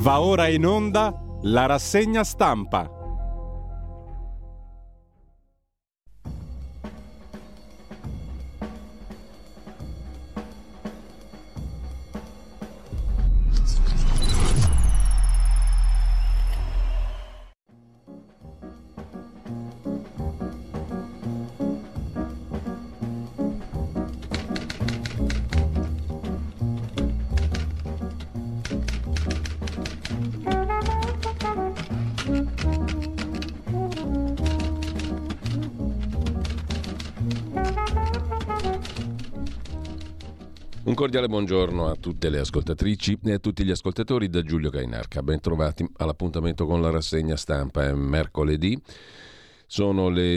Va ora in onda la rassegna stampa. Un cordiale buongiorno a tutte le ascoltatrici e a tutti gli ascoltatori da Giulio Cainarca. Ben trovati all'appuntamento con la rassegna stampa. È mercoledì, sono le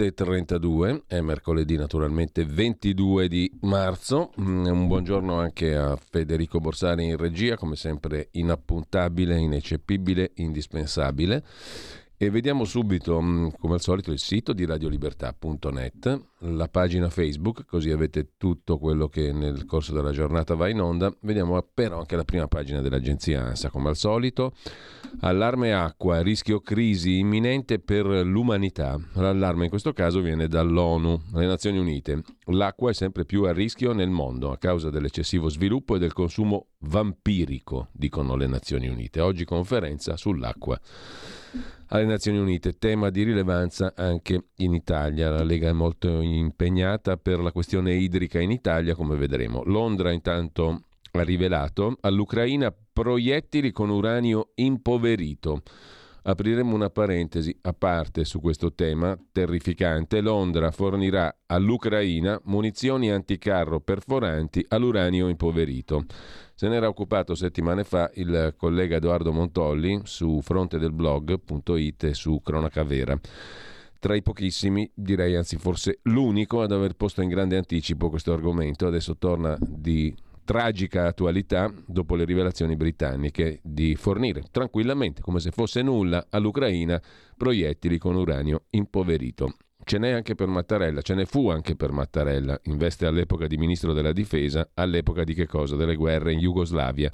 7.32, è mercoledì naturalmente 22 di marzo. Un buongiorno anche a Federico Borsari in regia, come sempre inappuntabile, ineccepibile, indispensabile. E vediamo subito, come al solito, il sito di radiolibertà.net, la pagina Facebook, così avete tutto quello che nel corso della giornata va in onda. Vediamo però anche la prima pagina dell'agenzia ANSA, come al solito. Allarme acqua, rischio crisi imminente per l'umanità. L'allarme in questo caso viene dall'ONU, le Nazioni Unite. L'acqua è sempre più a rischio nel mondo a causa dell'eccessivo sviluppo e del consumo vampirico, dicono le Nazioni Unite. Oggi conferenza sull'acqua alle Nazioni Unite, tema di rilevanza anche in Italia. La Lega è molto impegnata per la questione idrica in Italia, come vedremo. Londra intanto ha rivelato all'Ucraina proiettili con uranio impoverito. Apriremo una parentesi a parte su questo tema terrificante. Londra fornirà all'Ucraina munizioni anticarro perforanti all'uranio impoverito. Se ne era occupato settimane fa il collega Edoardo Montolli su frontedelblog.it e su Cronaca Vera. Tra i pochissimi, direi anzi forse l'unico ad aver posto in grande anticipo questo argomento. Adesso torna di tragica attualità dopo le rivelazioni britanniche di fornire tranquillamente, come se fosse nulla, all'Ucraina proiettili con uranio impoverito. Ce n'è anche per Mattarella, ce ne fu anche per Mattarella, in veste all'epoca di ministro della difesa, all'epoca di che cosa? Delle guerre in Jugoslavia.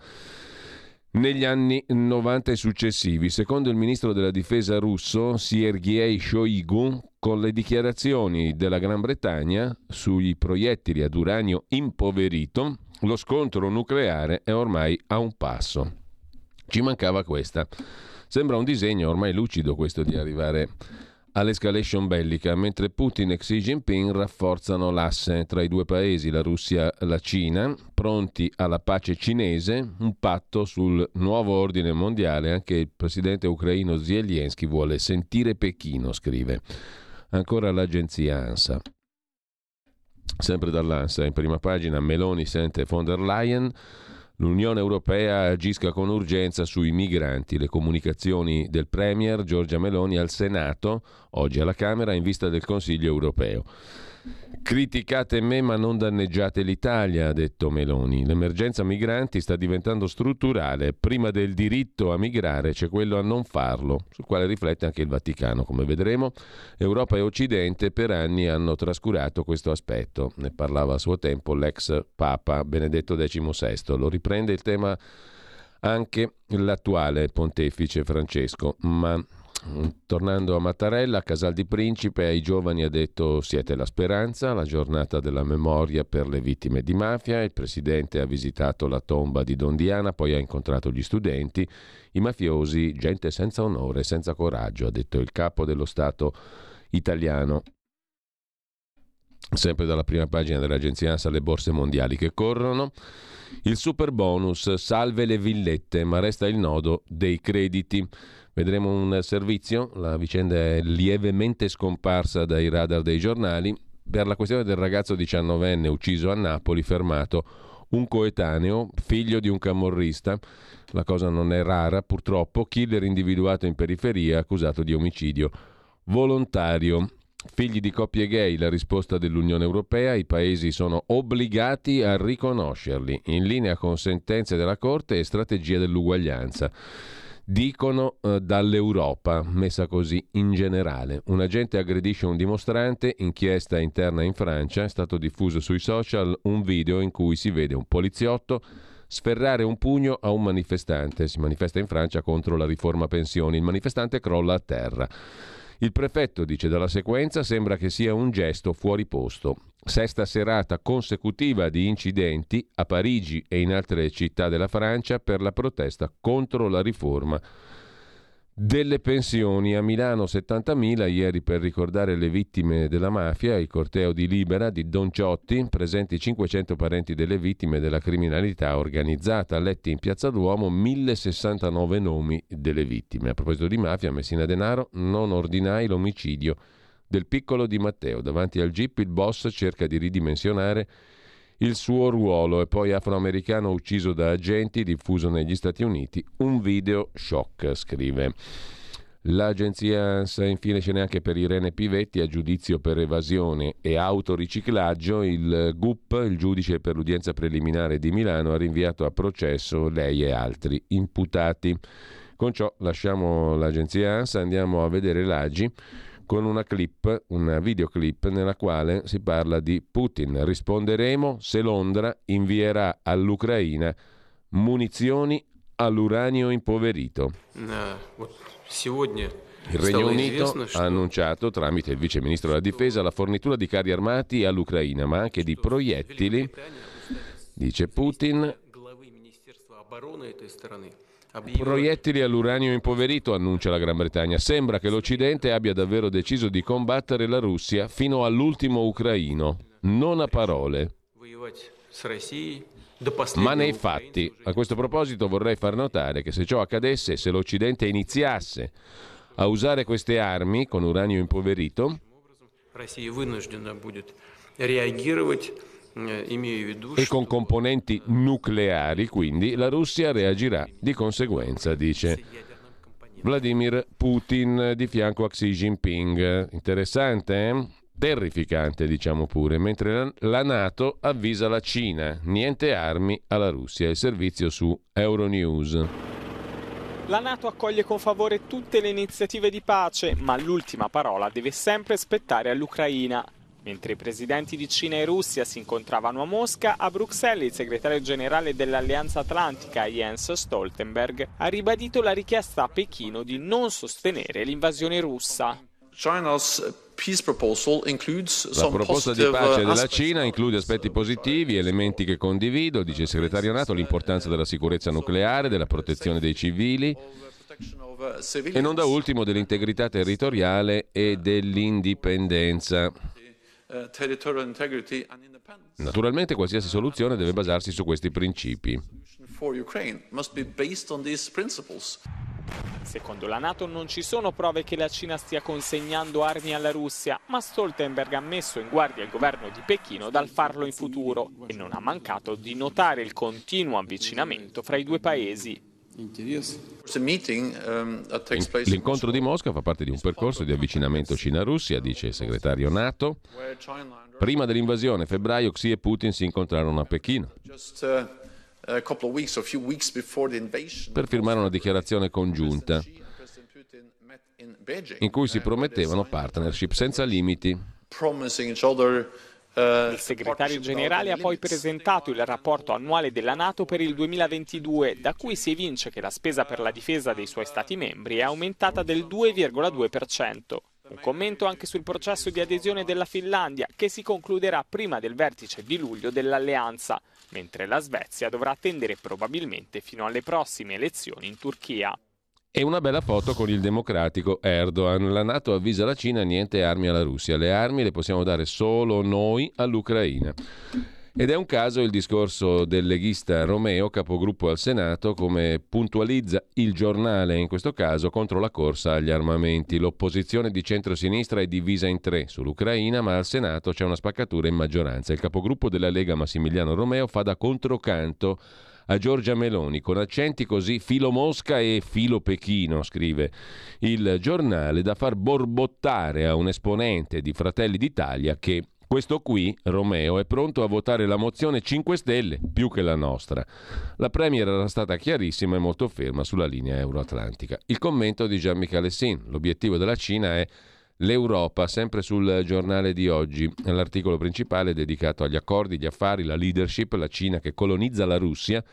Negli anni 90 e successivi, secondo il ministro della difesa russo Sergei Shoigu, con le dichiarazioni della Gran Bretagna sui proiettili ad uranio impoverito, lo scontro nucleare è ormai a un passo. Ci mancava questa. Sembra un disegno ormai lucido questo di arrivare all'escalation bellica, mentre Putin e Xi Jinping rafforzano l'asse tra i due paesi, la Russia e la Cina, pronti alla pace cinese, un patto sul nuovo ordine mondiale. Anche il presidente ucraino Zelensky vuole sentire Pechino, scrive. Ancora l'agenzia ANSA. Sempre dall'ANSA, in prima pagina, Meloni sente von der Leyen. L'Unione Europea agisca con urgenza sui migranti. Le comunicazioni del Premier Giorgia Meloni al Senato, oggi alla Camera, in vista del Consiglio Europeo. Criticate me ma non danneggiate l'Italia, ha detto Meloni. L'emergenza migranti sta diventando strutturale. Prima del diritto a migrare c'è quello a non farlo, sul quale riflette anche il Vaticano. Come vedremo, Europa e Occidente per anni hanno trascurato questo aspetto. Ne parlava a suo tempo l'ex Papa Benedetto XVI. Lo riprende il tema anche l'attuale pontefice Francesco, ma tornando a Mattarella, a Casal di Principe, ai giovani ha detto: siete la speranza, la giornata della memoria per le vittime di mafia. Il presidente ha visitato la tomba di Don Diana, poi ha incontrato gli studenti, i mafiosi, gente senza onore, senza coraggio, ha detto il capo dello Stato italiano. Sempre dalla prima pagina dell'agenzia ANSA, le borse mondiali che corrono. Il super bonus, salve le villette, ma resta il nodo dei crediti. Vedremo un servizio, la vicenda è lievemente scomparsa dai radar dei giornali, per la questione del ragazzo 19enne ucciso a Napoli, fermato un coetaneo, figlio di un camorrista. La cosa non è rara, purtroppo, killer individuato in periferia, accusato di omicidio volontario. Figli di coppie gay, la risposta dell'Unione Europea: i paesi sono obbligati a riconoscerli, in linea con sentenze della Corte e strategia dell'uguaglianza. Dicono dall'Europa, messa così in generale. Un agente aggredisce un dimostrante, inchiesta interna in Francia, è stato diffuso sui social un video in cui si vede un poliziotto sferrare un pugno a un manifestante. Si manifesta in Francia contro la riforma pensioni. Il manifestante crolla a terra. Il prefetto dice: dalla sequenza sembra che sia un gesto fuori posto. Sesta serata consecutiva di incidenti a Parigi e in altre città della Francia per la protesta contro la riforma delle pensioni. A Milano 70.000 ieri per ricordare le vittime della mafia, il corteo di Libera di Don Ciotti, presenti 500 parenti delle vittime della criminalità organizzata, letti in Piazza Duomo 1069 nomi delle vittime. A proposito di mafia, a Messina Denaro non ordinai l'omicidio del piccolo Di Matteo. Davanti al GIP il boss cerca di ridimensionare il suo ruolo. E poi afroamericano ucciso da agenti, diffuso negli Stati Uniti un video shock, scrive l'agenzia ANSA. Infine ce n'è anche per Irene Pivetti, a giudizio per evasione e autoriciclaggio. Il GUP, il giudice per l'udienza preliminare di Milano, ha rinviato a processo lei e altri imputati. Con ciò lasciamo l'agenzia ANSA, andiamo a vedere l'AGI con una videoclip nella quale si parla di Putin. Risponderemo se Londra invierà all'Ucraina munizioni all'uranio impoverito. Il Regno Unito ha annunciato, tramite il vice ministro della difesa, la fornitura di carri armati all'Ucraina, ma anche di proiettili, dice Putin. Proiettili all'uranio impoverito, annuncia la Gran Bretagna. Sembra che l'Occidente abbia davvero deciso di combattere la Russia fino all'ultimo ucraino, non a parole, ma nei fatti. A questo proposito vorrei far notare che se ciò accadesse, se l'Occidente iniziasse a usare queste armi con uranio impoverito e con componenti nucleari, quindi la Russia reagirà di conseguenza, dice Vladimir Putin di fianco a Xi Jinping. Interessante, eh? Terrificante, diciamo pure. Mentre la NATO avvisa la Cina: niente armi alla Russia. Il servizio su Euronews. La NATO accoglie con favore tutte le iniziative di pace, ma l'ultima parola deve sempre spettare all'Ucraina. Mentre i presidenti di Cina e Russia si incontravano a Mosca, a Bruxelles il segretario generale dell'Alleanza Atlantica Jens Stoltenberg ha ribadito la richiesta a Pechino di non sostenere l'invasione russa. La proposta di pace della Cina include aspetti positivi, elementi che condivido, dice il segretario NATO, l'importanza della sicurezza nucleare, della protezione dei civili e non da ultimo dell'integrità territoriale e dell'indipendenza. Naturalmente qualsiasi soluzione deve basarsi su questi principi. Secondo la NATO non ci sono prove che la Cina stia consegnando armi alla Russia, ma Stoltenberg ha messo in guardia il governo di Pechino dal farlo in futuro e non ha mancato di notare il continuo avvicinamento fra i due paesi. L'incontro di Mosca fa parte di un percorso di avvicinamento Cina-Russia, dice il segretario NATO. Prima dell'invasione, a febbraio, Xi e Putin si incontrarono a Pechino per firmare una dichiarazione congiunta in cui si promettevano partnership senza limiti. Il segretario generale ha poi presentato il rapporto annuale della NATO per il 2022, da cui si evince che la spesa per la difesa dei suoi Stati membri è aumentata del 2,2%. Un commento anche sul processo di adesione della Finlandia, che si concluderà prima del vertice di luglio dell'Alleanza, mentre la Svezia dovrà attendere probabilmente fino alle prossime elezioni in Turchia. E una bella foto con il democratico Erdogan. La NATO avvisa la Cina: niente armi alla Russia. Le armi le possiamo dare solo noi all'Ucraina. Ed è un caso il discorso del leghista Romeo, capogruppo al Senato, come puntualizza il Giornale, in questo caso contro la corsa agli armamenti. L'opposizione di centrosinistra è divisa in tre sull'Ucraina, ma al Senato c'è una spaccatura in maggioranza. Il capogruppo della Lega Massimiliano Romeo fa da controcanto a Giorgia Meloni, con accenti così filo Mosca e filo Pechino, scrive il Giornale, da far borbottare a un esponente di Fratelli d'Italia che questo qui, Romeo, è pronto a votare la mozione 5 Stelle più che la nostra. La Premier era stata chiarissima e molto ferma sulla linea euroatlantica. Il commento di Gian Michele Sin: l'obiettivo della Cina è l'Europa, sempre sul Giornale di oggi. L'articolo principale è dedicato agli accordi, gli affari, la leadership, la Cina che colonizza la Russia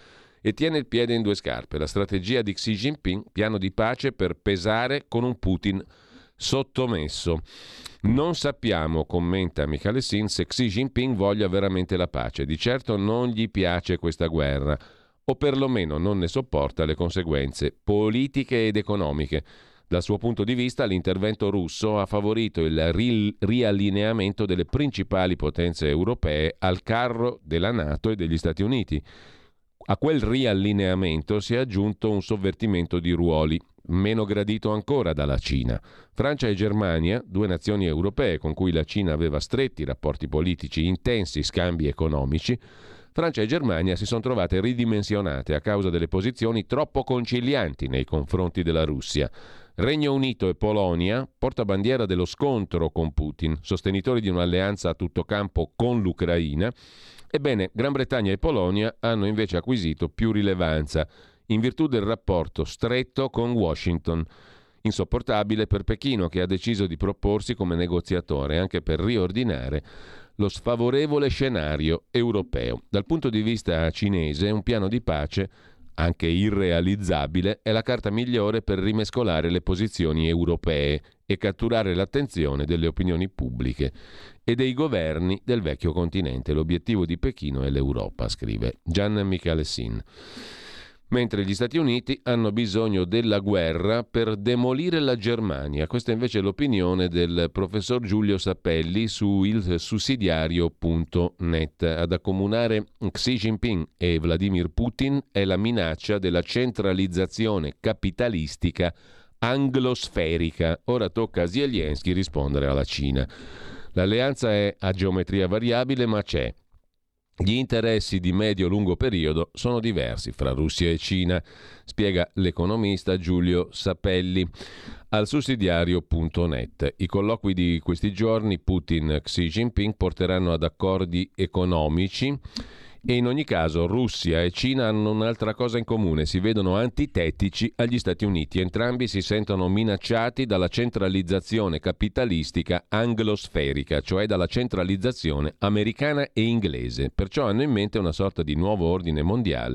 e tiene il piede in due scarpe. La strategia di Xi Jinping, piano di pace per pesare con un Putin sottomesso. Non sappiamo, commenta Michalessin, se Xi Jinping voglia veramente la pace. Di certo non gli piace questa guerra, o perlomeno non ne sopporta le conseguenze politiche ed economiche. Dal suo punto di vista, l'intervento russo ha favorito il riallineamento delle principali potenze europee al carro della NATO e degli Stati Uniti. A quel riallineamento si è aggiunto un sovvertimento di ruoli, meno gradito ancora dalla Cina. Francia e Germania, due nazioni europee con cui la Cina aveva stretti rapporti politici, intensi scambi economici, Francia e Germania si sono trovate ridimensionate a causa delle posizioni troppo concilianti nei confronti della Russia. Regno Unito e Polonia, portabandiera dello scontro con Putin, sostenitori di un'alleanza a tutto campo con l'Ucraina. Ebbene, Gran Bretagna e Polonia hanno invece acquisito più rilevanza in virtù del rapporto stretto con Washington, insopportabile per Pechino, che ha deciso di proporsi come negoziatore anche per riordinare lo sfavorevole scenario europeo. Dal punto di vista cinese, un piano di pace, anche irrealizzabile, è la carta migliore per rimescolare le posizioni europee e catturare l'attenzione delle opinioni pubbliche e dei governi del vecchio continente. L'obiettivo di Pechino è l'Europa, scrive Gian Michalessin. Mentre gli Stati Uniti hanno bisogno della guerra per demolire la Germania. Questa invece è l'opinione del professor Giulio Sapelli su ilsussidiario.net. Ad accomunare Xi Jinping e Vladimir Putin è la minaccia della centralizzazione capitalistica anglosferica. Ora tocca a Zelensky rispondere alla Cina. L'alleanza è a geometria variabile, ma c'è. Gli interessi di medio-lungo periodo sono diversi fra Russia e Cina, spiega l'economista Giulio Sapelli al sussidiario.net. I colloqui di questi giorni Putin-Xi Jinping porteranno ad accordi economici e in ogni caso Russia e Cina hanno un'altra cosa in comune: si vedono antitetici agli Stati Uniti. Entrambi si sentono minacciati dalla centralizzazione capitalistica anglosferica, cioè dalla centralizzazione americana e inglese. Perciò hanno in mente una sorta di nuovo ordine mondiale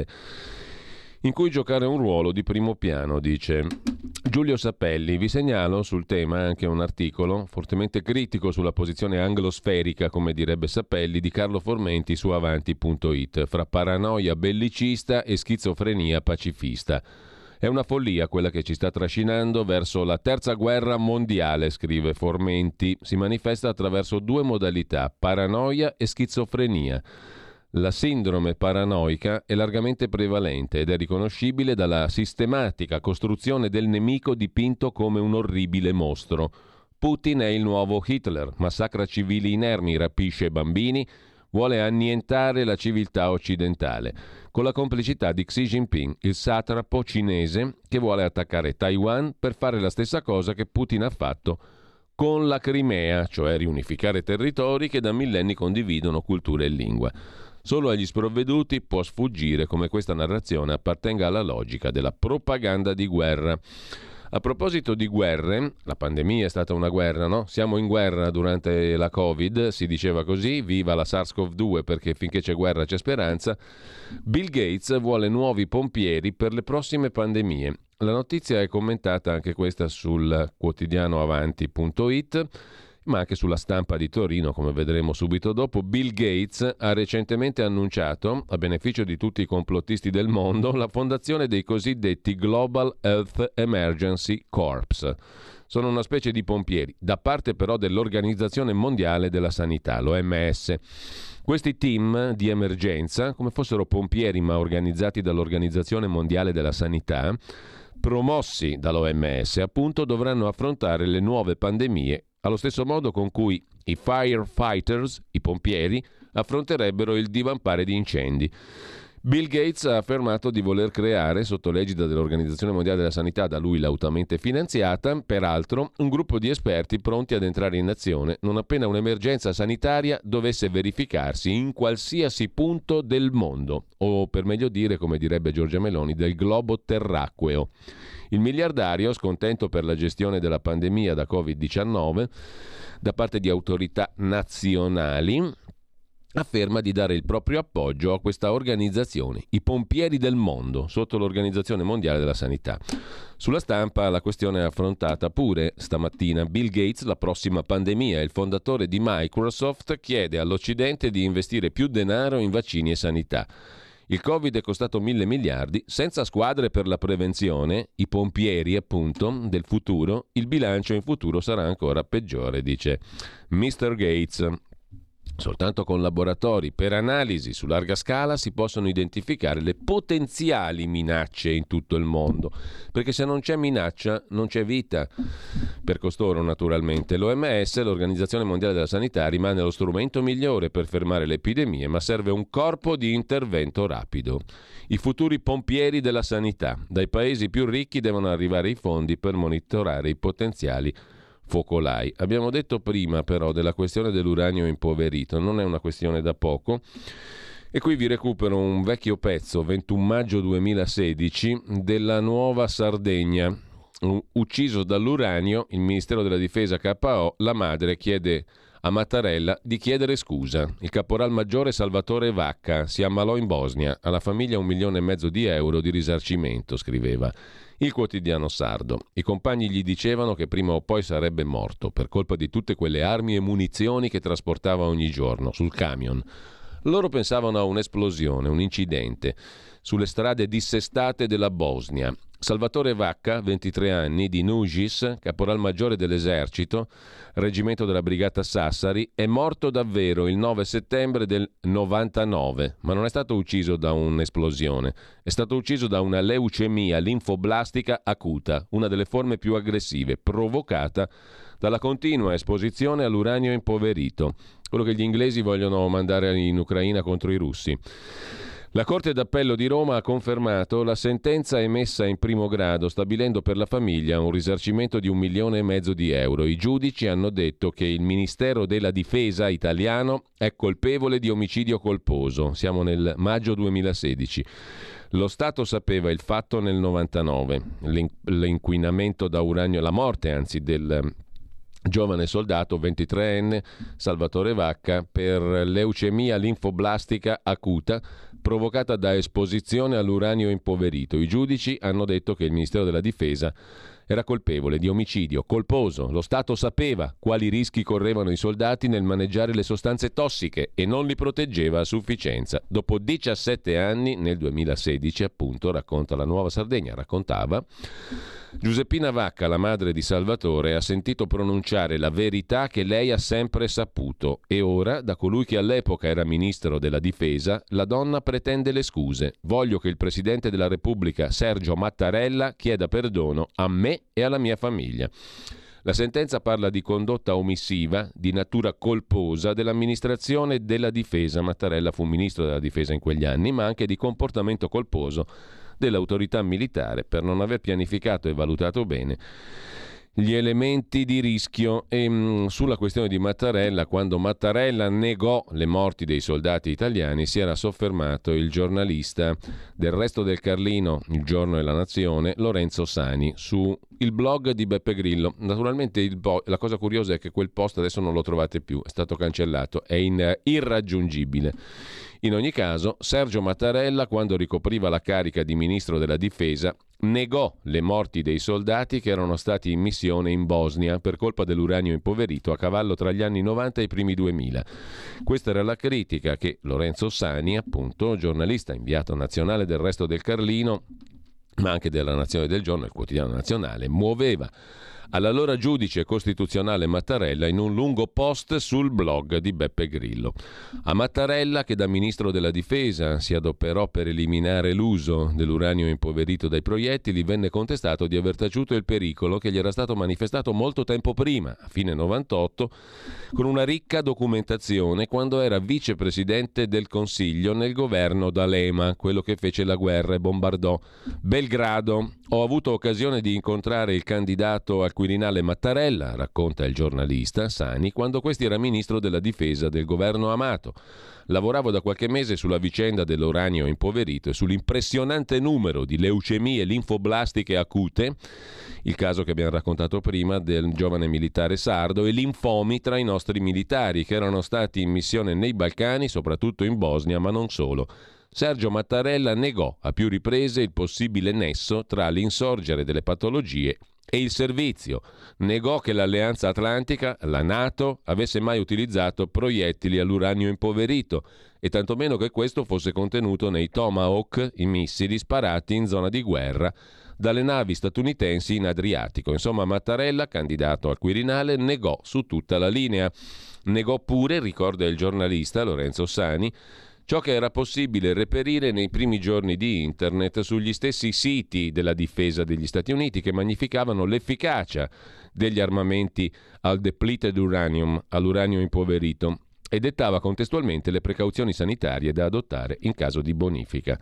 in cui giocare un ruolo di primo piano, dice Giulio Sapelli. Vi segnalo sul tema anche un articolo fortemente critico sulla posizione anglosferica, come direbbe Sapelli, di Carlo Formenti su avanti.it, fra paranoia bellicista e schizofrenia pacifista. È una follia quella che ci sta trascinando verso la terza guerra mondiale, scrive Formenti. Si manifesta attraverso due modalità: paranoia e schizofrenia. La sindrome paranoica è largamente prevalente ed è riconoscibile dalla sistematica costruzione del nemico dipinto come un orribile mostro. Putin è il nuovo Hitler, massacra civili inermi, rapisce bambini, vuole annientare la civiltà occidentale, con la complicità di Xi Jinping, il satrapo cinese che vuole attaccare Taiwan per fare la stessa cosa che Putin ha fatto con la Crimea, cioè riunificare territori che da millenni condividono cultura e lingua. Solo agli sprovveduti può sfuggire come questa narrazione appartenga alla logica della propaganda di guerra. A proposito di guerre, la pandemia è stata una guerra, no? Siamo in guerra durante la Covid, si diceva così, viva la SARS-CoV-2 perché finché c'è guerra c'è speranza. Bill Gates vuole nuovi pompieri per le prossime pandemie. La notizia è commentata anche questa sul quotidiano avanti.it, ma anche sulla Stampa di Torino, come vedremo subito dopo. Bill Gates ha recentemente annunciato, a beneficio di tutti i complottisti del mondo, la fondazione dei cosiddetti Global Health Emergency Corps. Sono una specie di pompieri, da parte però dell'Organizzazione Mondiale della Sanità, l'OMS. Questi team di emergenza, come fossero pompieri ma organizzati dall'Organizzazione Mondiale della Sanità, promossi dall'OMS, appunto, dovranno affrontare le nuove pandemie allo stesso modo con cui i firefighters, i pompieri, affronterebbero il divampare di incendi. Bill Gates ha affermato di voler creare, sotto l'egida dell'Organizzazione Mondiale della Sanità, da lui lautamente finanziata, peraltro, un gruppo di esperti pronti ad entrare in azione non appena un'emergenza sanitaria dovesse verificarsi in qualsiasi punto del mondo, o per meglio dire, come direbbe Giorgia Meloni, del globo terracqueo. Il miliardario, scontento per la gestione della pandemia da Covid-19 da parte di autorità nazionali, afferma di dare il proprio appoggio a questa organizzazione, i pompieri del mondo, sotto l'Organizzazione Mondiale della Sanità. Sulla Stampa la questione è affrontata pure stamattina. Bill Gates, la prossima pandemia. Il fondatore di Microsoft chiede all'Occidente di investire più denaro in vaccini e sanità. Il Covid è costato 1.000 miliardi, senza squadre per la prevenzione, i pompieri appunto del futuro, il bilancio in futuro sarà ancora peggiore, dice Mr. Gates. Soltanto con laboratori per analisi su larga scala si possono identificare le potenziali minacce in tutto il mondo, perché se non c'è minaccia non c'è vita per costoro naturalmente. L'OMS, l'Organizzazione Mondiale della Sanità, rimane lo strumento migliore per fermare le epidemie, ma serve un corpo di intervento rapido. I futuri pompieri della sanità. Dai paesi più ricchi devono arrivare i fondi per monitorare i potenziali focolai. Abbiamo detto prima però della questione dell'uranio impoverito, non è una questione da poco, e qui vi recupero un vecchio pezzo, 21 maggio 2016, della Nuova Sardegna. Ucciso dall'uranio, il Ministero della Difesa KO, la madre chiede a Mattarella di chiedere scusa. Il caporal maggiore Salvatore Vacca si ammalò in Bosnia, alla famiglia 1,5 milioni di euro di risarcimento, scriveva il quotidiano sardo. I compagni gli dicevano che prima o poi sarebbe morto per colpa di tutte quelle armi e munizioni che trasportava ogni giorno sul camion. Loro pensavano a un'esplosione, un incidente sulle strade dissestate della Bosnia. Salvatore Vacca, 23 anni, di Nugis, caporal maggiore dell'esercito, reggimento della brigata Sassari, è morto davvero il 9 settembre del 99, ma non è stato ucciso da un'esplosione, è stato ucciso da una leucemia linfoblastica acuta, una delle forme più aggressive, provocata dalla continua esposizione all'uranio impoverito, quello che gli inglesi vogliono mandare in Ucraina contro i russi. La Corte d'Appello di Roma ha confermato la sentenza emessa in primo grado, stabilendo per la famiglia un risarcimento di 1,5 milioni di euro. I giudici hanno detto che il Ministero della Difesa italiano è colpevole di omicidio colposo. Siamo nel maggio 2016. Lo Stato sapeva il fatto nel 99, l'inquinamento da uranio, la morte anzi del giovane soldato 23enne Salvatore Vacca per leucemia linfoblastica acuta provocata da esposizione all'uranio impoverito. I giudici hanno detto che il Ministero della Difesa era colpevole di omicidio colposo. Lo Stato sapeva quali rischi correvano i soldati nel maneggiare le sostanze tossiche e non li proteggeva a sufficienza. Dopo 17 anni, nel 2016 appunto, racconta la Nuova Sardegna, raccontava, Giuseppina Vacca, la madre di Salvatore, ha sentito pronunciare la verità che lei ha sempre saputo e ora, da colui che all'epoca era ministro della Difesa, la donna pretende le scuse. Voglio che il Presidente della Repubblica, Sergio Mattarella, chieda perdono a me e alla mia famiglia. La sentenza parla di condotta omissiva di natura colposa dell'amministrazione della Difesa. Mattarella fu ministro della Difesa in quegli anni, ma anche di comportamento colposo dell'autorità militare per non aver pianificato e valutato bene gli elementi di rischio. E sulla questione di Mattarella, quando Mattarella negò le morti dei soldati italiani, si era soffermato il giornalista del Resto del Carlino, Il Giorno e la Nazione, Lorenzo Sani, su il blog di Beppe Grillo. Naturalmente la cosa curiosa è che quel post adesso non lo trovate più, è stato cancellato, è irraggiungibile. In ogni caso, Sergio Mattarella, quando ricopriva la carica di ministro della Difesa, negò le morti dei soldati che erano stati in missione in Bosnia per colpa dell'uranio impoverito a cavallo tra gli anni 90 e i primi 2000. Questa era la critica che Lorenzo Sani, appunto, giornalista inviato nazionale del Resto del Carlino, ma anche della Nazione del Giorno, il quotidiano nazionale, muoveva all'allora giudice costituzionale Mattarella in un lungo post sul blog di Beppe Grillo. A Mattarella, che da ministro della Difesa si adoperò per eliminare l'uso dell'uranio impoverito dai proiettili, venne contestato di aver taciuto il pericolo che gli era stato manifestato molto tempo prima, a fine 98, con una ricca documentazione quando era vicepresidente del Consiglio nel governo D'Alema, quello che fece la guerra e bombardò Belgrado. Ho avuto occasione di incontrare il candidato al Quirinale Mattarella, racconta il giornalista Sani, quando questi era ministro della difesa del governo Amato. Lavoravo da qualche mese sulla vicenda dell'uranio impoverito e sull'impressionante numero di leucemie linfoblastiche acute, il caso che abbiamo raccontato prima del giovane militare sardo, e linfomi tra i nostri militari che erano stati in missione nei Balcani, soprattutto in Bosnia, ma non solo. Sergio Mattarella negò a più riprese il possibile nesso tra l'insorgere delle patologie e il servizio. Negò che l'Alleanza Atlantica, la NATO, avesse mai utilizzato proiettili all'uranio impoverito e tantomeno che questo fosse contenuto nei Tomahawk, i missili sparati in zona di guerra dalle navi statunitensi in Adriatico. Insomma, Mattarella, candidato al Quirinale, negò su tutta la linea. Negò pure, ricorda il giornalista Lorenzo Sani, ciò che era possibile reperire nei primi giorni di Internet sugli stessi siti della difesa degli Stati Uniti che magnificavano l'efficacia degli armamenti al depleted uranium, all'uranio impoverito, e dettava contestualmente le precauzioni sanitarie da adottare in caso di bonifica.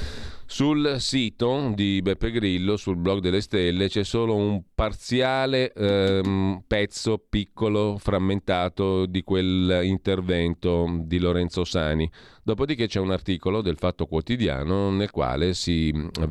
Sul sito di Beppe Grillo, sul blog delle stelle, c'è solo un parziale pezzo piccolo, frammentato di quel intervento di Lorenzo Sani. Dopodiché c'è un articolo del Fatto Quotidiano nel quale si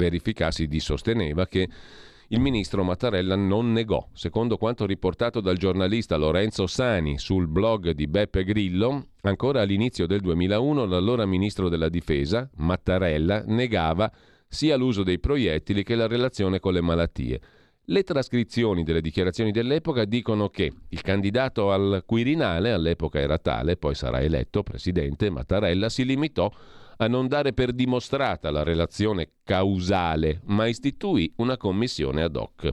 sosteneva che il ministro Mattarella non negò. Secondo quanto riportato dal giornalista Lorenzo Sani sul blog di Beppe Grillo, ancora all'inizio del 2001 l'allora ministro della difesa, Mattarella, negava sia l'uso dei proiettili che la relazione con le malattie. Le trascrizioni delle dichiarazioni dell'epoca dicono che il candidato al Quirinale, all'epoca era tale, poi sarà eletto presidente, Mattarella, si limitò a non dare per dimostrata la relazione causale, ma istituì una commissione ad hoc.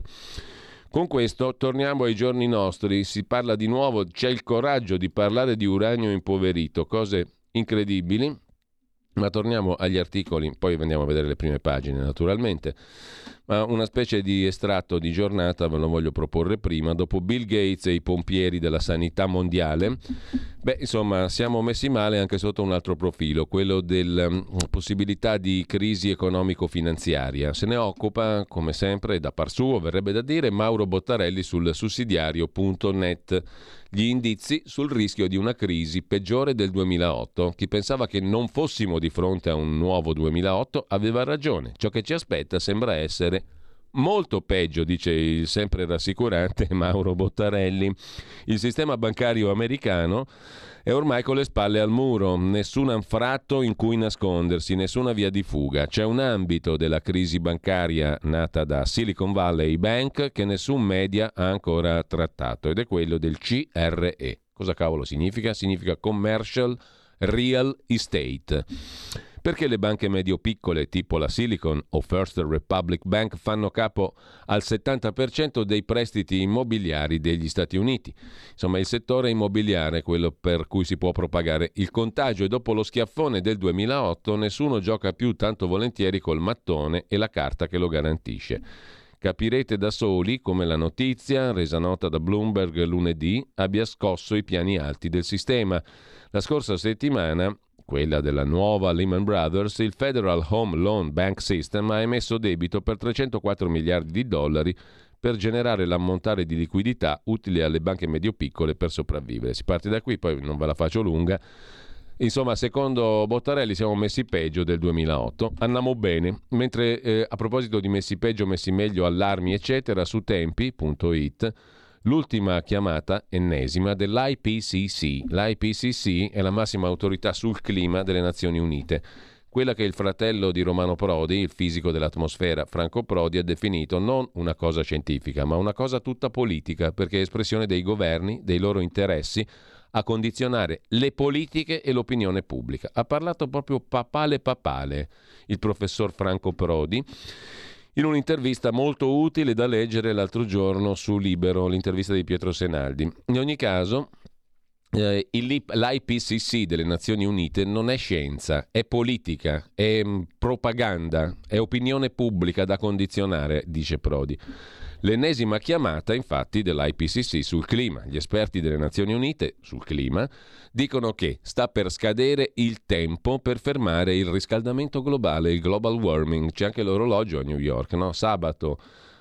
Con questo torniamo ai giorni nostri, si parla di nuovo, c'è il coraggio di parlare di uranio impoverito, cose incredibili, ma torniamo agli articoli, poi andiamo a vedere le prime pagine naturalmente, ma una specie di estratto di giornata ve lo voglio proporre prima. Dopo Bill Gates e i pompieri della sanità mondiale, insomma siamo messi male anche sotto un altro profilo, quello della possibilità di crisi economico-finanziaria. Se ne occupa, come sempre, da par suo, verrebbe da dire, Mauro Bottarelli sul sussidiario.net. Gli indizi sul rischio di una crisi peggiore del 2008. Chi pensava che non fossimo di fronte a un nuovo 2008 aveva ragione. Ciò che ci aspetta sembra essere molto peggio, dice il sempre rassicurante Mauro Bottarelli. Il sistema bancario americano è ormai con le spalle al muro, nessun anfratto in cui nascondersi, nessuna via di fuga. C'è un ambito della crisi bancaria nata da Silicon Valley Bank che nessun media ha ancora trattato ed è quello del CRE. Cosa cavolo significa? Significa Commercial Real Estate. Perché le banche medio-piccole tipo la Silicon o First Republic Bank fanno capo al 70% dei prestiti immobiliari degli Stati Uniti. Insomma, il settore immobiliare è quello per cui si può propagare il contagio e dopo lo schiaffone del 2008 nessuno gioca più tanto volentieri col mattone e la carta che lo garantisce. Capirete da soli come la notizia, resa nota da Bloomberg lunedì, abbia scosso i piani alti del sistema. La scorsa settimana, quella della nuova Lehman Brothers, il Federal Home Loan Bank System ha emesso debito per 304 miliardi di dollari per generare l'ammontare di liquidità utile alle banche medio-piccole per sopravvivere. Si parte da qui, poi non ve la faccio lunga. Insomma, secondo Bottarelli siamo messi peggio del 2008, andiamo bene, mentre a proposito di messi peggio, messi meglio, allarmi eccetera, su tempi.it l'ultima chiamata ennesima dell'IPCC. L'IPCC è la massima autorità sul clima delle Nazioni Unite, quella che il fratello di Romano Prodi, il fisico dell'atmosfera Franco Prodi, ha definito non una cosa scientifica, ma una cosa tutta politica, perché è espressione dei governi, dei loro interessi, a condizionare le politiche e l'opinione pubblica. Ha parlato proprio papale il professor Franco Prodi, in un'intervista molto utile da leggere l'altro giorno su Libero, l'intervista di Pietro Senaldi. In ogni caso, l'IPCC delle Nazioni Unite non è scienza, è politica, è propaganda, è opinione pubblica da condizionare, dice Prodi. L'ennesima chiamata, infatti, dell'IPCC sul clima. Gli esperti delle Nazioni Unite sul clima dicono che sta per scadere il tempo per fermare il riscaldamento globale, il global warming. C'è anche l'orologio a New York, no? Sabato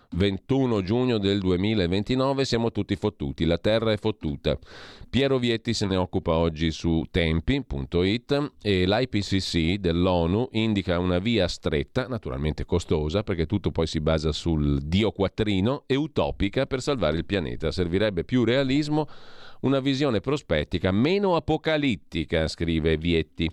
21 giugno del 2029 siamo tutti fottuti, la terra è fottuta. Piero Vietti se ne occupa oggi su tempi.it e l'IPCC dell'ONU indica una via stretta, naturalmente costosa perché tutto poi si basa sul dio quattrino, e utopica per salvare il pianeta. Servirebbe più realismo, una visione prospettica meno apocalittica, scrive Vietti.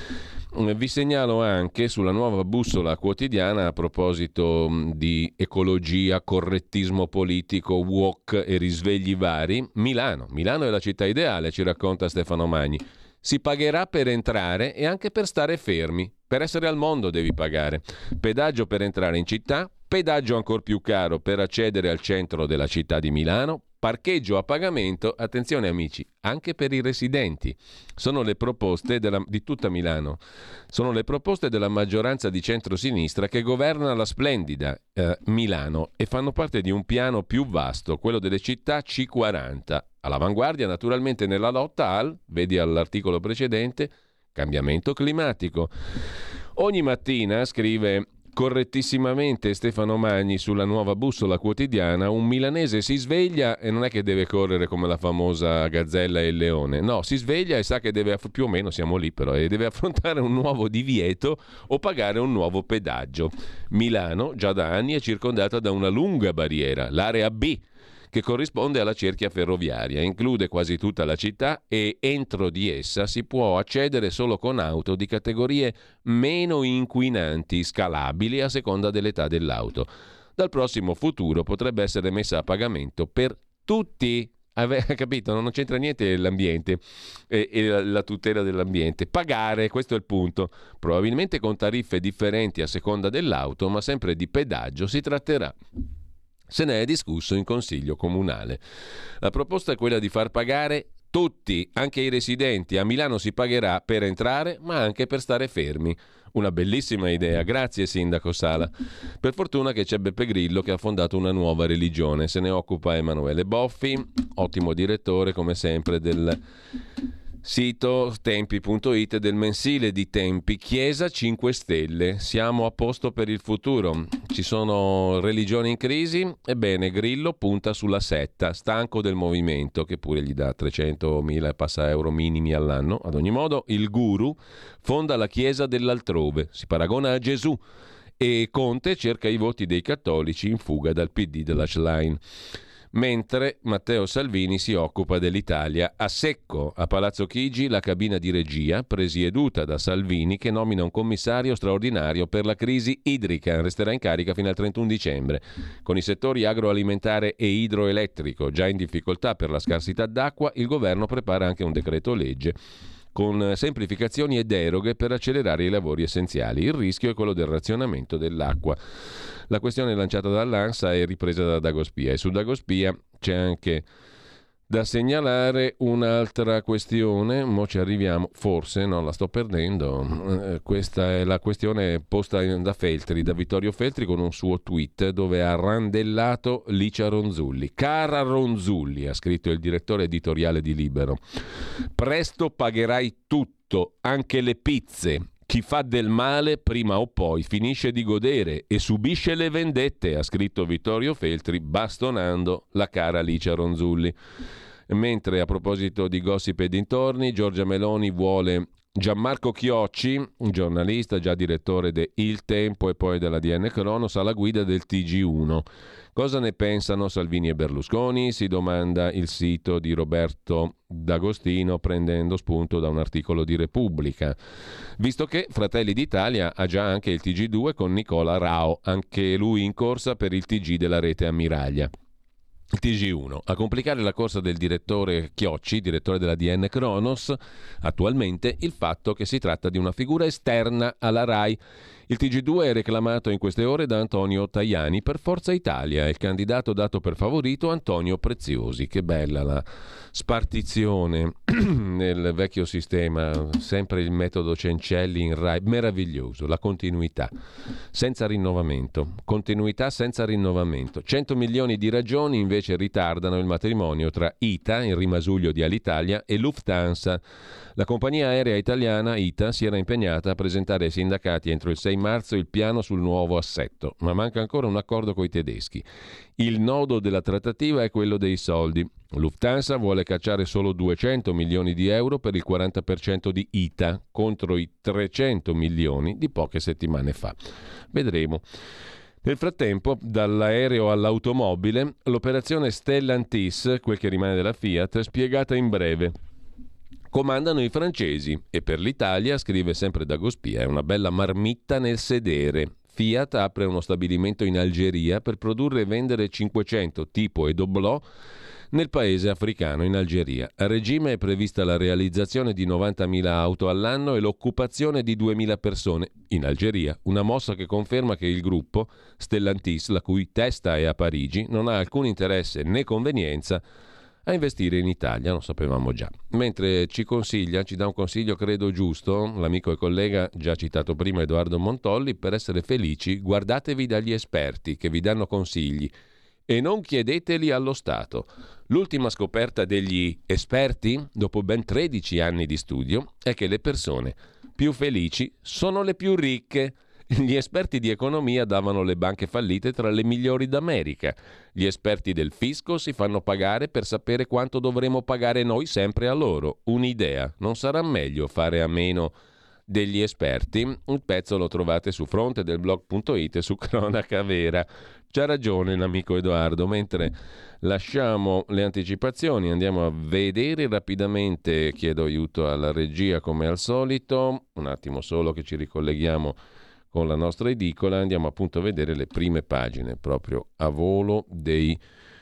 Vi segnalo anche sulla nuova bussola quotidiana, a proposito di ecologia, correttismo politico, woke e risvegli vari, Milano. Milano è la città ideale, ci racconta Stefano Magni. Si pagherà per entrare e anche per stare fermi. Per essere al mondo devi pagare. Pedaggio per entrare in città, pedaggio ancora più caro per accedere al centro della città di Milano, parcheggio a pagamento, attenzione amici, anche per i residenti. Sono le proposte di tutta Milano, sono le proposte della maggioranza di centrosinistra che governa la splendida Milano e fanno parte di un piano più vasto, quello delle città C40, all'avanguardia naturalmente nella lotta vedi all'articolo precedente, cambiamento climatico. Ogni mattina, scrive correttissimamente Stefano Magni sulla nuova bussola quotidiana, un milanese si sveglia e non è che deve correre come la famosa gazzella e il leone, no, si sveglia e sa che deve, più o meno siamo lì però, e deve affrontare un nuovo divieto o pagare un nuovo pedaggio. Milano già da anni è circondata da una lunga barriera, l'area B, che corrisponde alla cerchia ferroviaria, include quasi tutta la città e entro di essa si può accedere solo con auto di categorie meno inquinanti, scalabili a seconda dell'età dell'auto. Dal prossimo futuro potrebbe essere messa a pagamento per tutti. Capito? Non c'entra niente l'ambiente e la tutela dell'ambiente. Pagare, questo è il punto. Probabilmente con tariffe differenti a seconda dell'auto, ma sempre di pedaggio si tratterà. Se ne è discusso in consiglio comunale. La proposta è quella di far pagare tutti, anche i residenti. A Milano si pagherà per entrare, ma anche per stare fermi. Una bellissima idea, grazie sindaco Sala. Per fortuna che c'è Beppe Grillo che ha fondato una nuova religione. Se ne occupa Emanuele Boffi, ottimo direttore come sempre del sito tempi.it, del mensile di Tempi. Chiesa 5 Stelle, siamo a posto per il futuro, ci sono religioni in crisi, ebbene Grillo punta sulla setta, stanco del movimento che pure gli dà 300.000 e passa euro minimi all'anno. Ad ogni modo il guru fonda la chiesa dell'altrove, si paragona a Gesù, e Conte cerca i voti dei cattolici in fuga dal PD della Schlein. Mentre Matteo Salvini si occupa dell'Italia a secco. A Palazzo Chigi la cabina di regia, presieduta da Salvini, che nomina un commissario straordinario per la crisi idrica. Resterà in carica fino al 31 dicembre. Con i settori agroalimentare e idroelettrico già in difficoltà per la scarsità d'acqua, il governo prepara anche un decreto legge con semplificazioni e deroghe per accelerare i lavori essenziali. Il rischio è quello del razionamento dell'acqua. La questione lanciata dall'ANSA è ripresa da Dagospia, e su Dagospia c'è anche da segnalare un'altra questione. Mo ci arriviamo, forse, no, la sto perdendo. Questa è la questione posta da Feltri, da Vittorio Feltri, con un suo tweet dove ha randellato Licia Ronzulli. Cara Ronzulli, ha scritto il direttore editoriale di Libero, presto pagherai tutto, anche le pizze. Chi fa del male prima o poi finisce di godere e subisce le vendette, ha scritto Vittorio Feltri, bastonando la cara Licia Ronzulli. Mentre a proposito di gossip e dintorni, Giorgia Meloni vuole Gianmarco Chiocci, un giornalista già direttore de Il Tempo e poi della DN Cronos, alla guida del TG1. Cosa ne pensano Salvini e Berlusconi? Si domanda il sito di Roberto D'Agostino prendendo spunto da un articolo di Repubblica. Visto che Fratelli d'Italia ha già anche il TG2 con Nicola Rao, anche lui in corsa per il TG della rete ammiraglia. Il TG1. A complicare la corsa del direttore Chiocci, direttore della DN Cronos, attualmente il fatto che si tratta di una figura esterna alla RAI Il TG2 è reclamato in queste ore da Antonio Tajani per Forza Italia, il candidato dato per favorito Antonio Preziosi. Che bella la spartizione nel vecchio sistema, sempre il metodo Cencelli in Rai, meraviglioso, la continuità senza rinnovamento, continuità senza rinnovamento. 100 milioni di ragioni invece ritardano il matrimonio tra ITA, il rimasuglio di Alitalia, e Lufthansa. La compagnia aerea italiana ITA si era impegnata a presentare ai sindacati entro il 6 marzo il piano sul nuovo assetto, ma manca ancora un accordo coi tedeschi. Il nodo della trattativa è quello dei soldi. Lufthansa vuole cacciare solo 200 milioni di euro per il 40% di ITA contro i 300 milioni di poche settimane fa. Vedremo. Nel frattempo, dall'aereo all'automobile, l'operazione Stellantis, quel che rimane della Fiat, spiegata in breve. Comandano i francesi e per l'Italia, scrive sempre Dagospia, è una bella marmitta nel sedere. Fiat apre uno stabilimento in Algeria per produrre e vendere 500 tipo e doblò nel paese africano, in Algeria. A regime è prevista la realizzazione di 90.000 auto all'anno e l'occupazione di 2.000 persone in Algeria, una mossa che conferma che il gruppo Stellantis, la cui testa è a Parigi, non ha alcun interesse né convenienza a investire in Italia, lo sapevamo già. Mentre ci dà un consiglio credo giusto, l'amico e collega già citato prima Edoardo Montolli: per essere felici guardatevi dagli esperti che vi danno consigli e non chiedeteli allo Stato. L'ultima scoperta degli esperti, dopo ben 13 anni di studio, è che le persone più felici sono le più ricche. Gli esperti di economia davano le banche fallite tra le migliori d'America. Gli esperti del fisco si fanno pagare per sapere quanto dovremo pagare noi sempre a loro. Un'idea. Non sarà meglio fare a meno degli esperti? Il pezzo lo trovate su frontedelblog.it e su Cronaca Vera. C'ha ragione l'amico Edoardo. Mentre lasciamo le anticipazioni, andiamo a vedere rapidamente, chiedo aiuto alla regia come al solito, un attimo solo che ci ricolleghiamo con la nostra edicola, andiamo appunto a vedere le prime pagine proprio a volo dei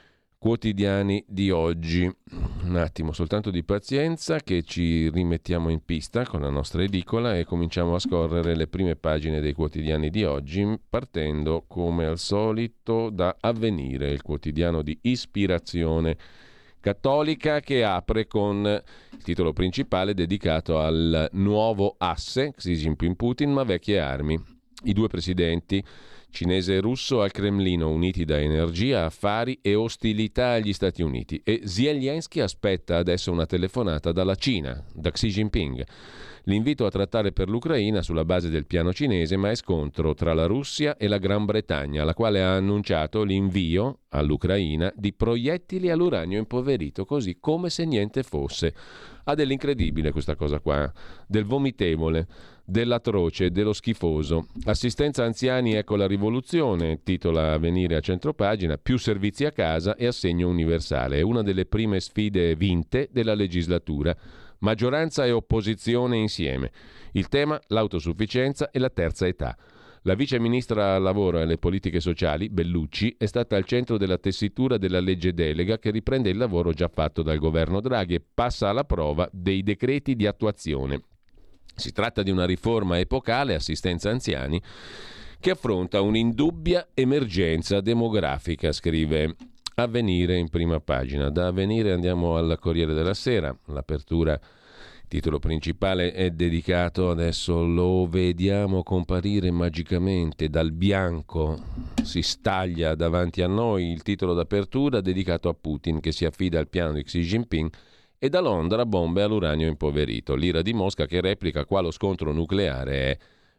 quotidiani di oggi. Un attimo soltanto di pazienza che ci rimettiamo in pista con la nostra edicola e cominciamo a scorrere le prime pagine dei quotidiani di oggi, partendo come al solito da Avvenire, il quotidiano di ispirazione cattolica, che apre con il titolo principale dedicato al nuovo asse Xi Jinping-Putin, ma vecchie armi. I due presidenti, cinese e russo, al Cremlino, uniti da energia, affari e ostilità agli Stati Uniti. E Zelensky aspetta adesso una telefonata dalla Cina, da Xi Jinping. L'invito a trattare per l'Ucraina sulla base del piano cinese, ma è scontro tra la Russia e la Gran Bretagna, la quale ha annunciato l'invio all'Ucraina di proiettili all'uranio impoverito, così come se niente fosse. Ha dell'incredibile questa cosa qua, del vomitevole, dell'atroce, dello schifoso. Assistenza anziani, ecco la rivoluzione, titola Avvenire a centropagina, più servizi a casa e assegno universale. È una delle prime sfide vinte della legislatura. Maggioranza e opposizione insieme. Il tema, l'autosufficienza e la terza età. La vice ministra al lavoro e alle politiche sociali, Bellucci, è stata al centro della tessitura della legge delega che riprende il lavoro già fatto dal governo Draghi e passa alla prova dei decreti di attuazione. Si tratta di una riforma epocale, assistenza anziani, che affronta un'indubbia emergenza demografica, scrive Avvenire in prima pagina. Da Avvenire andiamo al Corriere della Sera. L'apertura, titolo principale, è dedicato, adesso lo vediamo comparire magicamente, dal bianco si staglia davanti a noi il titolo d'apertura dedicato a Putin che si affida al piano di Xi Jinping, e da Londra bombe all'uranio impoverito. L'ira di Mosca che replica qua lo scontro nucleare è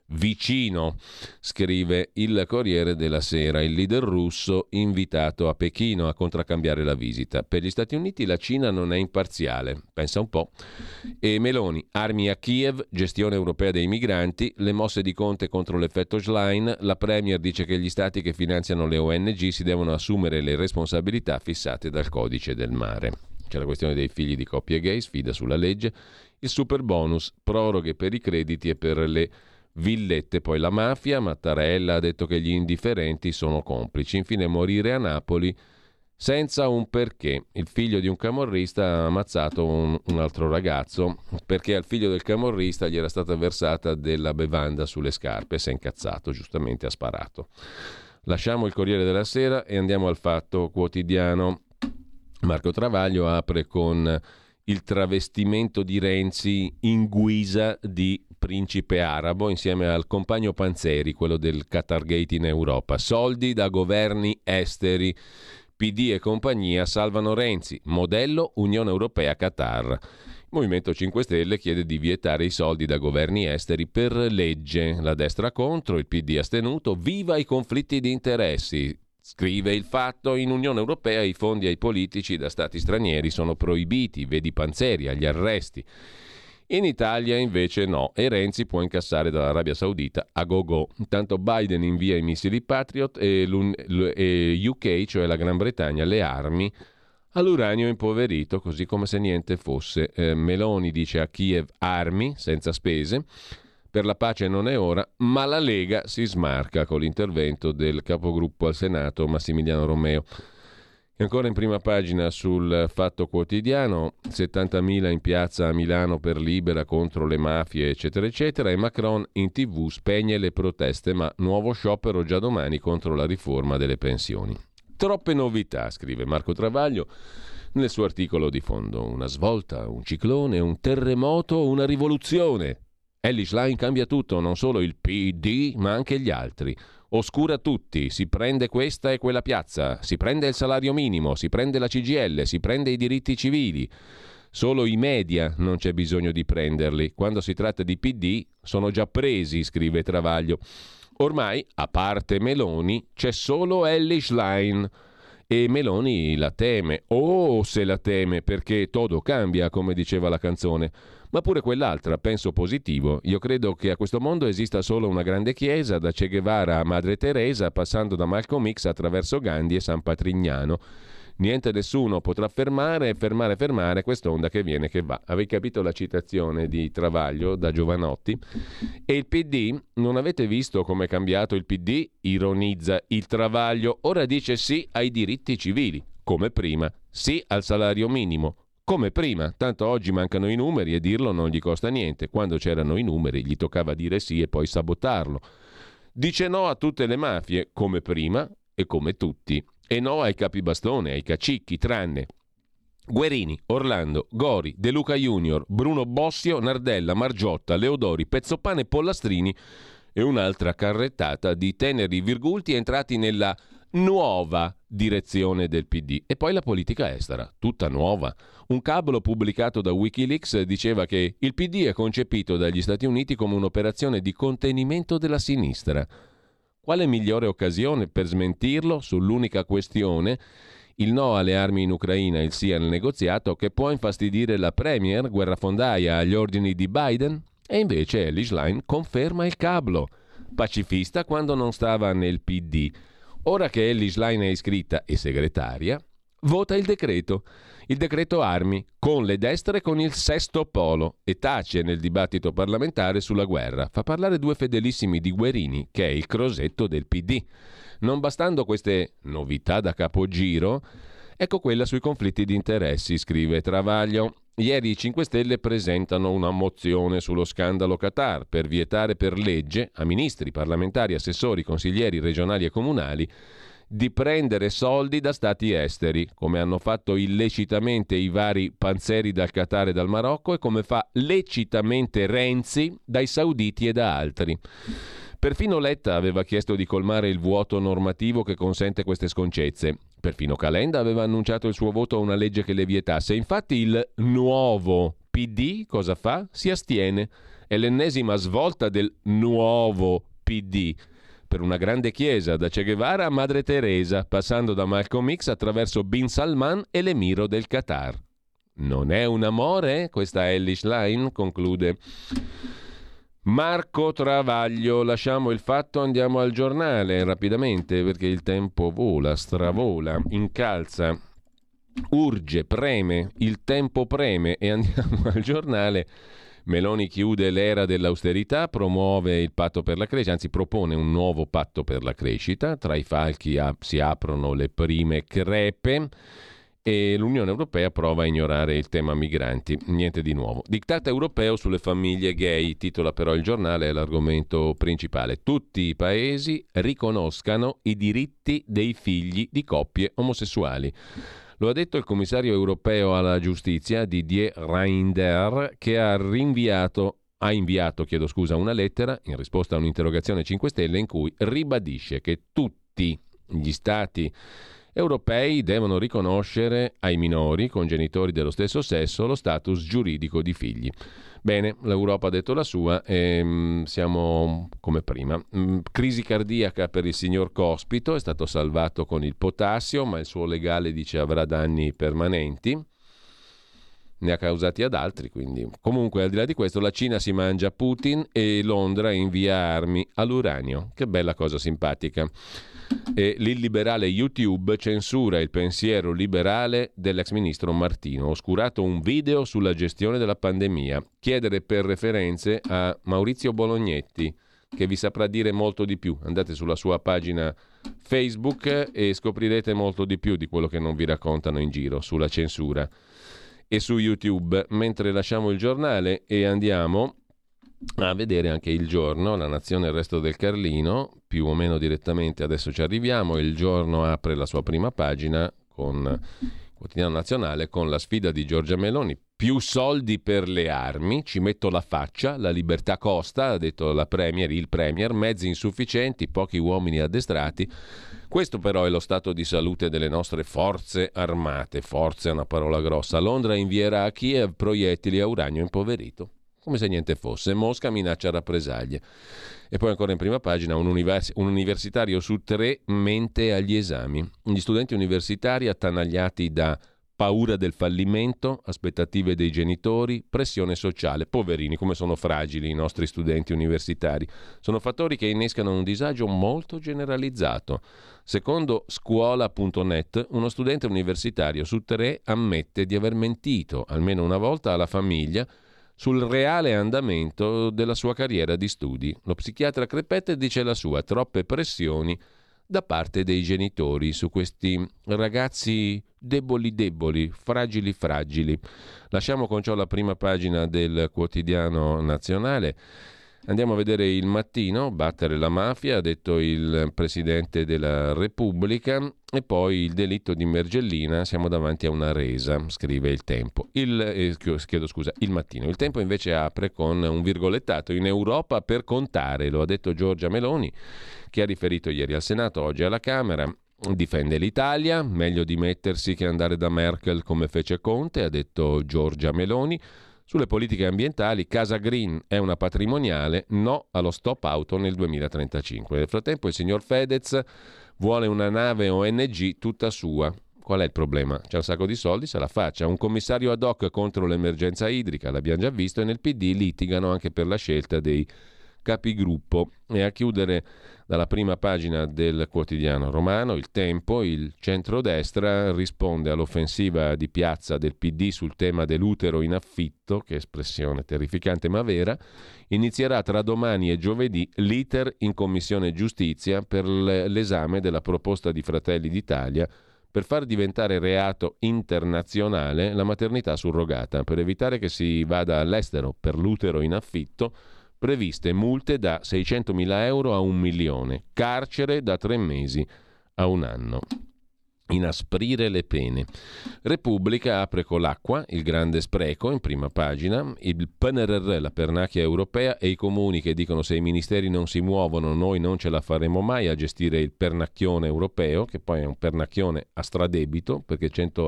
vicino, scrive il Corriere della Sera. Il leader russo invitato a Pechino a contraccambiare la visita. Per gli Stati Uniti la Cina non è imparziale, pensa un po'. E Meloni, armi a Kiev, gestione europea dei migranti, le mosse di Conte contro l'effetto Schlein, la Premier dice che gli stati che finanziano le ONG si devono assumere le responsabilità fissate dal codice del mare. C'è la questione dei figli di coppie gay, sfida sulla legge, il super bonus, proroghe per i crediti e per le villette, poi la mafia, Mattarella ha detto che gli indifferenti sono complici, infine morire a Napoli senza un perché. Il figlio di un camorrista ha ammazzato un altro ragazzo perché al figlio del camorrista gli era stata versata della bevanda sulle scarpe, si è incazzato, giustamente ha sparato. Lasciamo il Corriere della Sera e andiamo al Fatto Quotidiano. Marco Travaglio apre con il travestimento di Renzi in guisa di principe arabo insieme al compagno Panzeri, quello del Qatargate in Europa. Soldi da governi esteri. PD e compagnia salvano Renzi. Modello Unione Europea Qatar. Il Movimento 5 Stelle chiede di vietare i soldi da governi esteri per legge. La destra contro, il PD astenuto. Viva i conflitti di interessi. Scrive il Fatto, in Unione Europea i fondi ai politici da stati stranieri sono proibiti, vedi Panzeri, agli arresti. In Italia invece no, e Renzi può incassare dall'Arabia Saudita a go-go. Intanto Biden invia i missili Patriot e UK, cioè la Gran Bretagna, le armi all'uranio impoverito, così come se niente fosse. Meloni dice a Kiev armi, senza spese. Per la pace non è ora, ma la Lega si smarca con l'intervento del capogruppo al Senato Massimiliano Romeo. E ancora in prima pagina sul Fatto Quotidiano, 70.000 in piazza a Milano per Libera contro le mafie, eccetera, eccetera, e Macron in TV spegne le proteste, ma nuovo sciopero già domani contro la riforma delle pensioni. Troppe novità, scrive Marco Travaglio nel suo articolo di fondo. Una svolta, un ciclone, un terremoto, una rivoluzione. Elly Schlein cambia tutto, non solo il PD, ma anche gli altri. Oscura tutti, si prende questa e quella piazza, si prende il salario minimo, si prende la CGIL, si prende i diritti civili. Solo i media non c'è bisogno di prenderli. Quando si tratta di PD sono già presi, scrive Travaglio. Ormai, a parte Meloni, c'è solo Elly Schlein. E Meloni la teme, se la teme, perché todo cambia, come diceva la canzone. Ma pure quell'altra, penso positivo. Io credo che a questo mondo esista solo una grande chiesa, da Che Guevara a Madre Teresa, passando da Malcolm X attraverso Gandhi e San Patrignano. Niente, nessuno potrà fermare quest'onda che viene che va. Avevi capito la citazione di Travaglio da Giovanotti? E il PD, non avete visto come è cambiato il PD? Ironizza il Travaglio. Ora dice sì ai diritti civili, come prima. Sì al salario minimo, come prima. Tanto oggi mancano i numeri e dirlo non gli costa niente. Quando c'erano i numeri gli toccava dire sì e poi sabotarlo. Dice no a tutte le mafie, come prima e come tutti. E no ai capibastone, ai cacicchi, tranne Guerini, Orlando, Gori, De Luca Junior, Bruno Bossio, Nardella, Margiotta, Leodori, Pezzopane, Pollastrini e un'altra carrettata di teneri virgulti entrati nella nuova direzione del PD. E poi la politica estera, tutta nuova. Un cablo pubblicato da Wikileaks diceva che il PD è concepito dagli Stati Uniti come un'operazione di contenimento della sinistra. Quale migliore occasione per smentirlo sull'unica questione, il no alle armi in Ucraina e il sì al negoziato, che può infastidire la Premier, guerrafondaia agli ordini di Biden? E invece Elly Schlein conferma il cablo, pacifista quando non stava nel PD. Ora che Elly Schlein è iscritta e segretaria, vota il decreto armi, con le destre e con il sesto polo, e tace nel dibattito parlamentare sulla guerra. Fa parlare due fedelissimi di Guerini, che è il Crosetto del PD. Non bastando queste novità da capogiro, ecco quella sui conflitti di interessi, scrive Travaglio. Ieri i 5 Stelle presentano una mozione sullo scandalo Qatar per vietare per legge a ministri, parlamentari, assessori, consiglieri regionali e comunali di prendere soldi da stati esteri, come hanno fatto illecitamente i vari Panzeri dal Qatar e dal Marocco e come fa lecitamente Renzi dai sauditi e da altri. Perfino Letta aveva chiesto di colmare il vuoto normativo che consente queste sconcezze. Perfino Calenda aveva annunciato il suo voto a una legge che le vietasse. Infatti il nuovo PD cosa fa? Si astiene. È l'ennesima svolta del nuovo PD. Per una grande chiesa, da Che Guevara a Madre Teresa, passando da Malcolm X attraverso Bin Salman e l'emiro del Qatar. Non è un amore, questa Elly Schlein, conclude Marco Travaglio. Lasciamo il Fatto, andiamo al Giornale rapidamente perché il tempo vola, stravola, incalza, urge, preme, il tempo preme, e andiamo al Giornale Meloni chiude l'era dell'austerità, promuove il patto per la crescita, anzi propone un nuovo patto per la crescita. Tra i falchi si aprono le prime crepe e l'Unione Europea prova a ignorare il tema migranti. Niente di nuovo. Diktat europeo sulle famiglie gay, titola però il giornale, è l'argomento principale. Tutti i paesi riconoscano i diritti dei figli di coppie omosessuali. Lo ha detto il commissario europeo alla giustizia Didier Reynders, che ha inviato una lettera in risposta a un'interrogazione 5 Stelle in cui ribadisce che tutti gli stati europei devono riconoscere ai minori con genitori dello stesso sesso lo status giuridico di figli. Bene, l'Europa ha detto la sua e siamo come prima. Crisi cardiaca per il signor Cospito, è stato salvato con il potassio, ma il suo legale dice avrà danni permanenti. Ne ha causati ad altri, quindi. Comunque, al di là di questo, la Cina si mangia Putin e Londra invia armi all'uranio. Che bella cosa simpatica. E l'illiberale YouTube censura il pensiero liberale dell'ex ministro Martino. Oscurato un video sulla gestione della pandemia. Chiedere per referenze a Maurizio Bolognetti, che vi saprà dire molto di più. Andate sulla sua pagina Facebook e scoprirete molto di più di quello che non vi raccontano in giro sulla censura e su YouTube. Mentre lasciamo il giornale e andiamo a vedere anche Il Giorno, La Nazione e il resto del Carlino, più o meno direttamente adesso ci arriviamo. Il Giorno apre la sua prima pagina con Quotidiano Nazionale con la sfida di Giorgia Meloni: più soldi per le armi, ci metto la faccia, la libertà costa, ha detto il premier, mezzi insufficienti, pochi uomini addestrati. Questo però è lo stato di salute delle nostre forze armate. Forze è una parola grossa. Londra invierà a Kiev proiettili a uranio impoverito. Come se niente fosse. Mosca minaccia rappresaglie. E poi ancora in prima pagina un universitario su 3 mente agli esami. Gli studenti universitari attanagliati da paura del fallimento, aspettative dei genitori, pressione sociale. Poverini, come sono fragili i nostri studenti universitari. Sono fattori che innescano un disagio molto generalizzato. Secondo scuola.net, uno studente universitario su 3 ammette di aver mentito almeno una volta alla famiglia sul reale andamento della sua carriera di studi. Lo psichiatra Crepette dice la sua: troppe pressioni da parte dei genitori su questi ragazzi deboli, fragili. Lasciamo con ciò la prima pagina del Quotidiano Nazionale. Andiamo a vedere Il Mattino. Battere la mafia, ha detto il Presidente della Repubblica. E poi il delitto di Mergellina, siamo davanti a una resa, scrive Il Tempo. Il Mattino. Il Tempo invece apre con un virgolettato: in Europa per contare, lo ha detto Giorgia Meloni, che ha riferito ieri al Senato, oggi alla Camera. Difende l'Italia, meglio dimettersi che andare da Merkel come fece Conte, ha detto Giorgia Meloni. Sulle politiche ambientali, Casa Green è una patrimoniale, no allo stop auto nel 2035. Nel frattempo il signor Fedez vuole una nave ONG tutta sua. Qual è il problema? C'è un sacco di soldi, se la faccia. Un commissario ad hoc contro l'emergenza idrica, l'abbiamo già visto, e nel PD litigano anche per la scelta dei capigruppo. E a chiudere dalla prima pagina del quotidiano romano Il Tempo, il centrodestra risponde all'offensiva di piazza del PD sul tema dell'utero in affitto, che espressione terrificante ma vera. Inizierà tra domani e giovedì l'iter in Commissione Giustizia per l'esame della proposta di Fratelli d'Italia per far diventare reato internazionale la maternità surrogata, per evitare che si vada all'estero per l'utero in affitto. Previste multe da 600.000 euro a 1 milione, carcere da 3 mesi a 1 anno. Inasprire le pene. Repubblica apre con l'acqua, il grande spreco in prima pagina, il PNRR, la pernacchia europea, e i comuni che dicono: se i ministeri non si muovono noi non ce la faremo mai a gestire il pernacchione europeo, che poi è un pernacchione a stradebito, perché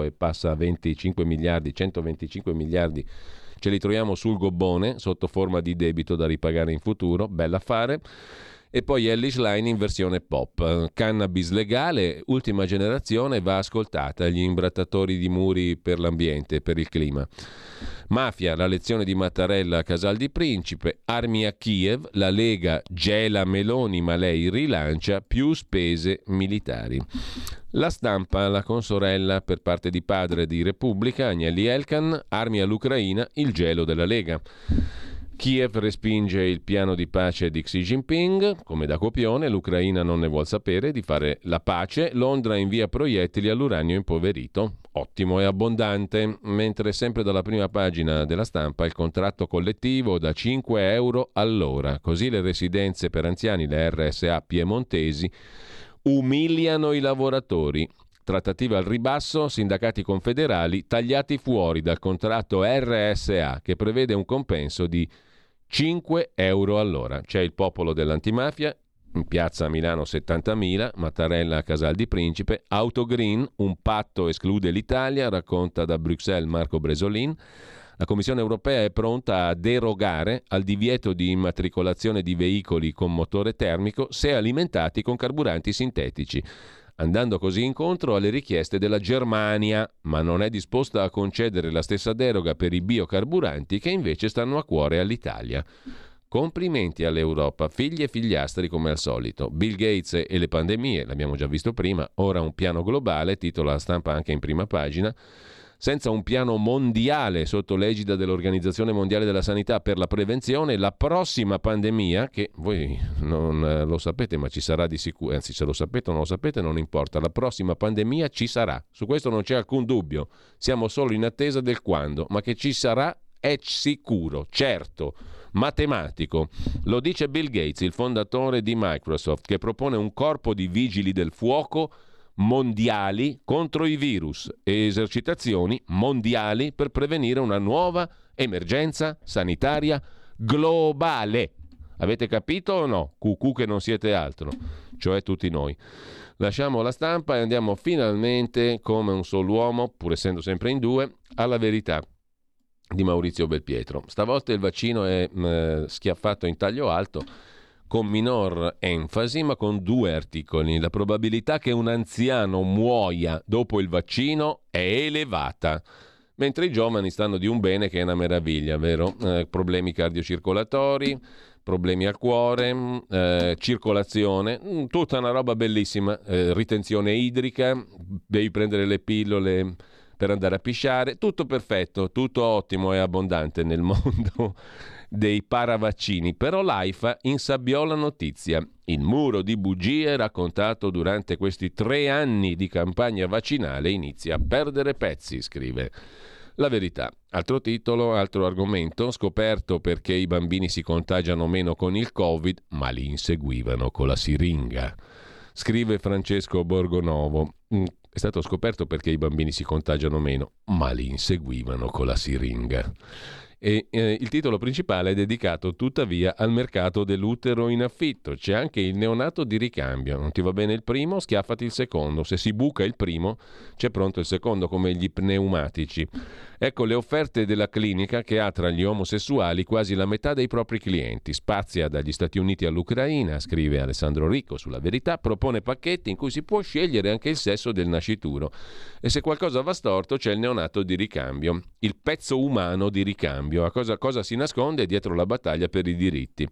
125 miliardi ce li troviamo sul gobbone sotto forma di debito da ripagare in futuro. Bell'affare. E poi Ellis Line in versione pop. Cannabis legale, ultima generazione, va ascoltata. Gli imbrattatori di muri per l'ambiente e per il clima. Mafia, la lezione di Mattarella a Casal di Principe. Armi a Kiev, la Lega gela Meloni ma lei rilancia più spese militari. La Stampa, la consorella per parte di padre di Repubblica, Agnelli Elkann, armi all'Ucraina, il gelo della Lega. Kiev respinge il piano di pace di Xi Jinping, come da copione, l'Ucraina non ne vuol sapere di fare la pace, Londra invia proiettili all'uranio impoverito, ottimo e abbondante, mentre sempre dalla prima pagina della Stampa il contratto collettivo da 5 euro all'ora, così le residenze per anziani, le RSA piemontesi, umiliano i lavoratori. Trattative al ribasso, sindacati confederali tagliati fuori dal contratto RSA che prevede un compenso di 5 euro all'ora. C'è il popolo dell'antimafia, in piazza Milano 70.000, Mattarella a Casal di Principe, Autogreen, un patto esclude l'Italia, racconta da Bruxelles Marco Bresolin. La Commissione europea è pronta a derogare al divieto di immatricolazione di veicoli con motore termico se alimentati con carburanti sintetici, andando così incontro alle richieste della Germania, ma non è disposta a concedere la stessa deroga per i biocarburanti che invece stanno a cuore all'Italia. Complimenti all'Europa, figli e figliastri come al solito. Bill Gates e le pandemie, l'abbiamo già visto prima, ora un piano globale, titola la Stampa anche in prima pagina. Senza un piano mondiale sotto l'egida dell'Organizzazione Mondiale della Sanità per la prevenzione, la prossima pandemia, che voi non lo sapete ma ci sarà di sicuro, anzi se lo sapete o non lo sapete non importa, la prossima pandemia ci sarà, su questo non c'è alcun dubbio, siamo solo in attesa del quando, ma che ci sarà è sicuro, certo, matematico. Lo dice Bill Gates, il fondatore di Microsoft, che propone un corpo di vigili del fuoco mondiali contro i virus e esercitazioni mondiali per prevenire una nuova emergenza sanitaria globale. Avete capito o no? Cucù che non siete altro, cioè tutti noi. Lasciamo la Stampa e andiamo finalmente, come un solo uomo, pur essendo sempre in due, alla Verità di Maurizio Belpietro. Stavolta il vaccino è schiaffato in taglio alto, con minor enfasi, ma con 2 articoli. La probabilità che un anziano muoia dopo il vaccino è elevata, mentre i giovani stanno di un bene che è una meraviglia, vero? Problemi cardiocircolatori, problemi al cuore, circolazione, tutta una roba bellissima, ritenzione idrica, devi prendere le pillole per andare a pisciare, tutto perfetto, tutto ottimo e abbondante nel mondo dei paravaccini, però l'AIFA insabbiò la notizia. Il muro di bugie raccontato durante questi 3 anni di campagna vaccinale inizia a perdere pezzi, scrive La Verità. Altro titolo, altro argomento, scoperto perché i bambini si contagiano meno con il Covid, ma li inseguivano con la siringa. Scrive Francesco Borgonovo. È stato scoperto perché i bambini si contagiano meno, ma li inseguivano con la siringa. E il titolo principale è dedicato tuttavia al mercato dell'utero in affitto. C'è anche il neonato di ricambio. Non ti va bene il primo? Schiaffati il secondo. Se si buca il primo, c'è pronto il secondo, come gli pneumatici. Ecco le offerte della clinica che ha tra gli omosessuali quasi la metà dei propri clienti. Spazia dagli Stati Uniti all'Ucraina, scrive Alessandro Ricco sulla Verità, propone pacchetti in cui si può scegliere anche il sesso del nascituro. E se qualcosa va storto c'è il neonato di ricambio, il pezzo umano di ricambio. A cosa si nasconde dietro la battaglia per i diritti?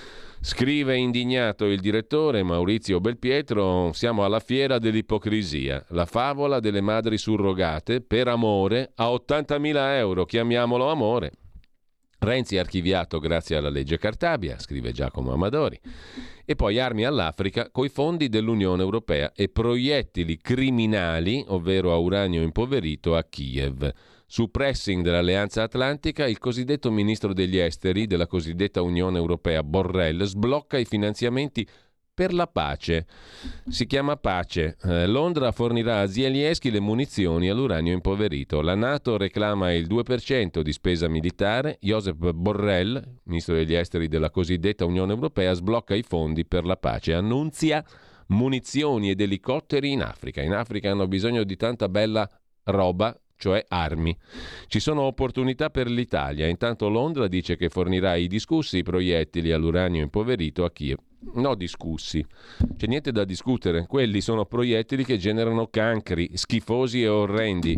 Scrive indignato il direttore Maurizio Belpietro, siamo alla fiera dell'ipocrisia, la favola delle madri surrogate per amore a 80.000 euro, chiamiamolo amore. Renzi archiviato grazie alla legge Cartabia, scrive Giacomo Amadori. E poi armi all'Africa coi fondi dell'Unione Europea e proiettili criminali, ovvero a uranio impoverito, a Kiev. Su pressing dell'Alleanza Atlantica, il cosiddetto ministro degli esteri della cosiddetta Unione Europea, Borrell, sblocca i finanziamenti per la pace. Si chiama pace. Londra fornirà a Zelensky le munizioni all'uranio impoverito. La NATO reclama il 2% di spesa militare. Josep Borrell, ministro degli esteri della cosiddetta Unione Europea, sblocca i fondi per la pace. Annunzia munizioni ed elicotteri in Africa. In Africa hanno bisogno di tanta bella roba, cioè armi. Ci sono opportunità per l'Italia. Intanto Londra dice che fornirà i discussi proiettili all'uranio impoverito a Kiev. No, discussi. C'è niente da discutere. Quelli sono proiettili che generano cancri, schifosi e orrendi.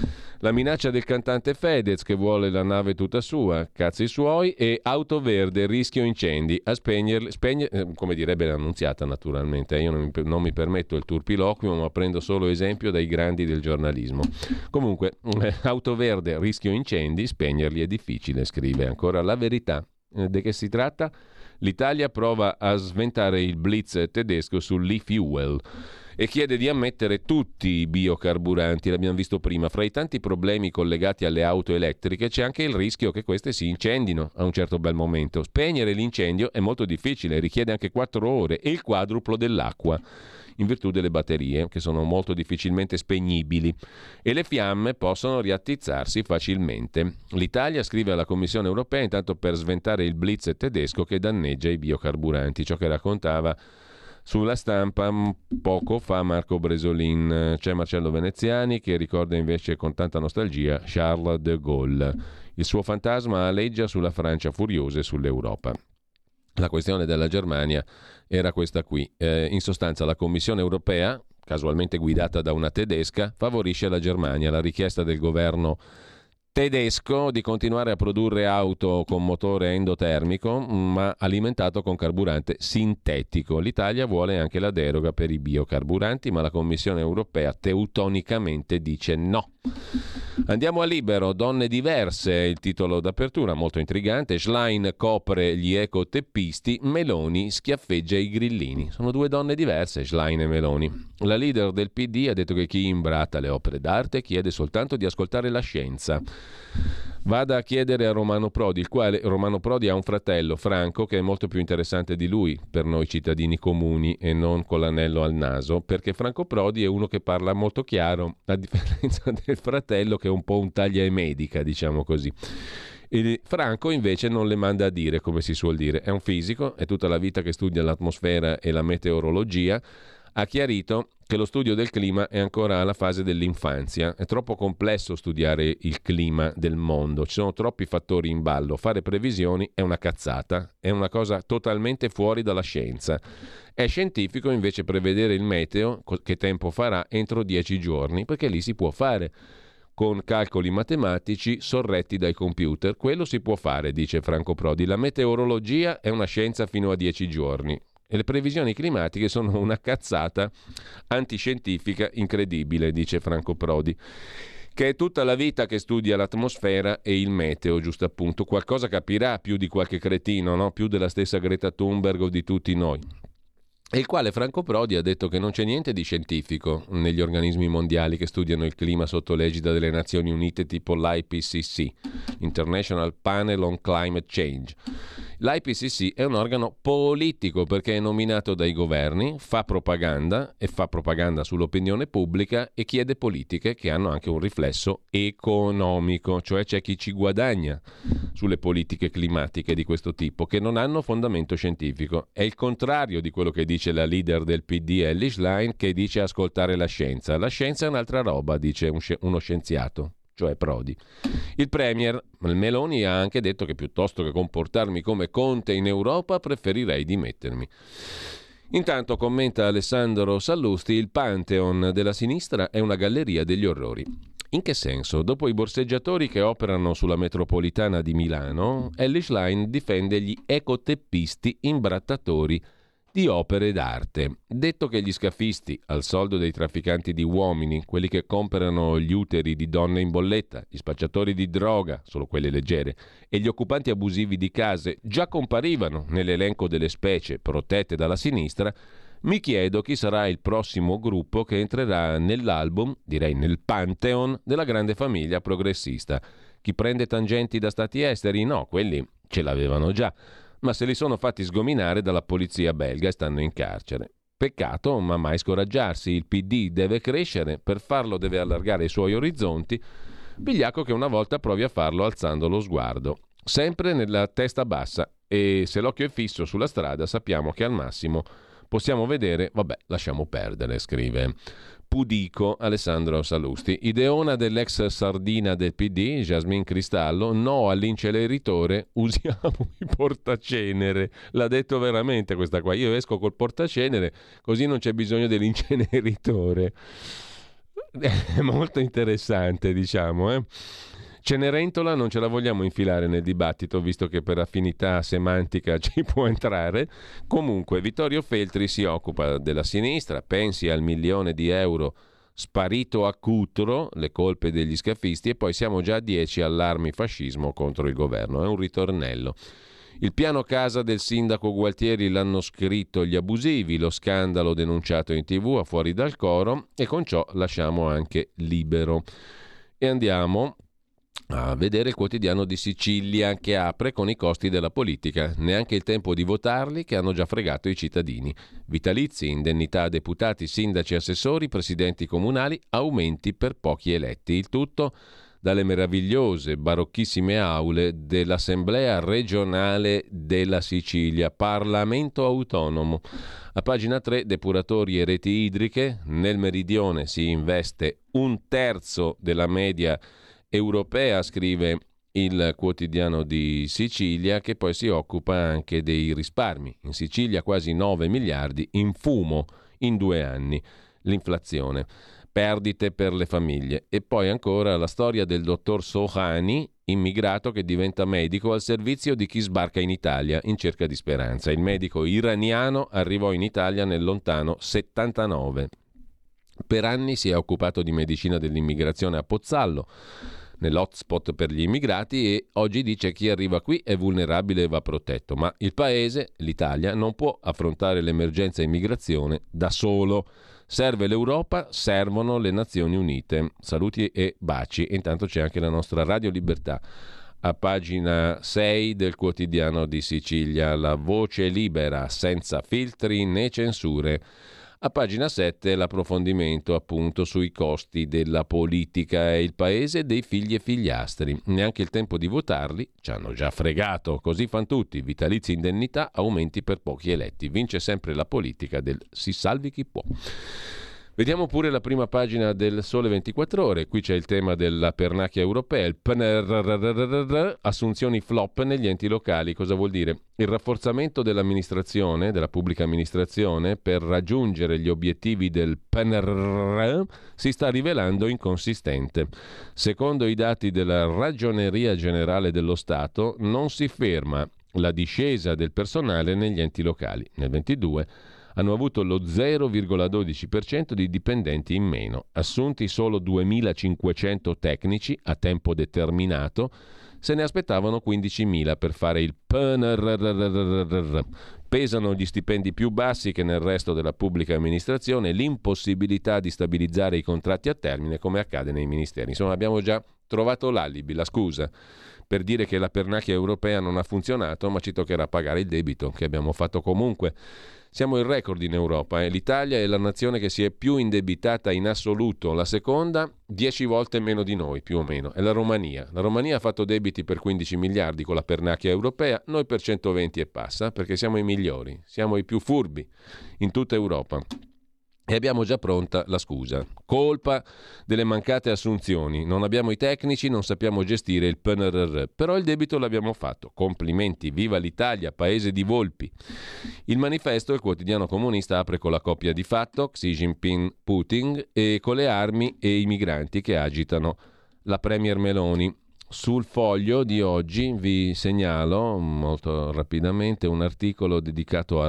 La minaccia del cantante Fedez che vuole la nave tutta sua, cazzi suoi, e Auto Verde, rischio incendi, a spegnerli, come direbbe l'annunziata naturalmente. Io non mi permetto il turpiloquio, ma prendo solo esempio dai grandi del giornalismo. Comunque, Auto Verde, rischio incendi, spegnerli è difficile, scrive ancora La Verità Di che si tratta? L'Italia prova a sventare il blitz tedesco sull'e-fuel e chiede di ammettere tutti i biocarburanti, l'abbiamo visto prima. Fra i tanti problemi collegati alle auto elettriche c'è anche il rischio che queste si incendino a un certo bel momento. Spegnere l'incendio è molto difficile, richiede anche 4 ore e il quadruplo dell'acqua, in virtù delle batterie, che sono molto difficilmente spegnibili, e le fiamme possono riattizzarsi facilmente. L'Italia scrive alla Commissione europea intanto per sventare il blitz tedesco che danneggia i biocarburanti, ciò che raccontava sulla Stampa poco fa Marco Bresolin. C'è Marcello Veneziani che ricorda invece con tanta nostalgia Charles de Gaulle. Il suo fantasma aleggia sulla Francia furiosa e sull'Europa. La questione della Germania era questa qui. In sostanza la Commissione europea, casualmente guidata da una tedesca, favorisce la Germania. La richiesta del governo tedesco di continuare a produrre auto con motore endotermico ma alimentato con carburante sintetico. L'Italia vuole anche la deroga per i biocarburanti, ma la Commissione europea teutonicamente dice no. Andiamo a Libero, donne diverse, il titolo d'apertura molto intrigante. Schlein copre gli ecoteppisti, Meloni schiaffeggia i grillini. Sono 2 donne diverse, Schlein e Meloni. La leader del PD ha detto che chi imbratta le opere d'arte chiede soltanto di ascoltare la scienza. Vada a chiedere a Romano Prodi, il quale Romano Prodi ha un fratello, Franco, che è molto più interessante di lui per noi cittadini comuni e non con l'anello al naso, perché Franco Prodi è uno che parla molto chiaro, a differenza del fratello che è un po' un taglia e medica, diciamo così. E Franco invece non le manda a dire, come si suol dire. È un fisico, è tutta la vita che studia l'atmosfera e la meteorologia. Ha chiarito che lo studio del clima è ancora alla fase dell'infanzia. È troppo complesso studiare il clima del mondo, ci sono troppi fattori in ballo. Fare previsioni è una cazzata, è una cosa totalmente fuori dalla scienza. È scientifico invece prevedere il meteo, che tempo farà, entro 10 giorni, perché lì si può fare con calcoli matematici sorretti dai computer. Quello si può fare, dice Franco Prodi. La meteorologia è una scienza fino a 10 giorni. E le previsioni climatiche sono una cazzata antiscientifica incredibile, dice Franco Prodi, che è tutta la vita che studia l'atmosfera e il meteo, giusto appunto. Qualcosa capirà più di qualche cretino, no? Più della stessa Greta Thunberg o di tutti noi. E il quale Franco Prodi ha detto che non c'è niente di scientifico negli organismi mondiali che studiano il clima sotto l'egida delle Nazioni Unite, tipo l'IPCC, International Panel on Climate Change. L'IPCC è un organo politico perché è nominato dai governi, fa propaganda e fa propaganda sull'opinione pubblica e chiede politiche che hanno anche un riflesso economico, cioè c'è chi ci guadagna sulle politiche climatiche di questo tipo che non hanno fondamento scientifico. È il contrario di quello che dice la leader del PD, Elly Schlein, che dice ascoltare la scienza. La scienza è un'altra roba, dice uno scienziato, cioè Prodi. Il premier Meloni ha anche detto che piuttosto che comportarmi come Conte in Europa preferirei dimettermi. Intanto, commenta Alessandro Sallusti, il Pantheon della sinistra è una galleria degli orrori. In che senso? Dopo i borseggiatori che operano sulla metropolitana di Milano, Elly Schlein difende gli ecoteppisti imbrattatori di opere d'arte. Detto che gli scafisti, al soldo dei trafficanti di uomini, quelli che comprano gli uteri di donne in bolletta, gli spacciatori di droga, solo quelle leggere, e gli occupanti abusivi di case già comparivano nell'elenco delle specie protette dalla sinistra, mi chiedo chi sarà il prossimo gruppo che entrerà nell'album, direi nel Pantheon, della grande famiglia progressista. Chi prende tangenti da stati esteri? No, quelli ce l'avevano già, ma se li sono fatti sgominare dalla polizia belga e stanno in carcere. Peccato, ma mai scoraggiarsi. Il PD deve crescere, per farlo deve allargare i suoi orizzonti. Vigliacco che una volta provi a farlo alzando lo sguardo, sempre nella testa bassa, e se l'occhio è fisso sulla strada sappiamo che al massimo possiamo vedere, vabbè, lasciamo perdere, scrive pudico Alessandro Sallusti. Ideona dell'ex sardina del PD, Jasmine Cristallo, no all'inceneritore, usiamo il portacenere. L'ha detto veramente questa qua. Io esco col portacenere, così non c'è bisogno dell'inceneritore. È molto interessante, diciamo, Cenerentola non ce la vogliamo infilare nel dibattito, visto che per affinità semantica ci può entrare. Comunque Vittorio Feltri si occupa della sinistra, pensi al 1 milione di euro sparito a Cutro, le colpe degli scafisti, e poi siamo già a 10 allarmi fascismo contro il governo. È un ritornello. Il piano casa del sindaco Gualtieri l'hanno scritto gli abusivi, lo scandalo denunciato in TV a Fuori dal coro, e con ciò lasciamo anche Libero. E andiamo a vedere il quotidiano di Sicilia, che apre con i costi della politica. Neanche il tempo di votarli, che hanno già fregato i cittadini. Vitalizi, indennità a deputati, sindaci, assessori, presidenti comunali, aumenti per pochi eletti. Il tutto dalle meravigliose, barocchissime aule dell'Assemblea regionale della Sicilia, Parlamento autonomo. A pagina 3, depuratori e reti idriche. Nel meridione si investe 1/3 della media europea, scrive il quotidiano di Sicilia, che poi si occupa anche dei risparmi. In Sicilia quasi 9 miliardi in fumo in 2 anni. L'inflazione, perdite per le famiglie. E poi ancora la storia del dottor Sohani, immigrato che diventa medico al servizio di chi sbarca in Italia in cerca di speranza. Il medico iraniano arrivò in Italia nel lontano 79. Per anni si è occupato di medicina dell'immigrazione a Pozzallo, nell'hotspot per gli immigrati, e oggi dice che chi arriva qui è vulnerabile e va protetto. Ma il paese, l'Italia, non può affrontare l'emergenza immigrazione da solo. Serve l'Europa, servono le Nazioni Unite. Saluti e baci. E intanto c'è anche la nostra Radio Libertà. A pagina 6 del quotidiano di Sicilia, la voce libera, senza filtri né censure. A pagina 7 l'approfondimento appunto sui costi della politica. È il paese dei figli e figliastri. Neanche il tempo di votarli, ci hanno già fregato. Così fan tutti. Vitalizi, indennità, aumenti per pochi eletti. Vince sempre la politica del si salvi chi può. Vediamo pure la prima pagina del Sole 24 Ore. Qui c'è il tema della pernacchia europea, il PNRR, assunzioni flop negli enti locali. Cosa vuol dire? Il rafforzamento dell'amministrazione, della pubblica amministrazione, per raggiungere gli obiettivi del PNRR si sta rivelando inconsistente. Secondo i dati della Ragioneria Generale dello Stato, non si ferma la discesa del personale negli enti locali. Nel 22 hanno avuto lo 0,12% di dipendenti in meno, assunti solo 2.500 tecnici a tempo determinato, se ne aspettavano 15.000 per fare il PNRR. Pesano gli stipendi più bassi che nel resto della pubblica amministrazione, l'impossibilità di stabilizzare i contratti a termine come accade nei ministeri. Insomma, abbiamo già trovato l'alibi, la scusa, per dire che la pernacchia europea non ha funzionato, ma ci toccherà pagare il debito che abbiamo fatto comunque. Siamo il record in Europa, l'Italia è la nazione che si è più indebitata in assoluto, la seconda 10 volte meno di noi più o meno, è la Romania. La Romania ha fatto debiti per 15 miliardi con la pernacchia europea, noi per 120 e passa, perché siamo i migliori, siamo i più furbi in tutta Europa. E abbiamo già pronta la scusa. Colpa delle mancate assunzioni. Non abbiamo i tecnici, non sappiamo gestire il PNRR. Però il debito l'abbiamo fatto. Complimenti, viva l'Italia, paese di volpi. Il manifesto, il quotidiano comunista, apre con la coppia di fatto, Xi Jinping, Putin, e con le armi e i migranti che agitano la premier Meloni. Sul Foglio di oggi vi segnalo molto rapidamente un articolo dedicato a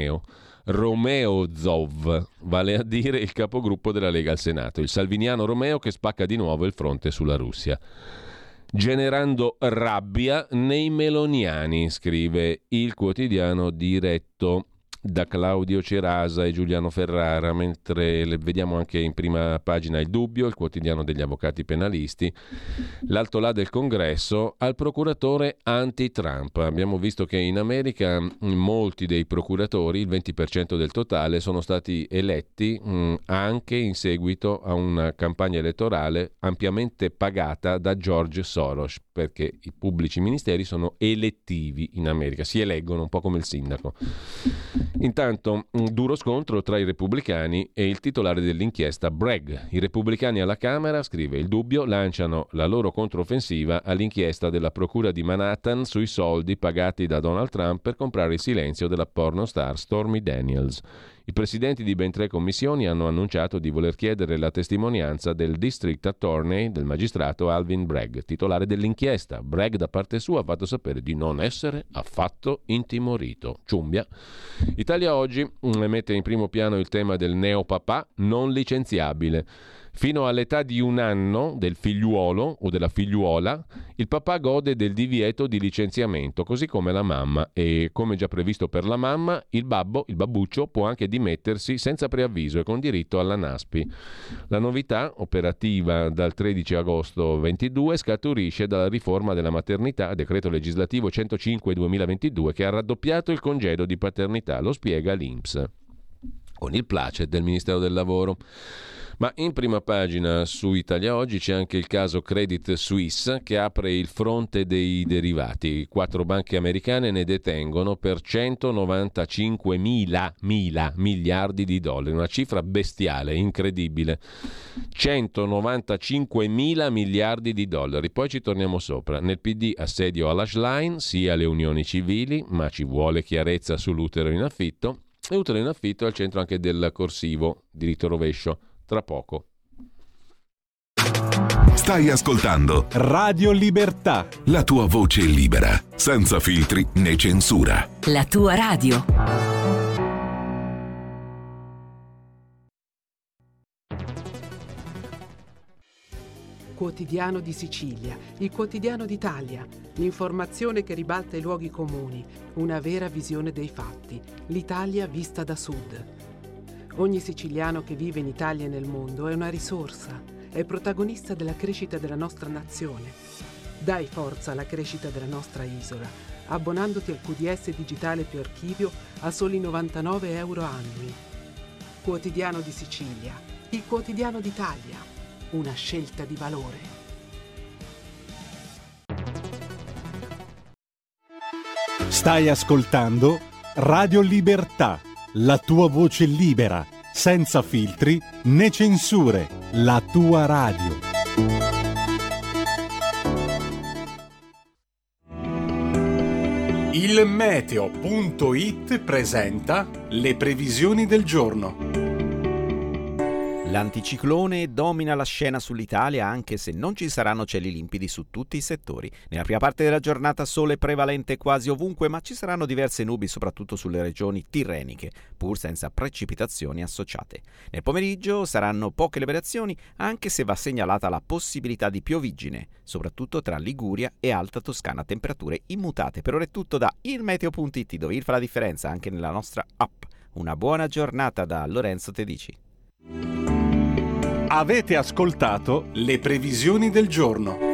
Romeo Zov, vale a dire il capogruppo della Lega al Senato, il salviniano Romeo che spacca di nuovo il fronte sulla Russia. Generando rabbia nei meloniani, scrive il quotidiano diretto da Claudio Cerasa e Giuliano Ferrara, mentre vediamo anche in prima pagina Il Dubbio, il quotidiano degli avvocati penalisti, l'alto là del Congresso al procuratore anti-Trump. Abbiamo visto che in America molti dei procuratori, il 20% del totale, sono stati eletti anche in seguito a una campagna elettorale ampiamente pagata da George Soros, perché i pubblici ministeri sono elettivi in America, si eleggono un po' come il sindaco. Intanto un duro scontro tra i repubblicani e il titolare dell'inchiesta Bragg. I repubblicani alla Camera, scrive Il Dubbio, lanciano la loro controffensiva all'inchiesta della Procura di Manhattan sui soldi pagati da Donald Trump per comprare il silenzio della pornostar Stormy Daniels. I presidenti di ben 3 commissioni hanno annunciato di voler chiedere la testimonianza del District Attorney, del magistrato Alvin Bragg, titolare dell'inchiesta. Bragg da parte sua ha fatto sapere di non essere affatto intimorito. Ciumbia. Italia Oggi mette in primo piano il tema del neopapà non licenziabile. Fino all'età di 1 anno del figliuolo o della figliuola, il papà gode del divieto di licenziamento, così come la mamma, e come già previsto per la mamma, il babbuccio, può anche dimettersi senza preavviso e con diritto alla NASPI. La novità, operativa dal 13 agosto 22, scaturisce dalla riforma della maternità, decreto legislativo 105/2022, che ha raddoppiato il congedo di paternità, lo spiega l'INPS, con il placet del Ministero del Lavoro. Ma in prima pagina su Italia Oggi c'è anche il caso Credit Suisse, che apre il fronte dei derivati. 4 banche americane ne detengono per 195 mila miliardi di dollari, una cifra bestiale, incredibile. 195 mila miliardi di dollari. Poi ci torniamo sopra. Nel PD assedio alla Schlein, sia le unioni civili, ma ci vuole chiarezza sull'utero in affitto. E utero in affitto è al centro anche del corsivo, diritto rovescio. Tra poco. Stai ascoltando Radio Libertà. La tua voce libera, senza filtri né censura. La tua radio. Quotidiano di Sicilia, il quotidiano d'Italia, l'informazione che ribalta i luoghi comuni, una vera visione dei fatti, l'Italia vista da sud. Ogni siciliano che vive in Italia e nel mondo è una risorsa, è protagonista della crescita della nostra nazione. Dai forza alla crescita della nostra isola, abbonandoti al QDS digitale più archivio a soli 99 euro annui. Quotidiano di Sicilia, il quotidiano d'Italia, una scelta di valore. Stai ascoltando Radio Libertà, la tua voce libera, senza filtri né censure, la tua radio. Il meteo.it presenta le previsioni del giorno. L'anticiclone domina la scena sull'Italia, anche se non ci saranno cieli limpidi su tutti i settori. Nella prima parte della giornata sole prevalente quasi ovunque, ma ci saranno diverse nubi soprattutto sulle regioni tirreniche, pur senza precipitazioni associate. Nel pomeriggio saranno poche le variazioni, anche se va segnalata la possibilità di pioviggine, soprattutto tra Liguria e Alta Toscana, temperature immutate. Per ora è tutto da ilmeteo.it, dove il fa la differenza anche nella nostra app. Una buona giornata da Lorenzo Tedici. Avete ascoltato le previsioni del giorno.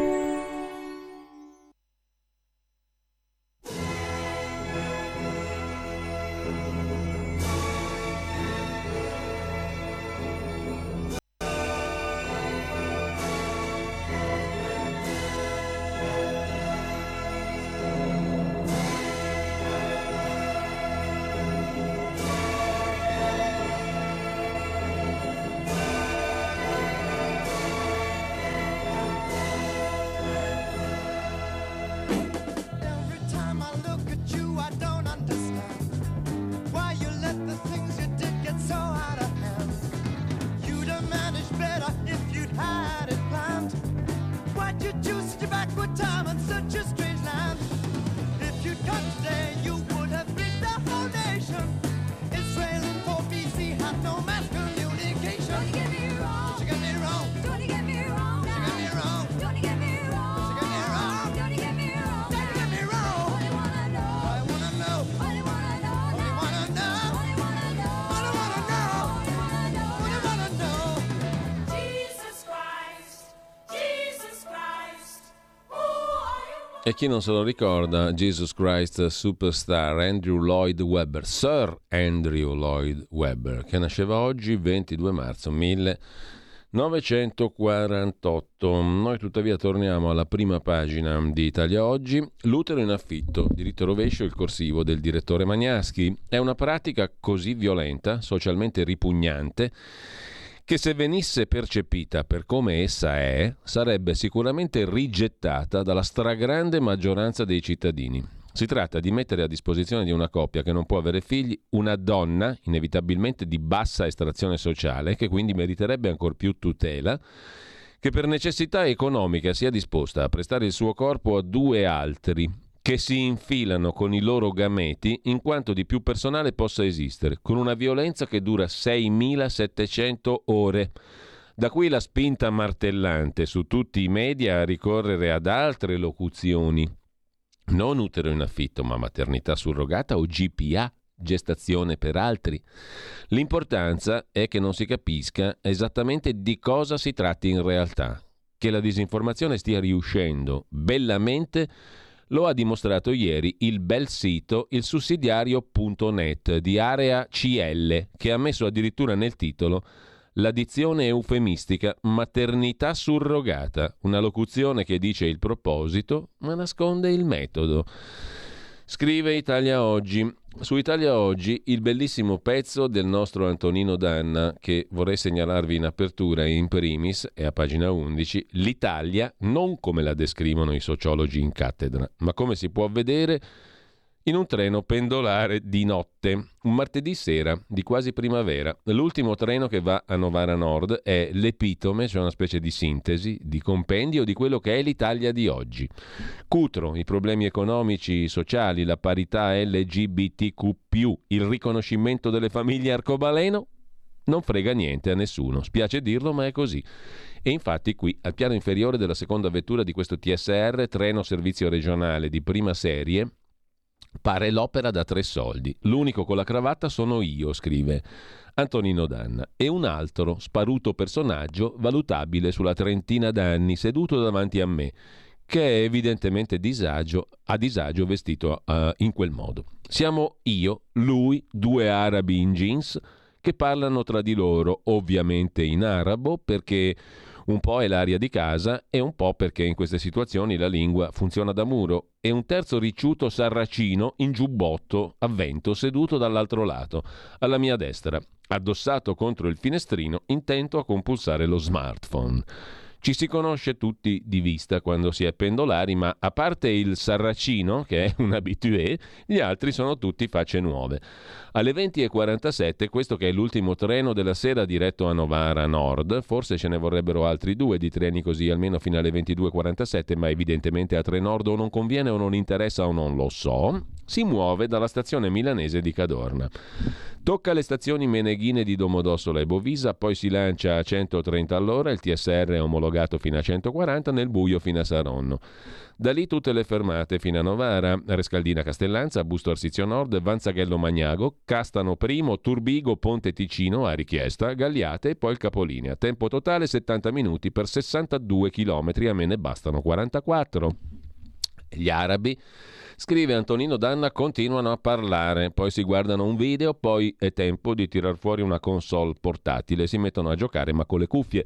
E chi non se lo ricorda, Jesus Christ Superstar, Andrew Lloyd Webber, Sir Andrew Lloyd Webber, che nasceva oggi 22 marzo 1948. Noi tuttavia torniamo alla prima pagina di Italia Oggi. L'utero in affitto, diritto rovescio, il corsivo del direttore Magnaschi. È una pratica così violenta, socialmente ripugnante, che se venisse percepita per come essa è, sarebbe sicuramente rigettata dalla stragrande maggioranza dei cittadini. Si tratta di mettere a disposizione di una coppia che non può avere figli una donna, inevitabilmente di bassa estrazione sociale, che quindi meriterebbe ancor più tutela, che per necessità economica sia disposta a prestare il suo corpo a 2 altri, che si infilano con i loro gameti in quanto di più personale possa esistere, con una violenza che dura 6.700 ore, Da qui la spinta martellante su tutti i media a ricorrere ad altre locuzioni, non utero in affitto, ma maternità surrogata o GPA, gestazione per altri. L'importanza è che non si capisca esattamente di cosa si tratti in realtà. Che la disinformazione stia riuscendo bellamente lo ha dimostrato ieri il bel sito ilsussidiario.net di Area CL, che ha messo addirittura nel titolo la dizione eufemistica maternità surrogata, una locuzione che dice il proposito ma nasconde il metodo. Scrive Italia Oggi. Su Italia Oggi il bellissimo pezzo del nostro Antonino Danna, che vorrei segnalarvi in apertura e in primis, è a pagina 11, l'Italia non come la descrivono i sociologi in cattedra, ma come si può vedere in un treno pendolare di notte, un martedì sera di quasi primavera. L'ultimo treno che va a Novara Nord è l'epitome, cioè una specie di sintesi, di compendio di quello che è l'Italia di oggi. Cutro, i problemi economici, sociali, la parità LGBTQ+, il riconoscimento delle famiglie arcobaleno, non frega niente a nessuno, spiace dirlo ma è così. E infatti qui, al piano inferiore della seconda vettura di questo TSR, treno servizio regionale di prima serie, pare l'opera da 3 soldi. L'unico con la cravatta sono io, scrive Antonino Danna, e un altro sparuto personaggio valutabile sulla trentina d'anni seduto davanti a me, che è evidentemente a disagio vestito in quel modo. Siamo io, lui, 2 arabi in jeans che parlano tra di loro, ovviamente in arabo, perché un po' è l'aria di casa e un po' perché in queste situazioni la lingua funziona da muro, e un terzo ricciuto sarracino in giubbotto a vento seduto dall'altro lato, alla mia destra, addossato contro il finestrino, intento a compulsare lo smartphone. Ci si conosce tutti di vista quando si è pendolari, ma a parte il sarracino, che è un habitué, gli altri sono tutti facce nuove. Alle 20:47, questo che è l'ultimo treno della sera diretto a Novara Nord, forse ce ne vorrebbero altri 2 di treni così, almeno fino alle 22:47, ma evidentemente a Trenord o non conviene o non interessa o non lo so, si muove dalla stazione milanese di Cadorna. Tocca le stazioni Meneghine di Domodossola e Bovisa, poi si lancia a 130 all'ora, il TSR è omologato fino a 140, nel buio fino a Saronno. Da lì tutte le fermate fino a Novara, Rescaldina Castellanza, Busto Arsizio Nord, Vanzaghello Magnago, Castano Primo, Turbigo, Ponte Ticino a richiesta, Gagliate e poi il capolinea. Tempo totale 70 minuti per 62 chilometri, a me ne bastano 44. Gli arabi, scrive Antonino Danna, continuano a parlare, poi si guardano un video, poi è tempo di tirar fuori una console portatile, si mettono a giocare ma con le cuffie.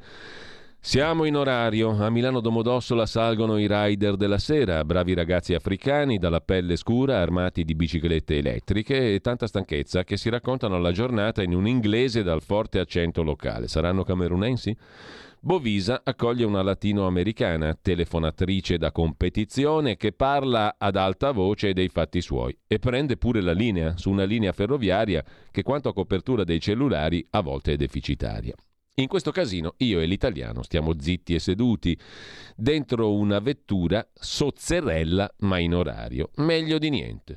Siamo in orario, a Milano Domodossola salgono i rider della sera, bravi ragazzi africani dalla pelle scura, armati di biciclette elettriche e tanta stanchezza che si raccontano la giornata in un inglese dal forte accento locale. Saranno camerunensi? Bovisa accoglie una latinoamericana, telefonatrice da competizione, che parla ad alta voce dei fatti suoi e prende pure la linea su una linea ferroviaria che, quanto a copertura dei cellulari, a volte è deficitaria. In questo casino io e l'italiano stiamo zitti e seduti dentro una vettura sozzerella ma in orario, meglio di niente.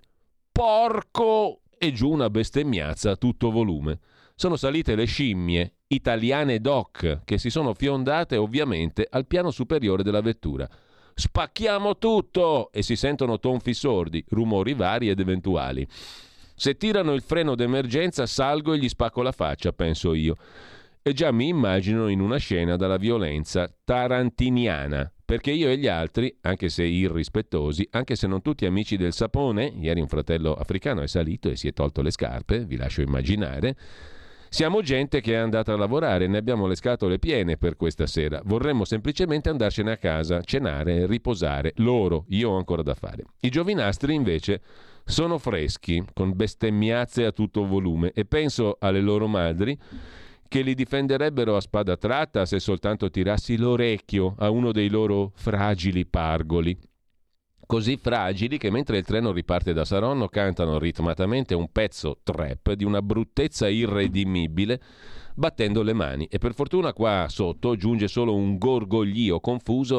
Porco! E giù una bestemmiazza a tutto volume. Sono salite le scimmie italiane doc che si sono fiondate ovviamente al piano superiore della vettura. Spacchiamo tutto! E si sentono tonfi sordi, rumori vari ed eventuali. Se tirano il freno d'emergenza salgo e gli spacco la faccia, penso io. E già mi immagino in una scena dalla violenza tarantiniana, perché io e gli altri, anche se irrispettosi, anche se non tutti amici del sapone, ieri un fratello africano è salito e si è tolto le scarpe, vi lascio immaginare, siamo gente che è andata a lavorare, ne abbiamo le scatole piene per questa sera, vorremmo semplicemente andarcene a casa, cenare, riposare, io ho ancora da fare. I giovinastri invece sono freschi, con bestemmiazze a tutto volume, e penso alle loro madri che li difenderebbero a spada tratta se soltanto tirassi l'orecchio a uno dei loro fragili pargoli. Così fragili che mentre il treno riparte da Saronno cantano ritmatamente un pezzo trap di una bruttezza irredimibile battendo le mani, e per fortuna qua sotto giunge solo un gorgoglio confuso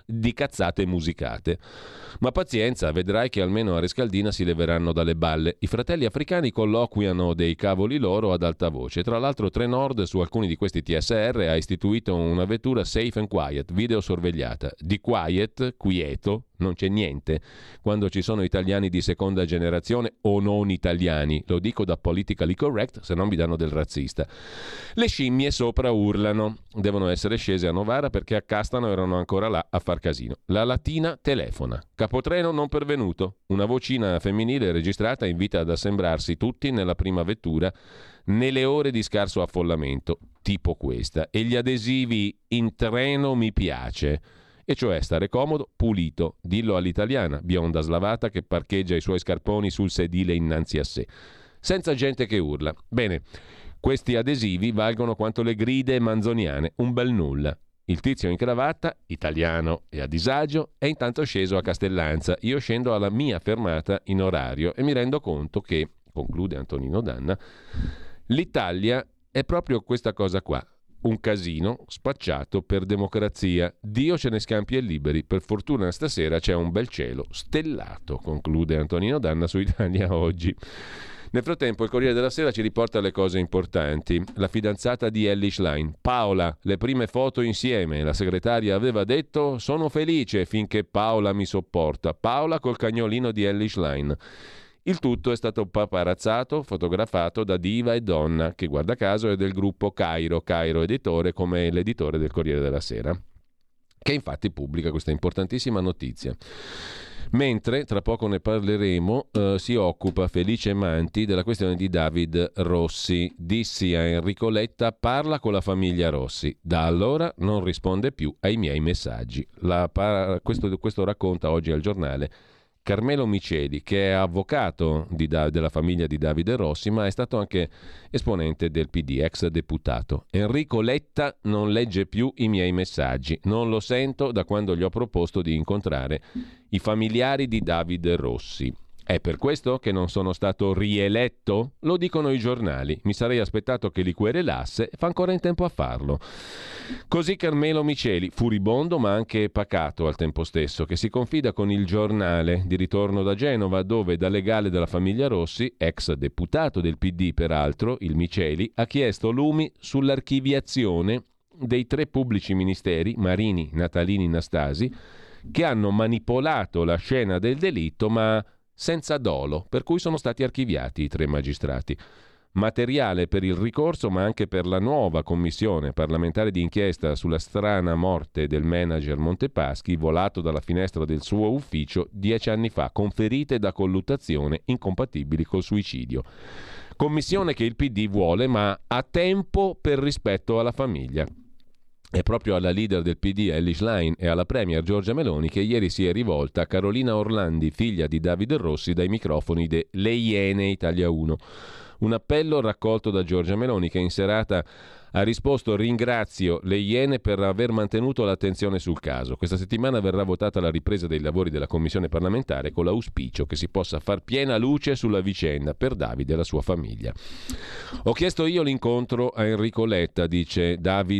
di cazzate musicate. Ma pazienza, vedrai che almeno a Rescaldina si leveranno dalle balle. I fratelli africani colloquiano dei cavoli loro ad alta voce. Tra l'altro Trenord su alcuni di questi TSR ha istituito una vettura safe and quiet, videosorvegliata. Di quiet, quieto, non c'è niente quando ci sono italiani di seconda generazione o non italiani. Lo dico da politically correct, se non mi danno del razzista. Le scimmie sopra urlano. Devono essere scese a Novara perché a Castano erano ancora là a far casino. La Latina telefona. Capotreno non pervenuto. Una vocina femminile registrata invita ad assembrarsi tutti nella prima vettura nelle ore di scarso affollamento, tipo questa. E gli adesivi "in treno mi piace", e cioè stare comodo, pulito, dillo all'italiana, bionda slavata che parcheggia i suoi scarponi sul sedile innanzi a sé, senza gente che urla. Bene, questi adesivi valgono quanto le gride manzoniane, un bel nulla. Il tizio in cravatta, italiano e a disagio, è intanto sceso a Castellanza. Io scendo alla mia fermata in orario e mi rendo conto che, conclude Antonino Danna, l'Italia è proprio questa cosa qua. Un casino spacciato per democrazia. Dio ce ne scampi e liberi. Per fortuna stasera c'è un bel cielo stellato, conclude Antonino Danna su Italia Oggi. Nel frattempo il Corriere della Sera ci riporta le cose importanti. La fidanzata di Elly Schlein, Paola, le prime foto insieme. La segretaria aveva detto: sono felice finché Paola mi sopporta. Paola col cagnolino di Elly Schlein. Il tutto è stato paparazzato, fotografato da Diva e Donna, che guarda caso è del gruppo Cairo Editore, come l'editore del Corriere della Sera, che infatti pubblica questa importantissima notizia. Mentre, tra poco ne parleremo, si occupa Felice Manti della questione di David Rossi. Dissi a Enrico Letta: parla con la famiglia Rossi. Da allora non risponde più ai miei messaggi. Questo racconta oggi al giornale Carmelo Miceli, che è avvocato della famiglia di Davide Rossi, ma è stato anche esponente del PD, ex deputato. Enrico Letta non legge più i miei messaggi. Non lo sento da quando gli ho proposto di incontrare i familiari di Davide Rossi. È per questo che non sono stato rieletto? Lo dicono i giornali. Mi sarei aspettato che li querelasse, fa ancora in tempo a farlo. Così Carmelo Miceli, furibondo ma anche pacato al tempo stesso, che si confida con il Giornale di ritorno da Genova, dove da legale della famiglia Rossi, ex deputato del PD peraltro, il Miceli, ha chiesto lumi sull'archiviazione dei 3 pubblici ministeri, Marini, Natalini, Nastasi, che hanno manipolato la scena del delitto ma senza dolo, per cui sono stati archiviati i 3 magistrati. Materiale per il ricorso, ma anche per la nuova commissione parlamentare di inchiesta sulla strana morte del manager Montepaschi, volato dalla finestra del suo ufficio 10 anni fa, con ferite da colluttazione incompatibili col suicidio. Commissione che il PD vuole, ma a tempo per rispetto alla famiglia. È proprio alla leader del PD Elly Schlein e alla premier Giorgia Meloni che ieri si è rivolta Carolina Orlandi, figlia di Davide Rossi, dai microfoni Le Iene Italia 1. Un appello raccolto da Giorgia Meloni, che in serata ha risposto: ringrazio Le Iene per aver mantenuto l'attenzione sul caso. Questa settimana verrà votata la ripresa dei lavori della commissione parlamentare, con l'auspicio che si possa far piena luce sulla vicenda per Davide e la sua famiglia. Ho chiesto io l'incontro a Enrico Letta, dice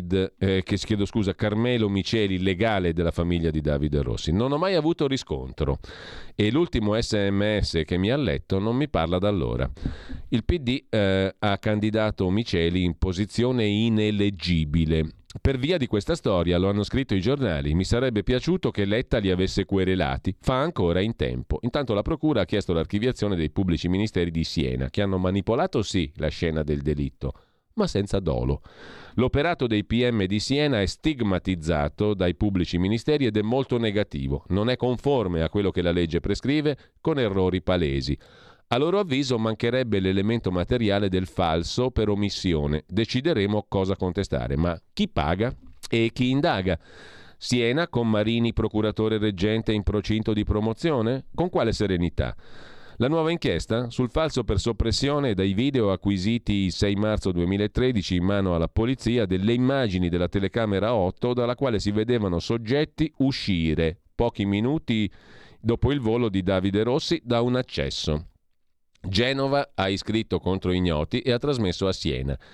Carmelo Miceli, legale della famiglia di Davide Rossi. Non ho mai avuto riscontro e l'ultimo SMS che mi ha letto non mi parla da allora. Il PD ha candidato Miceli in posizione ineleggibile. Per via di questa storia, lo hanno scritto i giornali, mi sarebbe piaciuto che Letta li avesse querelati. Fa ancora in tempo. Intanto la procura ha chiesto l'archiviazione dei pubblici ministeri di Siena, che hanno manipolato sì la scena del delitto, ma senza dolo. L'operato dei PM di Siena è stigmatizzato dai pubblici ministeri ed è molto negativo. Non è conforme a quello che la legge prescrive, con errori palesi. A loro avviso mancherebbe l'elemento materiale del falso per omissione. Decideremo cosa contestare, ma chi paga e chi indaga? Siena con Marini procuratore reggente in procinto di promozione? Con quale serenità? La nuova inchiesta sul falso per soppressione dai video acquisiti il 6 marzo 2013 in mano alla polizia delle immagini della telecamera 8 dalla quale si vedevano soggetti uscire pochi minuti dopo il volo di Davide Rossi da un accesso. Genova ha iscritto contro ignoti e ha trasmesso a Siena.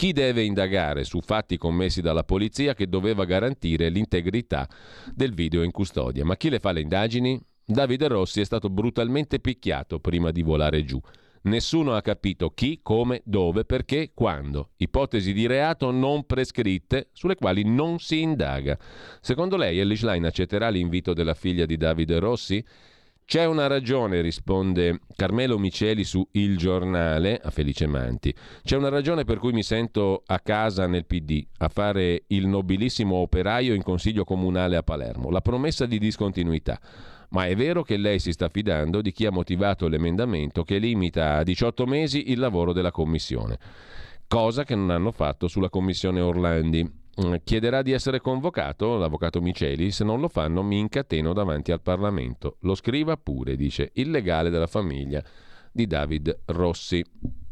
Chi deve indagare su fatti commessi dalla polizia che doveva garantire l'integrità del video in custodia? Ma chi le fa le indagini? Davide Rossi è stato brutalmente picchiato prima di volare giù. Nessuno ha capito chi, come, dove, perché, quando. Ipotesi di reato non prescritte sulle quali non si indaga. Secondo lei Elly Schlein accetterà l'invito della figlia di Davide Rossi? C'è una ragione, risponde Carmelo Miceli su Il Giornale a Felice Manti. C'è una ragione per cui mi sento a casa nel PD, a fare il nobilissimo operaio in consiglio comunale a Palermo. La promessa di discontinuità. Ma è vero che lei si sta fidando di chi ha motivato l'emendamento che limita a 18 mesi il lavoro della commissione, cosa che non hanno fatto sulla commissione Orlandi. Chiederà di essere convocato l'avvocato Miceli, se non lo fanno mi incateno davanti al Parlamento. Lo scriva pure, dice il legale della famiglia di David Rossi.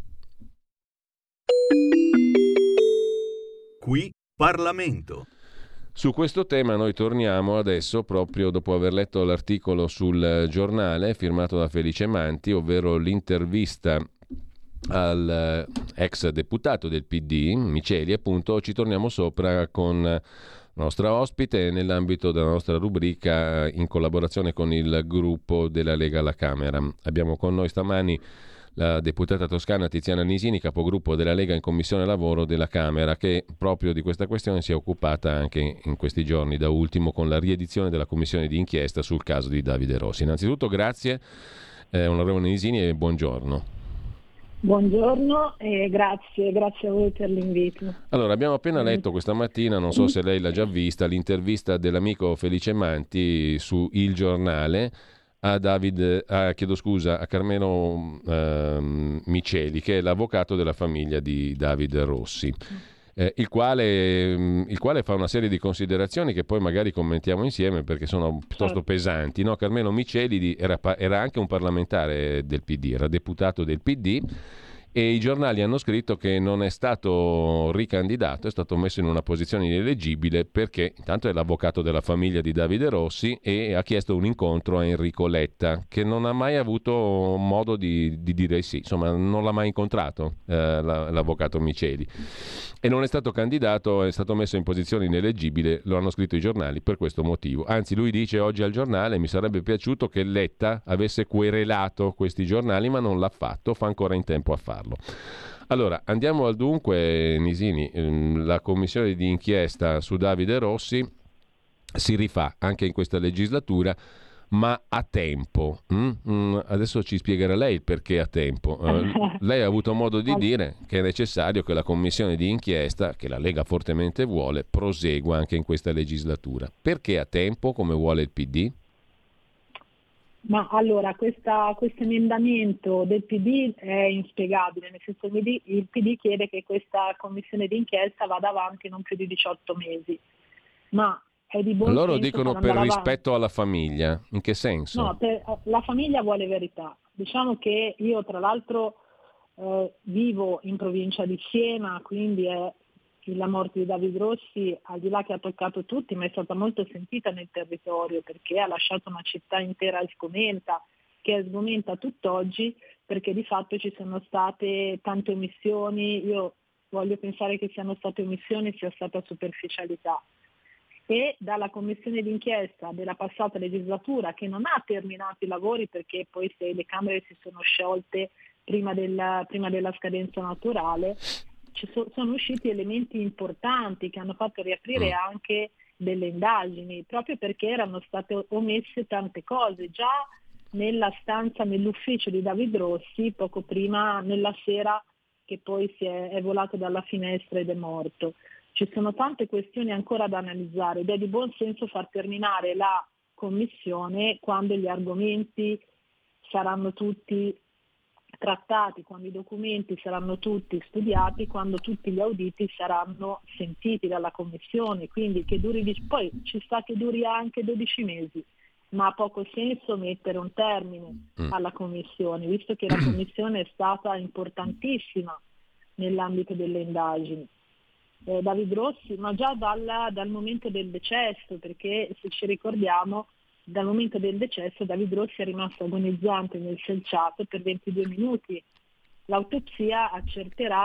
Qui Parlamento. Su questo tema noi torniamo adesso, proprio dopo aver letto l'articolo sul Giornale firmato da Felice Manti, ovvero l'intervista al ex deputato del PD, Miceli appunto. Ci torniamo sopra con la nostra ospite nell'ambito della nostra rubrica in collaborazione con il gruppo della Lega alla Camera. Abbiamo con noi stamani la deputata toscana Tiziana Nisini, capogruppo della Lega in Commissione Lavoro della Camera, che proprio di questa questione si è occupata anche in questi giorni, da ultimo con la riedizione della commissione di inchiesta sul caso di Davide Rossi. Innanzitutto grazie onorevole Nisini e buongiorno. Buongiorno e grazie a voi per l'invito. Allora, abbiamo appena letto questa mattina, non so se lei l'ha già vista, l'intervista dell'amico Felice Manti su Il Giornale a Carmelo Miceli, che è l'avvocato della famiglia di Davide Rossi, il quale fa una serie di considerazioni che poi magari commentiamo insieme perché sono piuttosto pesanti. No? Carmelo Miceli era anche un parlamentare del PD, era deputato del PD, e i giornali hanno scritto che non è stato ricandidato, è stato messo in una posizione ineleggibile perché intanto è l'avvocato della famiglia di Davide Rossi e ha chiesto un incontro a Enrico Letta, che non ha mai avuto modo di dire sì, insomma non l'ha mai incontrato l'avvocato Miceli, e non è stato candidato, è stato messo in posizione ineleggibile, lo hanno scritto i giornali per questo motivo. Anzi, lui dice oggi al Giornale: mi sarebbe piaciuto che Letta avesse querelato questi giornali, ma non l'ha fatto, fa ancora in tempo a farlo. Allora, andiamo al dunque, Nisini. La commissione di inchiesta su Davide Rossi si rifà anche in questa legislatura, ma a tempo. Adesso ci spiegherà lei il perché a tempo. Lei ha avuto modo di dire che è necessario che la commissione di inchiesta, che la Lega fortemente vuole, prosegua anche in questa legislatura. Perché a tempo, come vuole il PD? Ma allora, questo emendamento del PD è inspiegabile, nel senso che il PD chiede che questa commissione d'inchiesta vada avanti non più di 18 mesi, ma è di buon loro senso dicono far per andare rispetto alla famiglia. In che senso? No, la famiglia vuole verità. Diciamo che io tra l'altro vivo in provincia di Siena, quindi la morte di Davide Rossi, al di là che ha toccato tutti, ma è stata molto sentita nel territorio perché ha lasciato una città intera sgomenta, che è sgomenta tutt'oggi perché di fatto ci sono state tante omissioni. Io voglio pensare che siano state omissioni, sia stata superficialità. E dalla commissione d'inchiesta della passata legislatura, che non ha terminato i lavori perché poi se le Camere si sono sciolte prima della scadenza naturale, sono usciti elementi importanti che hanno fatto riaprire anche delle indagini, proprio perché erano state omesse tante cose. Già nella stanza, nell'ufficio di David Rossi, poco prima, nella sera che poi è volato dalla finestra ed è morto. Ci sono tante questioni ancora da analizzare ed è di buon senso far terminare la commissione quando gli argomenti saranno tutti trattati, quando i documenti saranno tutti studiati, quando tutti gli auditi saranno sentiti dalla commissione, quindi poi ci sta che duri anche 12 mesi, ma ha poco senso mettere un termine alla commissione, visto che la commissione è stata importantissima nell'ambito delle indagini. David Rossi, ma già dal momento del decesso, perché se ci ricordiamo, dal momento del decesso David Rossi è rimasto agonizzante nel selciato per 22 minuti. L'autopsia accerterà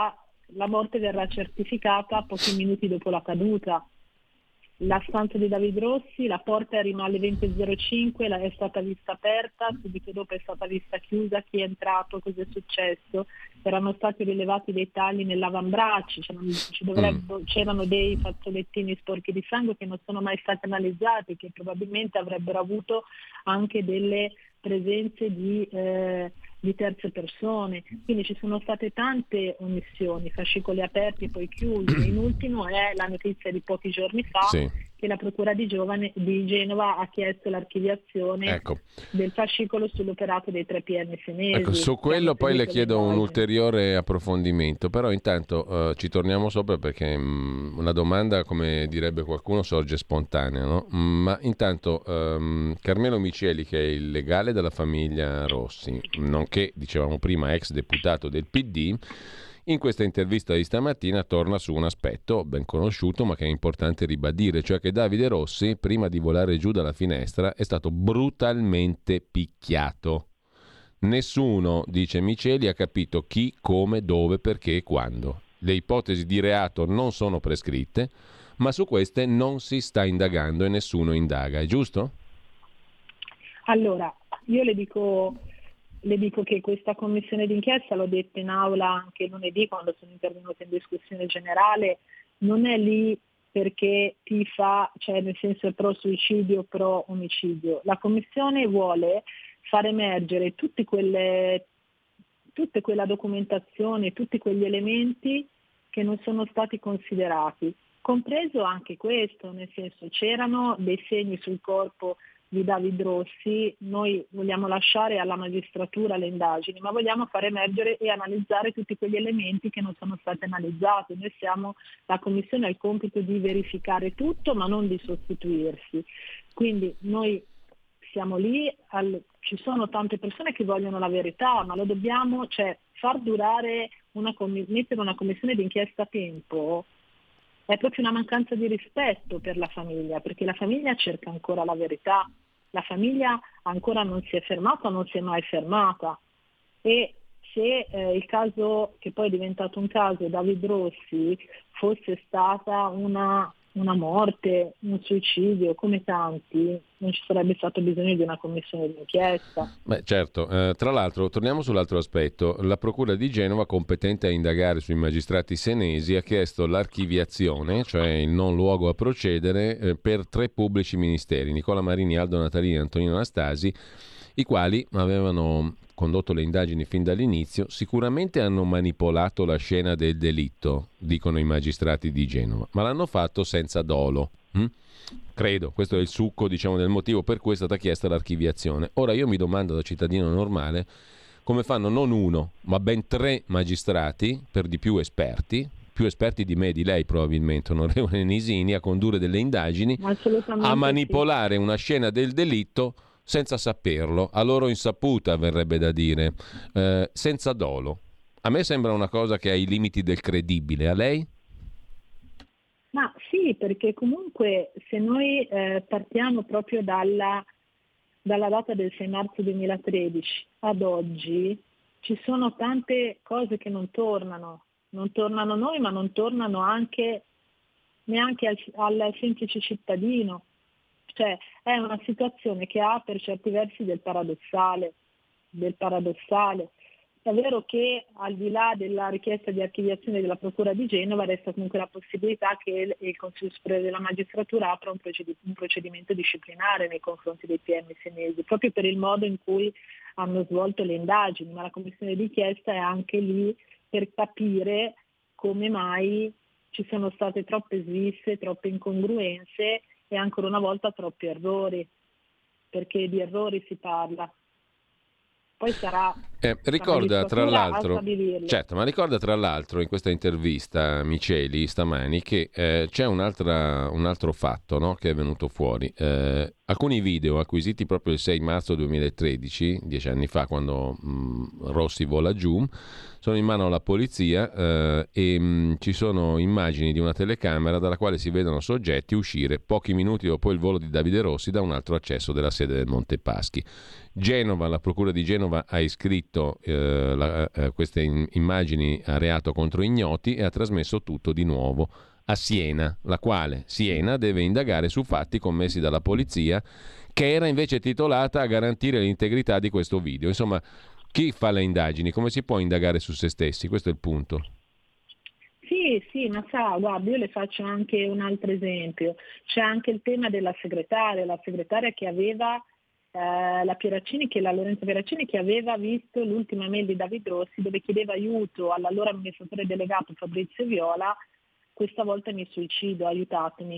la morte verrà certificata pochi minuti dopo la caduta. La stanza di David Rossi, la porta arriva alle 20.05, è stata vista aperta, subito dopo è stata vista chiusa. Chi è entrato, cosa è successo? Erano stati rilevati dei tagli nell'avambraccio, c'erano dei fazzolettini sporchi di sangue che non sono mai stati analizzati, che probabilmente avrebbero avuto anche delle presenze di terze persone. Quindi ci sono state tante omissioni, fascicoli aperti e poi chiusi. In ultimo è la notizia di pochi giorni fa, sì, che la Procura di Genova ha chiesto l'archiviazione del fascicolo sull'operato dei 3 PM senesi. Ecco, su quello poi le chiedo un ulteriore approfondimento, però intanto ci torniamo sopra perché una domanda, come direbbe qualcuno, sorge spontanea, no? Ma intanto Carmelo Miceli, che è il legale della famiglia Rossi, nonché, dicevamo prima, ex deputato del PD, in questa intervista di stamattina torna su un aspetto ben conosciuto ma che è importante ribadire, cioè che Davide Rossi, prima di volare giù dalla finestra, è stato brutalmente picchiato. Nessuno, dice Miceli, ha capito chi, come, dove, perché e quando. Le ipotesi di reato non sono prescritte, ma su queste non si sta indagando e nessuno indaga, è giusto? Allora, io le dico che questa commissione d'inchiesta, l'ho detto in aula anche lunedì quando sono intervenuta in discussione generale, non è lì perché tifa, cioè nel senso è pro suicidio, pro omicidio. La commissione vuole far emergere tutta quella documentazione, tutti quegli elementi che non sono stati considerati, compreso anche questo, nel senso c'erano dei segni sul corpo di David Rossi. Noi vogliamo lasciare alla magistratura le indagini, ma vogliamo far emergere e analizzare tutti quegli elementi che non sono stati analizzati. La Commissione ha il compito di verificare tutto, ma non di sostituirsi. Quindi noi siamo lì, ci sono tante persone che vogliono la verità, ma lo dobbiamo, far durare mettere una commissione d'inchiesta a tempo è proprio una mancanza di rispetto per la famiglia, perché la famiglia cerca ancora la verità, la famiglia ancora non si è fermata, non si è mai fermata. E se il caso, che poi è diventato un caso David Rossi, fosse stata una morte, un suicidio, come tanti, non ci sarebbe stato bisogno di una commissione d'inchiesta. Beh, certo. Tra l'altro, torniamo sull'altro aspetto. La Procura di Genova, competente a indagare sui magistrati senesi, ha chiesto l'archiviazione, cioè il non luogo a procedere, per 3 pubblici ministeri, Nicola Marini, Aldo Natalini e Antonino Anastasi, i quali avevano condotto le indagini fin dall'inizio. Sicuramente hanno manipolato la scena del delitto, dicono i magistrati di Genova, ma l'hanno fatto senza dolo. Credo, questo è il succo, del motivo per cui è stata chiesta l'archiviazione. Ora io mi domando, da cittadino normale, come fanno non uno, ma ben 3 magistrati, per di più esperti di me e di lei probabilmente, onorevole Nisini, a condurre delle indagini, a manipolare una scena del delitto senza saperlo, a loro insaputa, verrebbe da dire, senza dolo. A me sembra una cosa che ha i limiti del credibile, a lei? Ma sì, perché comunque se noi partiamo proprio dalla data del 6 marzo 2013 ad oggi, ci sono tante cose che non tornano a noi, ma non tornano neanche al semplice cittadino. Cioè è una situazione che ha per certi versi del paradossale. È vero che al di là della richiesta di archiviazione della Procura di Genova resta comunque la possibilità che il Consiglio Superiore della Magistratura apra un procedimento disciplinare nei confronti dei PM senesi, proprio per il modo in cui hanno svolto le indagini, ma la Commissione d'inchiesta è anche lì per capire come mai ci sono state troppe sviste, troppe incongruenze e ancora una volta troppi errori, perché di errori si parla. Poi sarà ricorda tra l'altro, certo, ma ricorda tra l'altro in questa intervista Miceli stamani che c'è un altro fatto, no, che è venuto fuori. Alcuni video acquisiti proprio il 6 marzo 2013, 10 anni fa, quando Rossi vola giù, sono in mano alla polizia e ci sono immagini di una telecamera dalla quale si vedono soggetti uscire pochi minuti dopo il volo di Davide Rossi da un altro accesso della sede del Monte Paschi. Genova, la Procura di Genova ha iscritto trasferito queste immagini a reato contro ignoti e ha trasmesso tutto di nuovo a Siena, la quale Siena deve indagare su fatti commessi dalla polizia, che era invece titolata a garantire l'integrità di questo video. Insomma, chi fa le indagini? Come si può indagare su se stessi? Questo è il punto. Sì, ma guarda, io le faccio anche un altro esempio. C'è anche il tema della segretaria che aveva la Lorenzo Pieraccini, che aveva visto l'ultima mail di David Rossi dove chiedeva aiuto all'allora amministratore delegato Fabrizio Viola, questa volta mi suicido, aiutatemi.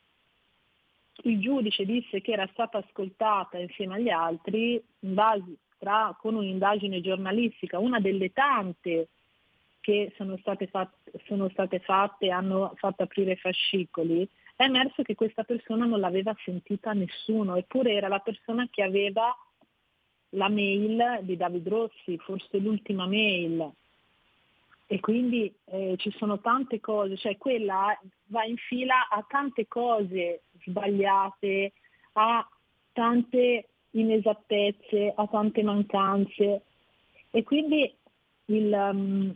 Il giudice disse che era stata ascoltata insieme agli altri con un'indagine giornalistica, una delle tante che sono state fatte e hanno fatto aprire fascicoli. È emerso che questa persona non l'aveva sentita nessuno, eppure era la persona che aveva la mail di David Rossi, forse l'ultima mail. E quindi ci sono tante cose, cioè quella va in fila a tante cose sbagliate, a tante inesattezze, a tante mancanze, e quindi il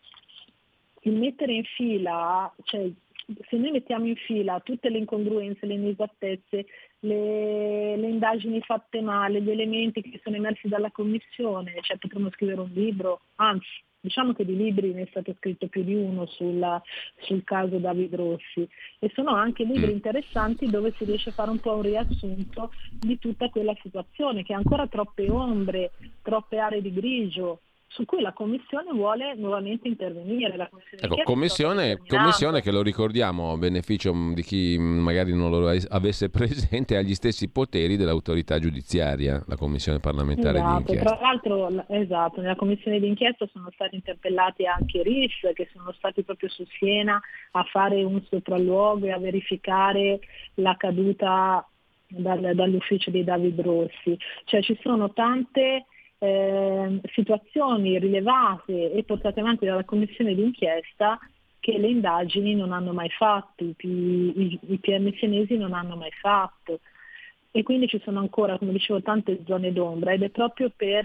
mettere in fila, cioè se noi mettiamo in fila tutte le incongruenze, le inesattezze, le indagini fatte male, gli elementi che sono emersi dalla commissione, cioè potremmo scrivere un libro, anzi diciamo che di libri ne è stato scritto più di uno sul caso David Rossi, e sono anche libri interessanti dove si riesce a fare un po' un riassunto di tutta quella situazione che ha ancora troppe ombre, troppe aree di grigio, su cui la Commissione vuole nuovamente intervenire. La commissione che, lo ricordiamo, a beneficio di chi magari non lo avesse presente, ha gli stessi poteri dell'autorità giudiziaria, la Commissione parlamentare di inchiesta. Tra l'altro, nella Commissione di inchiesta sono stati interpellati anche i RIS, che sono stati proprio su Siena a fare un sopralluogo e a verificare la caduta dall'ufficio di David Rossi. Cioè ci sono tante situazioni rilevate e portate avanti dalla commissione d'inchiesta che le indagini non hanno mai fatto, i PM senesi non hanno mai fatto, e quindi ci sono ancora, come dicevo, tante zone d'ombra, ed è proprio per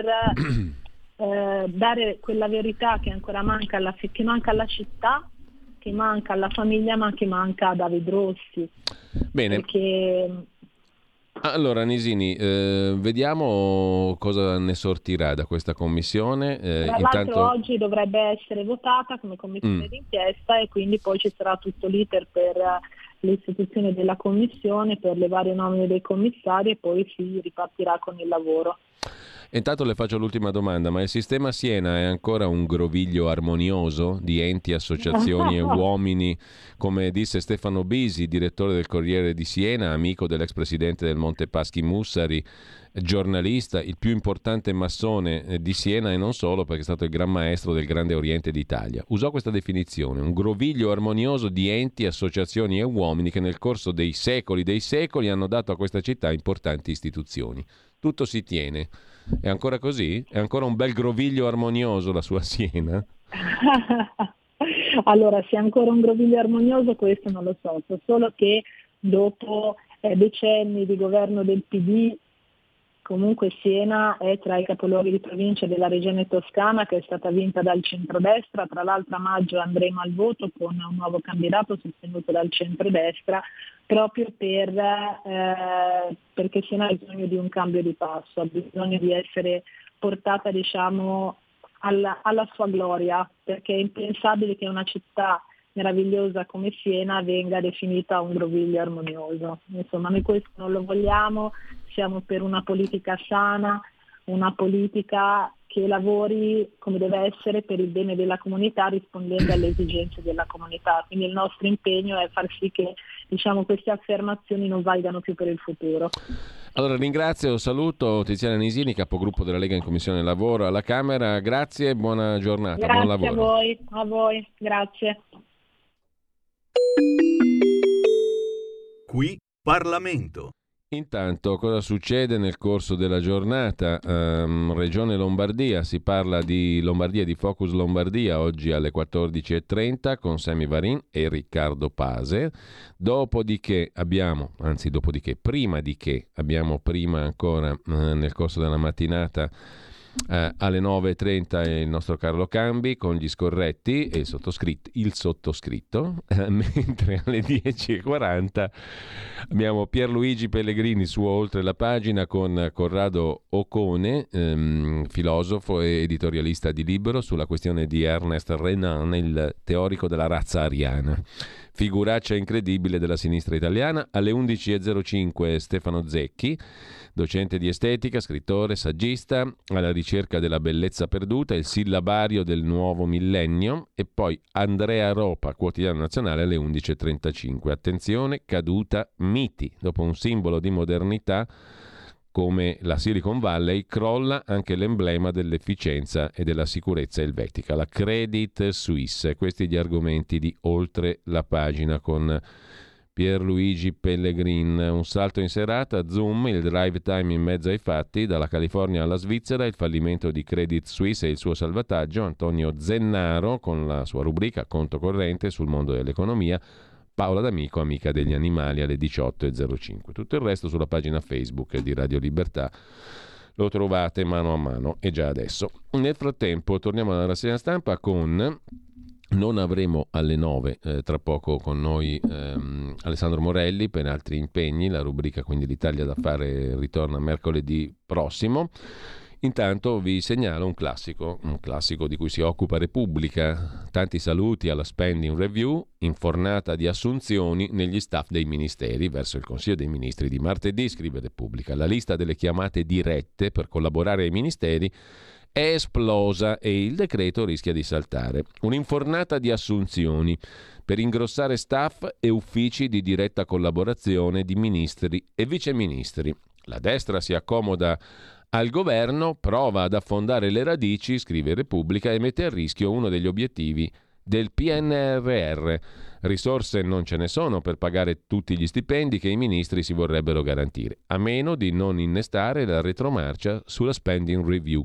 dare quella verità che ancora manca alla città, che manca alla famiglia, ma che manca a David Rossi. Bene. Allora Nisini, vediamo cosa ne sortirà da questa commissione. Tra l'altro oggi dovrebbe essere votata come commissione d'inchiesta, e quindi poi ci sarà tutto l'iter per l'istituzione della commissione, per le varie nomine dei commissari, e poi si ripartirà con il lavoro. Intanto le faccio l'ultima domanda: ma il sistema Siena è ancora un groviglio armonioso di enti, associazioni e uomini, come disse Stefano Bisi, direttore del Corriere di Siena, amico dell'ex presidente del Montepaschi Mussari, giornalista, il più importante massone di Siena e non solo, perché è stato il gran maestro del Grande Oriente d'Italia. Usò questa definizione: un groviglio armonioso di enti, associazioni e uomini che nel corso dei secoli hanno dato a questa città importanti istituzioni. Tutto si tiene. È ancora così? È ancora un bel groviglio armonioso la sua Siena? Allora, se è ancora un groviglio armonioso questo non lo so solo che dopo decenni di governo del PD, comunque Siena è tra i capoluoghi di provincia della regione Toscana, che è stata vinta dal centrodestra. Tra l'altro a maggio andremo al voto con un nuovo candidato sostenuto dal centrodestra, proprio perché Siena ha bisogno di un cambio di passo, ha bisogno di essere portata, diciamo, alla sua gloria, perché è impensabile che una città meravigliosa come Siena venga definita un groviglio armonioso. Insomma, noi questo non lo vogliamo, siamo per una politica sana, una politica che lavori come deve essere per il bene della comunità, rispondendo alle esigenze della comunità. Quindi il nostro impegno è far sì che, diciamo, queste affermazioni non valgano più per il futuro. Allora ringrazio, saluto Tiziana Nisini, capogruppo della Lega in Commissione Lavoro alla Camera. Grazie e buona giornata. Grazie, buon lavoro. A voi, grazie. Qui Parlamento. Intanto, cosa succede nel corso della giornata? Regione Lombardia, si parla di Lombardia, di Focus Lombardia, oggi alle 14.30 con Semi Varin e Riccardo Pase. Prima ancora nel corso della mattinata Alle 9.30 è il nostro Carlo Cambi con gli scorretti e il sottoscritto, mentre alle 10.40 abbiamo Pierluigi Pellegrini su Oltre la Pagina con Corrado Ocone, filosofo e editorialista di Libero, sulla questione di Ernest Renan, il teorico della razza ariana. Figuraccia incredibile della sinistra italiana. Alle 11.05 Stefano Zecchi, docente di estetica, scrittore, saggista, alla ricerca della bellezza perduta, il sillabario del nuovo millennio, e poi Andrea Ropa, Quotidiano Nazionale, alle 11.35. Attenzione, caduta miti. Dopo un simbolo di modernità come la Silicon Valley, crolla anche l'emblema dell'efficienza e della sicurezza elvetica, la Credit Suisse. Questi gli argomenti di Oltre la Pagina con Pierluigi Pellegrin. Un salto in serata, Zoom, il drive time in mezzo ai fatti, dalla California alla Svizzera, il fallimento di Credit Suisse e il suo salvataggio. Antonio Zennaro con la sua rubrica Conto corrente sul mondo dell'economia. Paola D'Amico, amica degli animali, alle 18.05. Tutto il resto sulla pagina Facebook di Radio Libertà. Lo trovate mano a mano e già adesso. Nel frattempo torniamo alla rassegna stampa con... Non avremo alle 9 tra poco con noi Alessandro Morelli per altri impegni. La rubrica quindi l'Italia da fare ritorna mercoledì prossimo. Intanto vi segnalo un classico di cui si occupa Repubblica. Tanti saluti alla spending review, infornata di assunzioni negli staff dei ministeri verso il Consiglio dei Ministri di martedì, scrive Repubblica. La lista delle chiamate dirette per collaborare ai ministeri è esplosa e il decreto rischia di saltare. Un'infornata di assunzioni per ingrossare staff e uffici di diretta collaborazione di ministri e viceministri. La destra si accomoda al governo, prova ad affondare le radici, scrive Repubblica, e mette a rischio uno degli obiettivi del PNRR. Risorse non ce ne sono per pagare tutti gli stipendi che i ministri si vorrebbero garantire, a meno di non innestare la retromarcia sulla spending review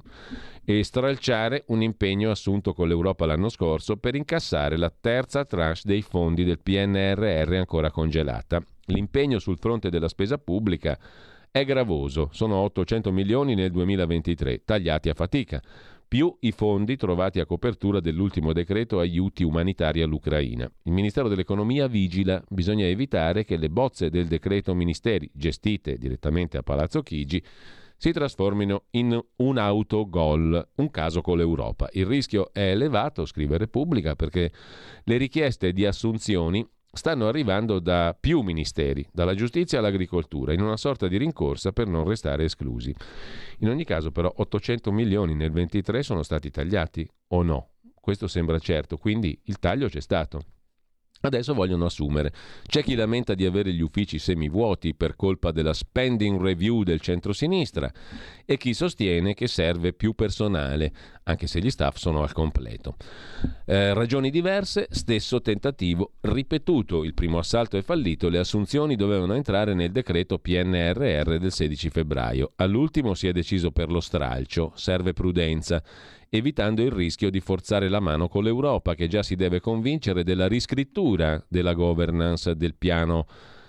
e stralciare un impegno assunto con l'Europa l'anno scorso per incassare la terza tranche dei fondi del PNRR ancora congelata. L'impegno sul fronte della spesa pubblica è gravoso, sono 800 milioni nel 2023, tagliati a fatica, più i fondi trovati a copertura dell'ultimo decreto aiuti umanitari all'Ucraina. Il Ministero dell'Economia vigila, bisogna evitare che le bozze del decreto ministeri, gestite direttamente a Palazzo Chigi, si trasformino in un autogol, un caso con l'Europa. Il rischio è elevato, scrive Repubblica, perché le richieste di assunzioni stanno arrivando da più ministeri, dalla giustizia all'agricoltura, in una sorta di rincorsa per non restare esclusi. In ogni caso però 800 milioni nel 23 sono stati tagliati o no? Questo sembra certo, quindi il taglio c'è stato. Adesso vogliono assumere. C'è chi lamenta di avere gli uffici semivuoti per colpa della spending review del centrosinistra e chi sostiene che serve più personale, anche se gli staff sono al completo. Ragioni diverse, stesso tentativo ripetuto. Il primo assalto è fallito, le assunzioni dovevano entrare nel decreto PNRR del 16 febbraio. All'ultimo si è deciso per lo stralcio, serve prudenza, evitando il rischio di forzare la mano con l'Europa, che già si deve convincere della riscrittura della governance del piano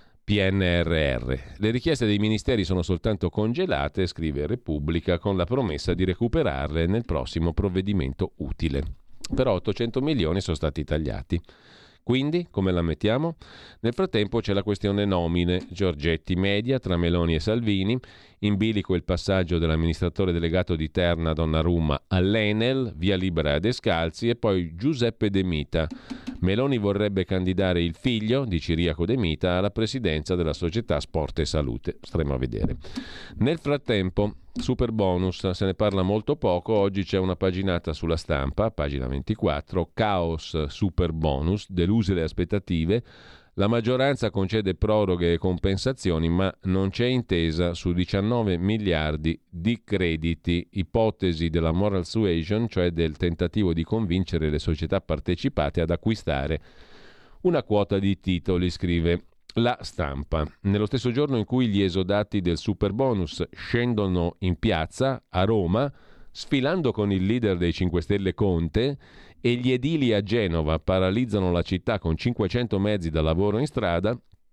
PNRR. Le richieste dei ministeri sono soltanto congelate, scrive Repubblica, con la promessa di recuperarle nel prossimo provvedimento utile. Però 800 milioni sono stati tagliati. Quindi, come la mettiamo? Nel frattempo c'è la questione nomine. Giorgetti media tra Meloni e Salvini, in bilico il passaggio dell'amministratore delegato di Terna Donnarumma all'Enel, via libera a Descalzi, e poi Giuseppe De Mita. Meloni vorrebbe candidare il figlio di Ciriaco De Mita alla presidenza della società Sport e Salute. Staremo a vedere. Nel frattempo, super bonus, se ne parla molto poco. Oggi c'è una paginata sulla Stampa, pagina 24, caos super bonus, deluse le aspettative. La maggioranza concede proroghe e compensazioni, ma non c'è intesa su 19 miliardi di crediti. Ipotesi della moral suasion, cioè del tentativo di convincere le società partecipate ad acquistare una quota di titoli, scrive La Stampa. Nello stesso giorno in cui gli esodati del super bonus scendono in piazza a Roma, sfilando con il leader dei 5 Stelle Conte, e gli edili a Genova paralizzano la città con 500 mezzi da lavoro in strada,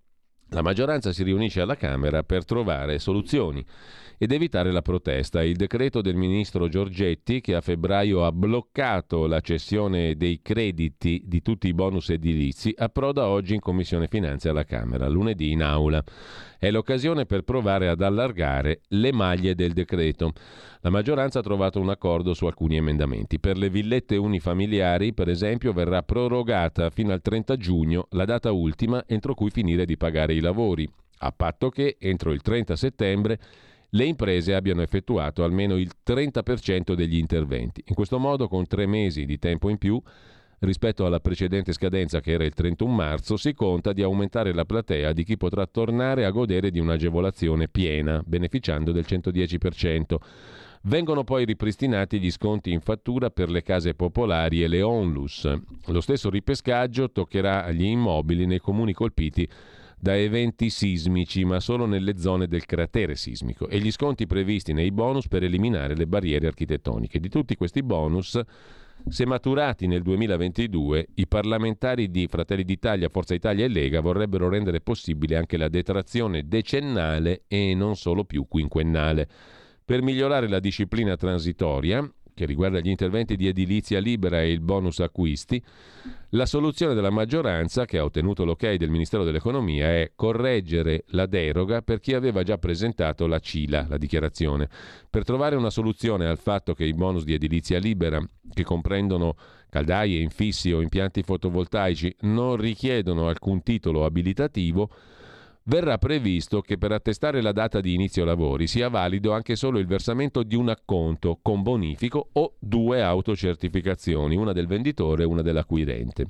La maggioranza si riunisce alla Camera per trovare soluzioni ed evitare la protesta. Il decreto del ministro Giorgetti, che a febbraio ha bloccato la cessione dei crediti di tutti i bonus edilizi, approda oggi in Commissione Finanze alla Camera, lunedì in Aula. È l'occasione per provare ad allargare le maglie del decreto. La maggioranza ha trovato un accordo su alcuni emendamenti. Per le villette unifamiliari, per esempio, verrà prorogata fino al 30 giugno la data ultima entro cui finire di pagare i lavori, a patto che entro il 30 settembre le imprese abbiano effettuato almeno il 30% degli interventi. In questo modo, con 3 mesi di tempo in più rispetto alla precedente scadenza, che era il 31 marzo, si conta di aumentare la platea di chi potrà tornare a godere di un'agevolazione piena, beneficiando del 110%. Vengono poi ripristinati gli sconti in fattura per le case popolari e le onlus. Lo stesso ripescaggio toccherà gli immobili nei comuni colpiti da eventi sismici, ma solo nelle zone del cratere sismico, e gli sconti previsti nei bonus per eliminare le barriere architettoniche. Di tutti questi bonus, se maturati nel 2022, i parlamentari di Fratelli d'Italia, Forza Italia e Lega vorrebbero rendere possibile anche la detrazione decennale e non solo più quinquennale. Per migliorare la disciplina transitoria, che riguarda gli interventi di edilizia libera e il bonus acquisti, la soluzione della maggioranza, che ha ottenuto l'ok del Ministero dell'Economia, è correggere la deroga per chi aveva già presentato la CILA, la dichiarazione. Per trovare una soluzione al fatto che i bonus di edilizia libera, che comprendono caldaie, infissi o impianti fotovoltaici, non richiedono alcun titolo abilitativo, verrà previsto che per attestare la data di inizio lavori sia valido anche solo il versamento di un acconto con bonifico o 2 autocertificazioni, una del venditore e una dell'acquirente.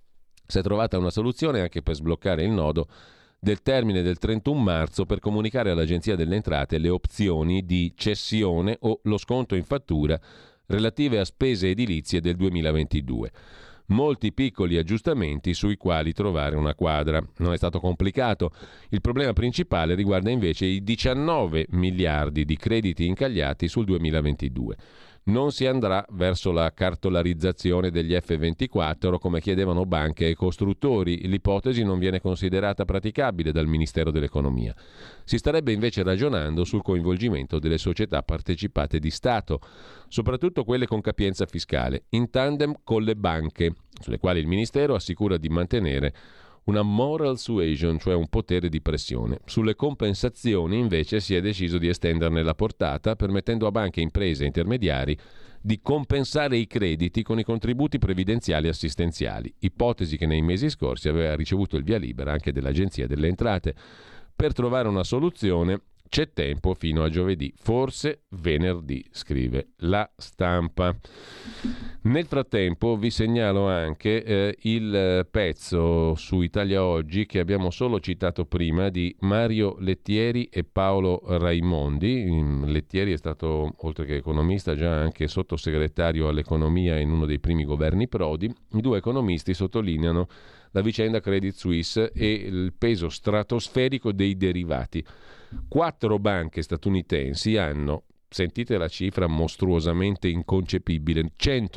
Si è trovata una soluzione anche per sbloccare il nodo del termine del 31 marzo per comunicare all'Agenzia delle Entrate le opzioni di cessione o lo sconto in fattura relative a spese edilizie del 2022. Molti piccoli aggiustamenti sui quali trovare una quadra. Non è stato complicato. Il problema principale riguarda invece i 19 miliardi di crediti incagliati sul 2022. Non si andrà verso la cartolarizzazione degli F24 come chiedevano banche e costruttori. L'ipotesi non viene considerata praticabile dal Ministero dell'Economia. Si starebbe invece ragionando sul coinvolgimento delle società partecipate di Stato, soprattutto quelle con capienza fiscale, in tandem con le banche, sulle quali il Ministero assicura di mantenere una moral suasion, cioè un potere di pressione. Sulle compensazioni invece si è deciso di estenderne la portata, permettendo a banche, imprese e intermediari di compensare i crediti con i contributi previdenziali assistenziali, ipotesi che nei mesi scorsi aveva ricevuto il via libera anche dell'Agenzia delle Entrate. Per trovare una soluzione c'è tempo fino a giovedì, forse venerdì, scrive La Stampa. Nel frattempo vi segnalo anche il pezzo su Italia Oggi che abbiamo solo citato prima, di Mario Lettieri e Paolo Raimondi. Lettieri è stato, oltre che economista, già anche sottosegretario all'economia in uno dei primi governi Prodi. I due economisti sottolineano la vicenda Credit Suisse e il peso stratosferico dei derivati. 4 banche statunitensi hanno, sentite la cifra mostruosamente inconcepibile,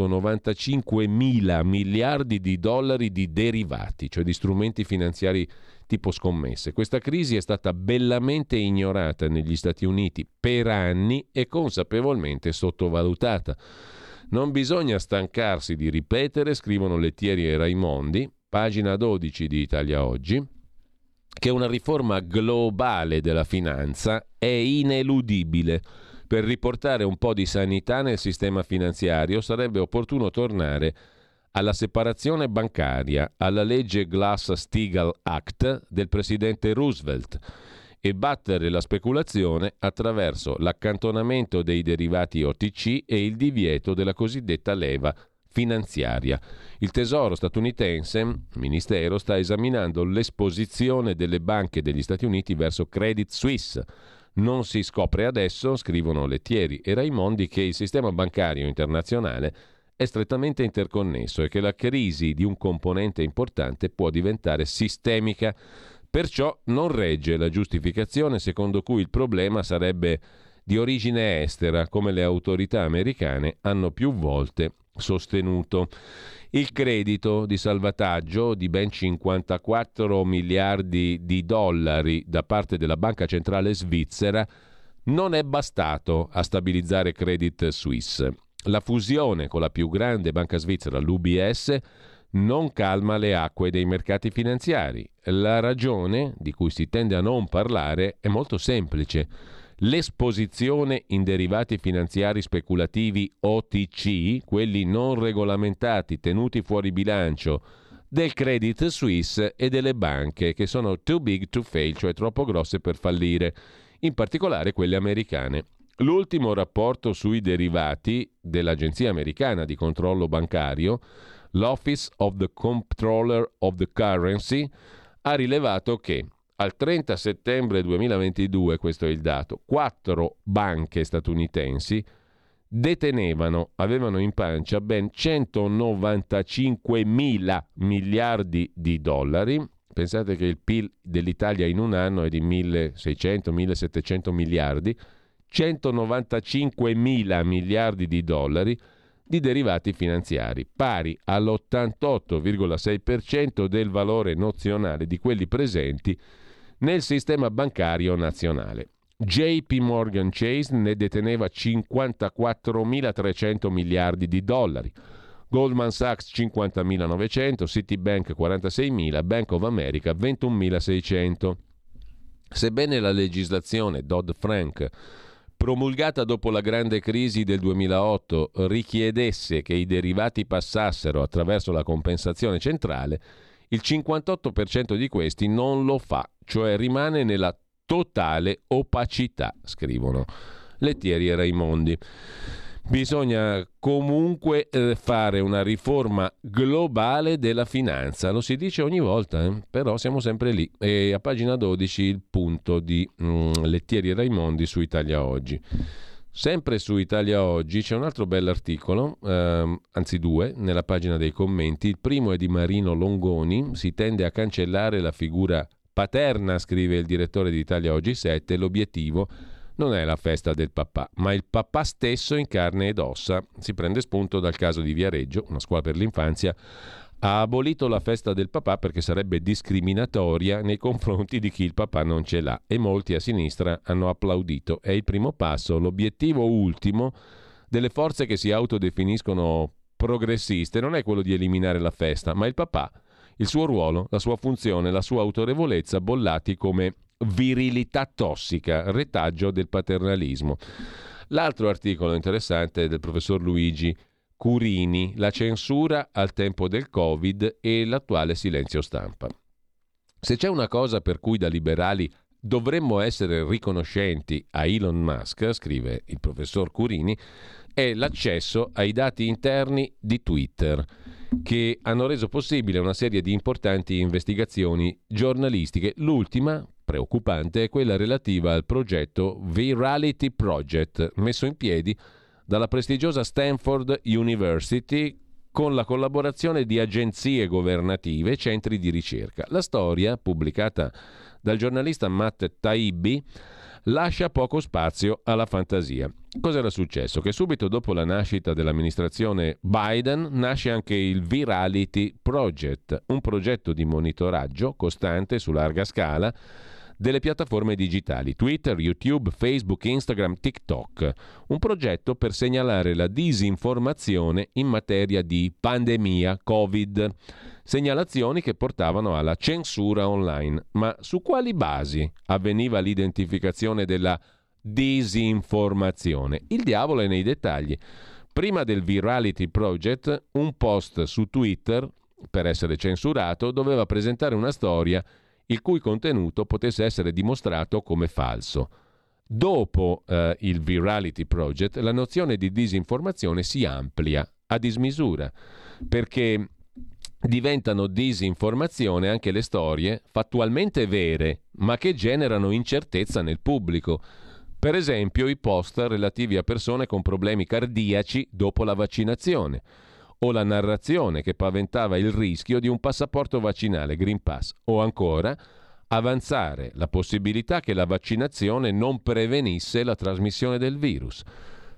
195 mila miliardi di dollari di derivati, cioè di strumenti finanziari tipo scommesse. Questa crisi è stata bellamente ignorata negli Stati Uniti per anni e consapevolmente sottovalutata. Non bisogna stancarsi di ripetere, scrivono Lettieri e Raimondi, pagina 12 di Italia Oggi, che una riforma globale della finanza è ineludibile. Per riportare un po' di sanità nel sistema finanziario sarebbe opportuno tornare alla separazione bancaria, alla legge Glass-Steagall Act del presidente Roosevelt e battere la speculazione attraverso l'accantonamento dei derivati OTC e il divieto della cosiddetta leva finanziaria. Il Tesoro statunitense, il Ministero, sta esaminando l'esposizione delle banche degli Stati Uniti verso Credit Suisse. Non si scopre adesso, scrivono Lettieri e Raimondi, che il sistema bancario internazionale è strettamente interconnesso e che la crisi di un componente importante può diventare sistemica. Perciò non regge la giustificazione secondo cui il problema sarebbe di origine estera, come le autorità americane hanno più volte sostenuto. Il credito di salvataggio di ben 54 miliardi di dollari da parte della Banca Centrale Svizzera non è bastato a stabilizzare Credit Suisse. La fusione con la più grande banca svizzera, l'UBS, non calma le acque dei mercati finanziari. La ragione, di cui si tende a non parlare, è molto semplice. L'esposizione in derivati finanziari speculativi OTC, quelli non regolamentati tenuti fuori bilancio, del Credit Suisse e delle banche che sono too big to fail, cioè troppo grosse per fallire, in particolare quelle americane. L'ultimo rapporto sui derivati dell'Agenzia Americana di Controllo Bancario, l'Office of the Comptroller of the Currency, ha rilevato che al 30 settembre 2022, questo è il dato, 4 banche statunitensi avevano in pancia ben 195 mila miliardi di dollari. Pensate che il PIL dell'Italia in un anno è di 1.600-1.700 miliardi, 195 mila miliardi di dollari di derivati finanziari, pari all'88,6% del valore nozionale di quelli presenti nel sistema bancario nazionale. JP Morgan Chase ne deteneva 54.300 miliardi di dollari, Goldman Sachs 50.900, Citibank 46.000, Bank of America 21.600. Sebbene la legislazione Dodd-Frank, promulgata dopo la grande crisi del 2008, richiedesse che i derivati passassero attraverso la compensazione centrale, il 58% di questi non lo fa, cioè rimane nella totale opacità, scrivono Lettieri e Raimondi. Bisogna comunque fare una riforma globale della finanza, lo si dice ogni volta, però siamo sempre lì. E a pagina 12 il punto di Lettieri e Raimondi su Italia Oggi. Sempre su Italia Oggi c'è un altro bell'articolo, anzi due, nella pagina dei commenti. Il primo è di Marino Longoni, si tende a cancellare la figura paterna, scrive il direttore di Italia Oggi 7, l'obiettivo non è la festa del papà, ma il papà stesso in carne ed ossa. Si prende spunto dal caso di Viareggio, una scuola per l'infanzia ha abolito la festa del papà perché sarebbe discriminatoria nei confronti di chi il papà non ce l'ha, e molti a sinistra hanno applaudito. È il primo passo, l'obiettivo ultimo delle forze che si autodefiniscono progressiste non è quello di eliminare la festa, ma il papà, il suo ruolo, la sua funzione, la sua autorevolezza bollati come virilità tossica, retaggio del paternalismo. L'altro articolo interessante è del professor Luigi Curini, la censura al tempo del Covid e l'attuale silenzio stampa. Se c'è una cosa per cui da liberali dovremmo essere riconoscenti a Elon Musk, scrive il professor Curini, è l'accesso ai dati interni di Twitter, che hanno reso possibile una serie di importanti investigazioni giornalistiche. L'ultima, preoccupante, è quella relativa al progetto Virality Project, messo in piedi dalla prestigiosa Stanford University con la collaborazione di agenzie governative e centri di ricerca. La storia, pubblicata dal giornalista Matt Taibbi, lascia poco spazio alla fantasia. Cos'era successo? Che subito dopo la nascita dell'amministrazione Biden nasce anche il Virality Project, un progetto di monitoraggio costante su larga scala delle piattaforme digitali, Twitter, YouTube, Facebook, Instagram, TikTok. Un progetto per segnalare la disinformazione in materia di pandemia Covid. Segnalazioni che portavano alla censura online. Ma su quali basi avveniva l'identificazione della disinformazione? Il diavolo è nei dettagli. Prima del Virality Project, un post su Twitter, per essere censurato, doveva presentare una storia il cui contenuto potesse essere dimostrato come falso. Dopo il Virality Project, la nozione di disinformazione si amplia a dismisura, perché diventano disinformazione anche le storie fattualmente vere, ma che generano incertezza nel pubblico. Per esempio, i post relativi a persone con problemi cardiaci dopo la vaccinazione, o la narrazione che paventava il rischio di un passaporto vaccinale, Green Pass, o ancora avanzare la possibilità che la vaccinazione non prevenisse la trasmissione del virus.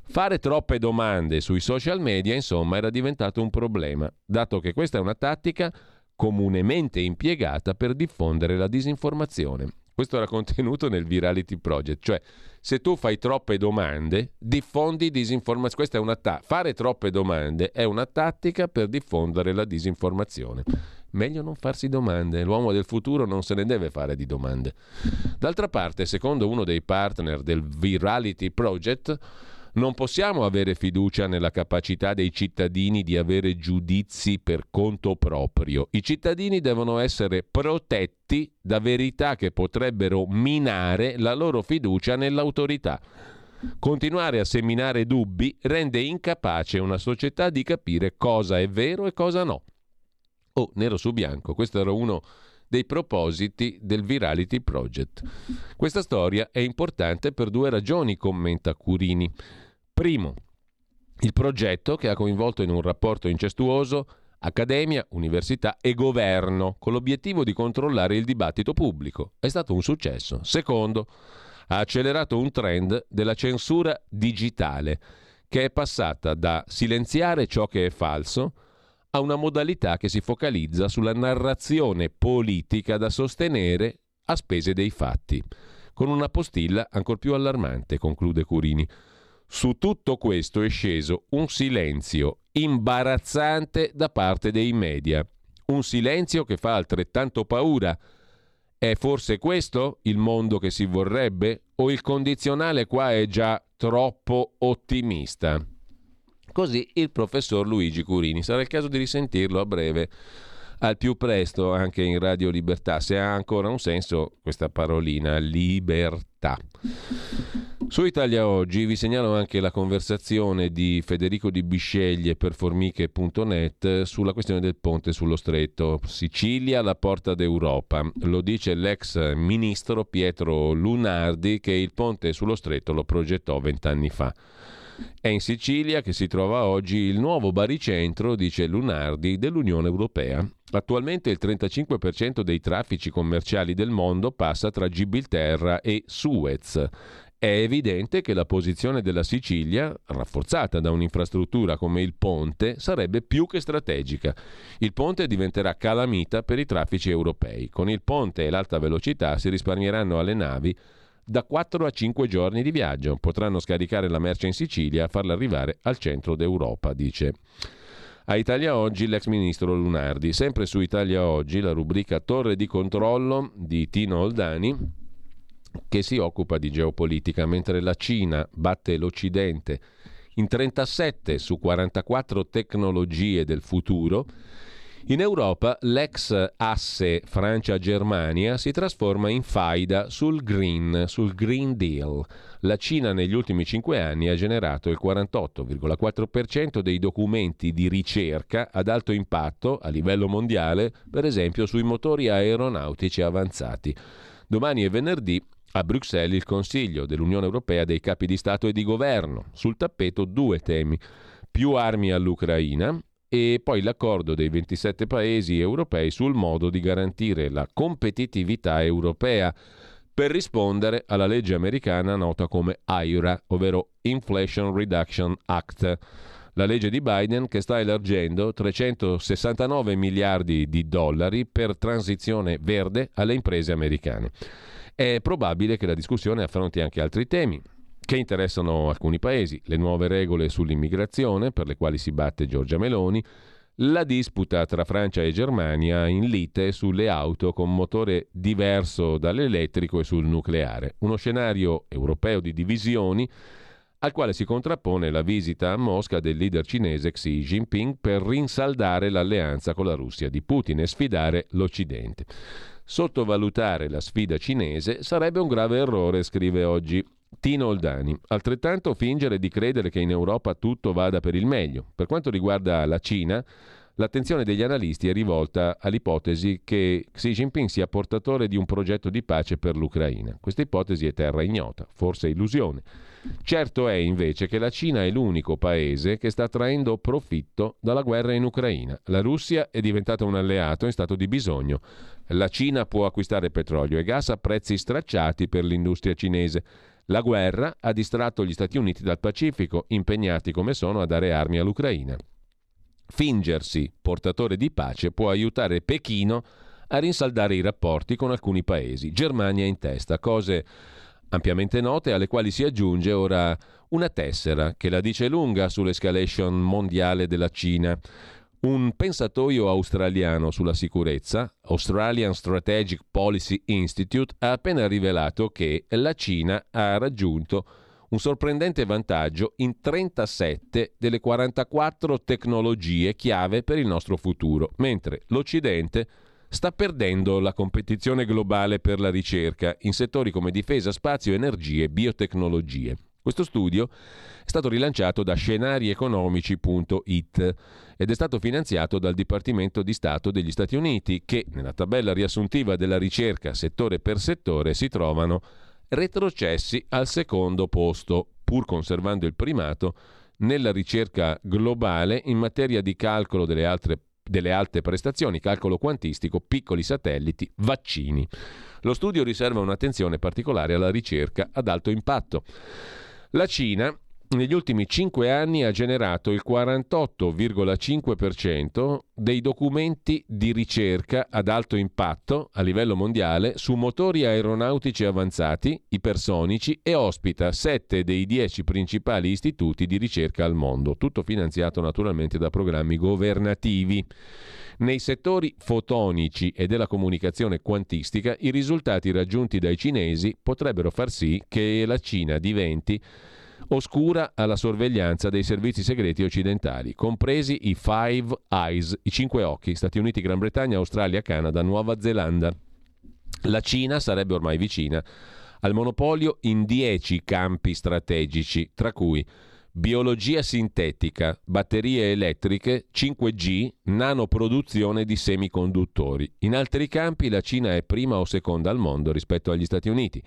Fare troppe domande sui social media, insomma, era diventato un problema, dato che questa è una tattica comunemente impiegata per diffondere la disinformazione. Questo era contenuto nel Virality Project, cioè se tu fai troppe domande, diffondi disinformazione. Questa è fare troppe domande è una tattica per diffondere la disinformazione. Meglio non farsi domande, l'uomo del futuro non se ne deve fare di domande. D'altra parte, secondo uno dei partner del Virality Project, non possiamo avere fiducia nella capacità dei cittadini di avere giudizi per conto proprio. I cittadini devono essere protetti da verità che potrebbero minare la loro fiducia nell'autorità. Continuare a seminare dubbi rende incapace una società di capire cosa è vero e cosa no. Oh, nero su bianco, questo era uno dei propositi del Virality Project. Questa storia è importante per due ragioni, commenta Curini. Primo, il progetto che ha coinvolto in un rapporto incestuoso accademia, università e governo con l'obiettivo di controllare il dibattito pubblico. È stato un successo. Secondo, ha accelerato un trend della censura digitale che è passata da silenziare ciò che è falso a una modalità che si focalizza sulla narrazione politica da sostenere a spese dei fatti, con una postilla ancor più allarmante, conclude Curini. Su tutto questo è sceso un silenzio imbarazzante da parte dei media, un silenzio che fa altrettanto paura. È forse questo il mondo che si vorrebbe? O il condizionale qua è già troppo ottimista? Così il professor Luigi Curini. Sarà il caso di risentirlo a breve, al più presto, anche in Radio Libertà, se ha ancora un senso questa parolina, libertà. Su Italia Oggi vi segnalo anche la conversazione di Federico Di Bisceglie per formiche.net sulla questione del ponte sullo stretto. Sicilia, la porta d'Europa. Lo dice l'ex ministro Pietro Lunardi, che il ponte sullo stretto lo progettò 20 anni fa. È in Sicilia che si trova oggi il nuovo baricentro, dice Lunardi, dell'Unione Europea. Attualmente il 35% dei traffici commerciali del mondo passa tra Gibilterra e Suez. È evidente che la posizione della Sicilia, rafforzata da un'infrastruttura come il ponte, sarebbe più che strategica. Il ponte diventerà calamita per i traffici europei. Con il ponte e l'alta velocità si risparmieranno alle navi da 4 a 5 giorni di viaggio. Potranno scaricare la merce in Sicilia e farla arrivare al centro d'Europa, dice. A Italia Oggi l'ex ministro Lunardi. Sempre su Italia Oggi la rubrica Torre di controllo di Tino Oldani, che si occupa di geopolitica, mentre la Cina batte l'Occidente in 37 su 44 tecnologie del futuro. In Europa l'ex asse Francia-Germania si trasforma in faida sul Green Deal. La Cina negli ultimi 5 anni ha generato il 48,4% dei documenti di ricerca ad alto impatto a livello mondiale, per esempio sui motori aeronautici avanzati. Domani è venerdì. A Bruxelles il Consiglio dell'Unione Europea dei capi di Stato e di Governo. Sul tappeto 2 temi: più armi all'Ucraina e poi l'accordo dei 27 paesi europei sul modo di garantire la competitività europea per rispondere alla legge americana nota come IRA, ovvero Inflation Reduction Act. La legge di Biden che sta elargendo 369 miliardi di dollari per transizione verde alle imprese americane. È probabile che la discussione affronti anche altri temi che interessano alcuni paesi: le nuove regole sull'immigrazione per le quali si batte Giorgia Meloni, la disputa tra Francia e Germania in lite sulle auto con motore diverso dall'elettrico e sul nucleare. Uno scenario europeo di divisioni al quale si contrappone la visita a Mosca del leader cinese Xi Jinping per rinsaldare l'alleanza con la Russia di Putin e sfidare l'Occidente. Sottovalutare la sfida cinese sarebbe un grave errore, scrive oggi Tino Oldani. Altrettanto fingere di credere che in Europa tutto vada per il meglio. Per quanto riguarda la Cina, l'attenzione degli analisti è rivolta all'ipotesi che Xi Jinping sia portatore di un progetto di pace per l'Ucraina. Questa ipotesi è terra ignota, forse illusione. Certo è invece che la Cina è l'unico paese che sta traendo profitto dalla guerra in Ucraina. La Russia è diventata un alleato in stato di bisogno. La Cina può acquistare petrolio e gas a prezzi stracciati per l'industria cinese. La guerra ha distratto gli Stati Uniti dal Pacifico, impegnati come sono a dare armi all'Ucraina. Fingersi portatore di pace può aiutare Pechino a rinsaldare i rapporti con alcuni paesi, Germania in testa, cose ampiamente note alle quali si aggiunge ora una tessera che la dice lunga sull'escalation mondiale della Cina. Un pensatoio australiano sulla sicurezza, Australian Strategic Policy Institute, ha appena rivelato che la Cina ha raggiunto un sorprendente vantaggio in 37 delle 44 tecnologie chiave per il nostro futuro, mentre l'Occidente sta perdendo la competizione globale per la ricerca in settori come difesa, spazio, energie e biotecnologie. Questo studio è stato rilanciato da scenarieconomici.it ed è stato finanziato dal Dipartimento di Stato degli Stati Uniti, che nella tabella riassuntiva della ricerca settore per settore si trovano retrocessi al secondo posto, pur conservando il primato nella ricerca globale in materia di calcolo delle alte prestazioni, calcolo quantistico, piccoli satelliti, vaccini. Lo studio riserva un'attenzione particolare alla ricerca ad alto impatto. La Cina negli ultimi 5 anni ha generato il 48,5% dei documenti di ricerca ad alto impatto a livello mondiale su motori aeronautici avanzati, ipersonici, e ospita 7 dei 10 principali istituti di ricerca al mondo, tutto finanziato naturalmente da programmi governativi. Nei settori fotonici e della comunicazione quantistica, i risultati raggiunti dai cinesi potrebbero far sì che la Cina diventi oscura alla sorveglianza dei servizi segreti occidentali, compresi i Five Eyes, i 5 occhi, Stati Uniti, Gran Bretagna, Australia, Canada, Nuova Zelanda. La Cina sarebbe ormai vicina al monopolio in 10 campi strategici, tra cui biologia sintetica, batterie elettriche, 5G, nanoproduzione di semiconduttori. In altri campi la Cina è prima o seconda al mondo rispetto agli Stati Uniti.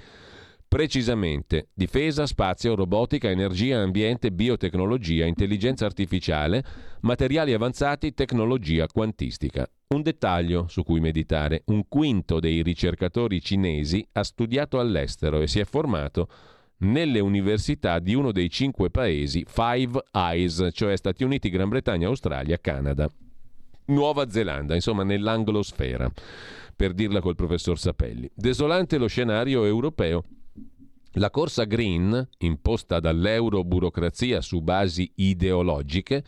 Precisamente difesa, spazio, robotica, energia, ambiente, biotecnologia, intelligenza artificiale, materiali avanzati, tecnologia quantistica. Un dettaglio su cui meditare: un quinto dei ricercatori cinesi ha studiato all'estero e si è formato nelle università di uno dei 5 paesi Five Eyes, cioè Stati Uniti, Gran Bretagna, Australia, Canada, Nuova Zelanda, insomma nell'anglosfera, per dirla col professor Sapelli. Desolante lo scenario europeo. La corsa green, imposta dall'euroburocrazia su basi ideologiche,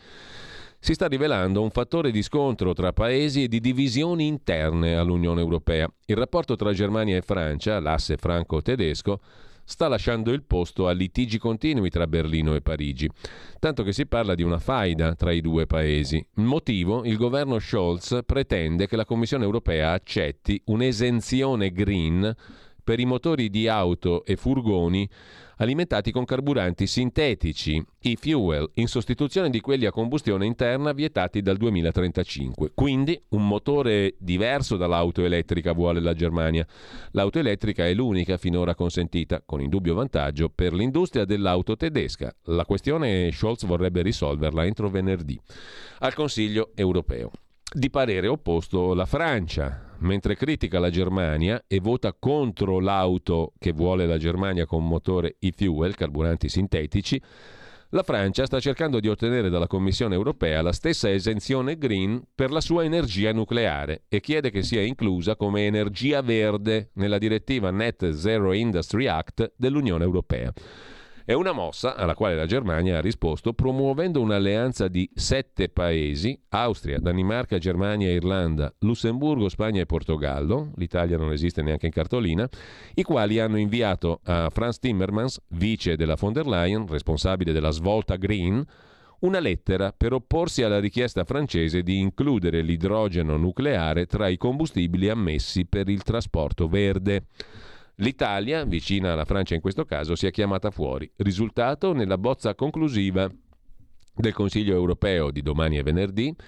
si sta rivelando un fattore di scontro tra paesi e di divisioni interne all'Unione Europea. Il rapporto tra Germania e Francia, l'asse franco-tedesco, sta lasciando il posto a litigi continui tra Berlino e Parigi, tanto che si parla di una faida tra i due paesi. Il motivo? Il governo Scholz pretende che la Commissione europea accetti un'esenzione green per i motori di auto e furgoni alimentati con carburanti sintetici, e-fuel, in sostituzione di quelli a combustione interna vietati dal 2035. Quindi un motore diverso dall'auto elettrica vuole la Germania. L'auto elettrica è l'unica finora consentita, con indubbio vantaggio per l'industria dell'auto tedesca. La questione Scholz vorrebbe risolverla entro venerdì al Consiglio europeo. Di parere opposto la Francia, mentre critica la Germania e vota contro l'auto che vuole la Germania con motore e-fuel, carburanti sintetici. La Francia sta cercando di ottenere dalla Commissione europea la stessa esenzione green per la sua energia nucleare e chiede che sia inclusa come energia verde nella direttiva Net Zero Industry Act dell'Unione Europea. È una mossa alla quale la Germania ha risposto promuovendo un'alleanza di 7 paesi, Austria, Danimarca, Germania, Irlanda, Lussemburgo, Spagna e Portogallo, l'Italia non esiste neanche in cartolina, i quali hanno inviato a Franz Timmermans, vice della von der Leyen, responsabile della svolta green, una lettera per opporsi alla richiesta francese di includere l'idrogeno nucleare tra i combustibili ammessi per il trasporto verde. L'Italia, vicina alla Francia in questo caso, si è chiamata fuori. Risultato: nella bozza conclusiva del Consiglio europeo di domani e venerdì,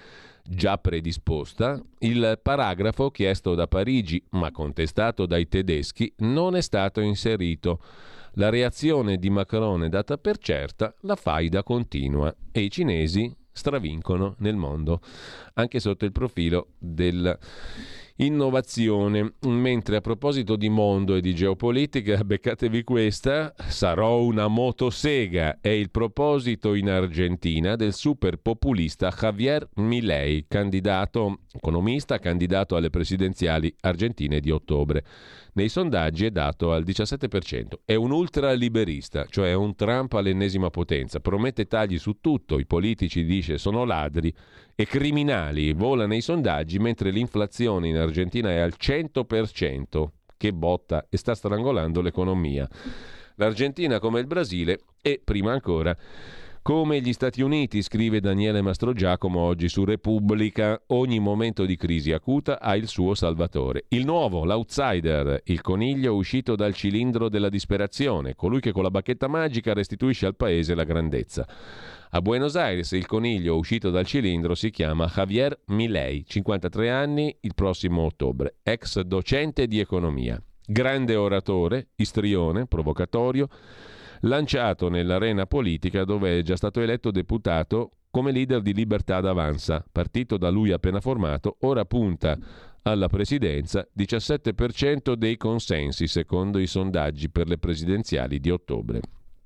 già predisposta, il paragrafo chiesto da Parigi ma contestato dai tedeschi non è stato inserito. La reazione di Macron è data per certa, la faida continua e i cinesi stravincono nel mondo, anche sotto il profilo dell'innovazione. Mentre a proposito di mondo e di geopolitica, beccatevi questa: sarò una motosega, è il proposito in Argentina del super populista Javier Milei, economista, candidato alle presidenziali argentine di ottobre. Nei sondaggi è dato al 17%. È un ultraliberista, cioè un Trump all'ennesima potenza. Promette tagli su tutto, i politici dice sono ladri e criminali. Vola nei sondaggi mentre l'inflazione in Argentina è al 100%, che botta e sta strangolando l'economia. L'Argentina, come il Brasile e prima ancora come gli Stati Uniti, scrive Daniele Mastrogiacomo oggi su Repubblica. Ogni momento di crisi acuta ha il suo salvatore. Il nuovo, l'outsider, il coniglio uscito dal cilindro della disperazione, colui che con la bacchetta magica restituisce al paese la grandezza. A Buenos Aires il coniglio uscito dal cilindro si chiama Javier Milei, 53 anni, il prossimo ottobre, ex docente di economia. Grande oratore, istrione, provocatorio, lanciato nell'arena politica dove è già stato eletto deputato come leader di Libertà d'Avanza, partito da lui appena formato, ora punta alla presidenza, 17% dei consensi secondo i sondaggi per le presidenziali di ottobre.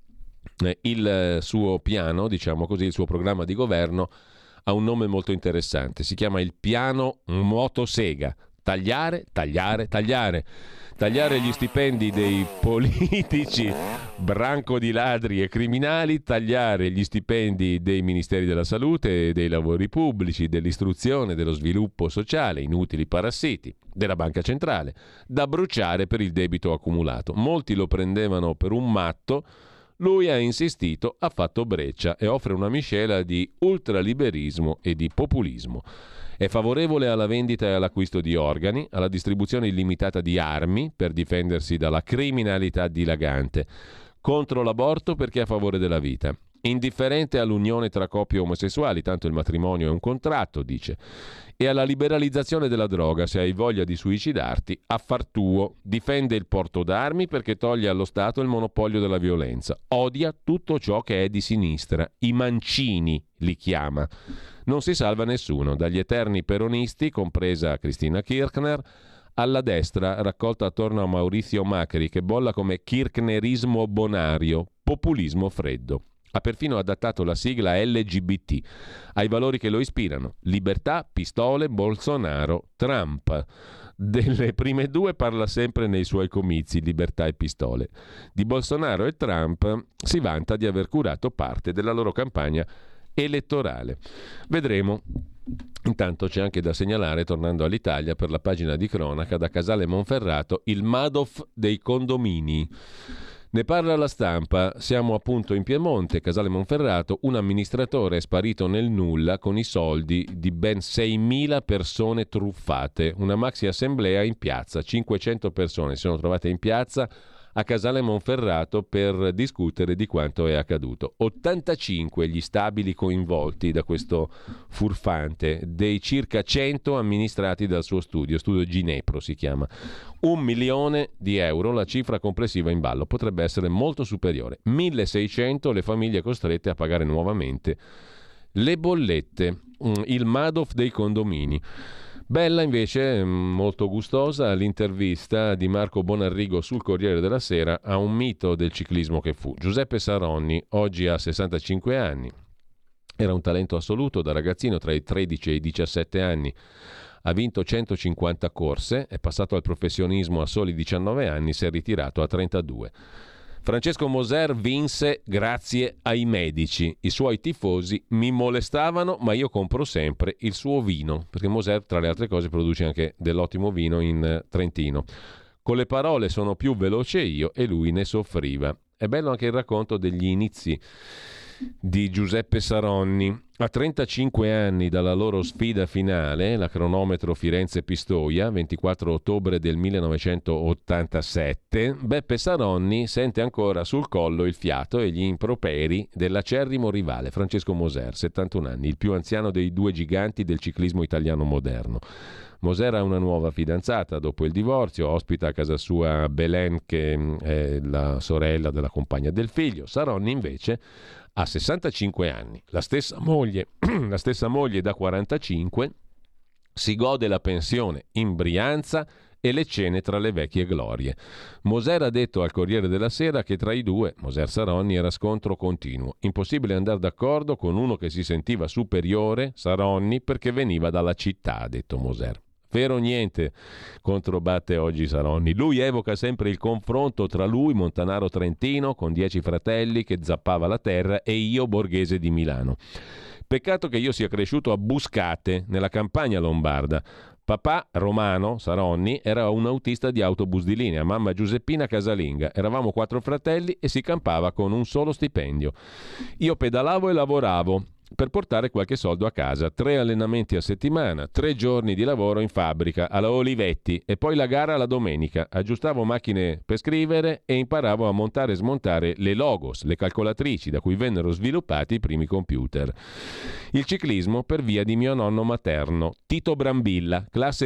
Il suo piano, diciamo così, il suo programma di governo ha un nome molto interessante, si chiama il piano motosega: tagliare, tagliare, tagliare. Tagliare gli stipendi dei politici, branco di ladri e criminali, tagliare gli stipendi dei ministeri della salute, dei lavori pubblici, dell'istruzione, dello sviluppo sociale, inutili parassiti, della banca centrale, da bruciare per il debito accumulato. Molti lo prendevano per un matto, lui ha insistito, ha fatto breccia e offre una miscela di ultraliberismo e di populismo. È favorevole alla vendita e all'acquisto di organi, alla distribuzione illimitata di armi per difendersi dalla criminalità dilagante, contro l'aborto perché è a favore della vita, indifferente all'unione tra coppie omosessuali, tanto il matrimonio è un contratto, dice, e alla liberalizzazione della droga, se hai voglia di suicidarti, affar tuo, difende il porto d'armi perché toglie allo Stato il monopolio della violenza, odia tutto ciò che è di sinistra, i mancini li chiama. Non si salva nessuno, dagli eterni peronisti, compresa Cristina Kirchner, alla destra raccolta attorno a Maurizio Macri, che bolla come kirchnerismo bonario, populismo freddo. Ha perfino adattato la sigla LGBT ai valori che lo ispirano: libertà, pistole, Bolsonaro, Trump. Delle prime due parla sempre nei suoi comizi, libertà e pistole. Di Bolsonaro e Trump si vanta di aver curato parte della loro campagna elettorale. Vedremo. Intanto c'è anche da segnalare, tornando all'Italia, per la pagina di cronaca da Casale Monferrato, il Madoff dei condomini. Ne parla La Stampa. Siamo appunto in Piemonte, Casale Monferrato, un amministratore è sparito nel nulla con i soldi di ben 6.000 persone truffate. Una maxi assemblea in piazza, 500 persone si sono trovate in piazza a Casale Monferrato per discutere di quanto è accaduto. 85 gli stabili coinvolti da questo furfante, dei circa 100 amministrati dal suo studio Ginepro si chiama. 1 milione di euro la cifra complessiva in ballo, potrebbe essere molto superiore. 1.600 le famiglie costrette a pagare nuovamente le bollette. Il Madoff dei condomini. Bella invece, molto gustosa, l'intervista di Marco Bonarrigo sul Corriere della Sera a un mito del ciclismo che fu. Giuseppe Saronni, oggi ha 65 anni, era un talento assoluto da ragazzino tra i 13 e i 17 anni. Ha vinto 150 corse, è passato al professionismo a soli 19 anni, si è ritirato a 32. Francesco Moser vinse grazie ai medici. I suoi tifosi mi molestavano, ma io compro sempre il suo vino, perché Moser, tra le altre cose, produce anche dell'ottimo vino in Trentino. Con le parole sono più veloce io e lui ne soffriva. È bello anche il racconto degli inizi di Giuseppe Saronni. A 35 anni dalla loro sfida finale, la cronometro Firenze-Pistoia, 24 ottobre del 1987, Beppe Saronni sente ancora sul collo il fiato e gli improperi dell'acerrimo rivale Francesco Moser, 71 anni, il più anziano dei due giganti del ciclismo italiano moderno. Moser ha una nuova fidanzata dopo il divorzio, ospita a casa sua Belen, che è la sorella della compagna del figlio. Saronni invece ha 65 anni, la stessa moglie da 45, si gode la pensione in Brianza e le cene tra le vecchie glorie. Moser ha detto al Corriere della Sera che tra i due, Moser-Saronni, era scontro continuo. Impossibile andare d'accordo con uno che si sentiva superiore, Saronni, perché veniva dalla città, ha detto Moser. Vero niente, controbatte oggi Saronni. Lui evoca sempre il confronto tra lui, montanaro trentino, con 10 fratelli che zappava la terra, e io, borghese di Milano. Peccato che io sia cresciuto a Buscate, nella campagna lombarda. Papà, Romano Saronni, era un autista di autobus di linea, mamma Giuseppina casalinga. Eravamo 4 fratelli e si campava con un solo stipendio. Io pedalavo e lavoravo per portare qualche soldo a casa, 3 allenamenti a settimana, 3 giorni di lavoro in fabbrica alla Olivetti e poi la gara la domenica. Aggiustavo macchine per scrivere e imparavo a montare e smontare le Logos, le calcolatrici da cui vennero sviluppati i primi computer. Il ciclismo per via di mio nonno materno, Tito Brambilla, classe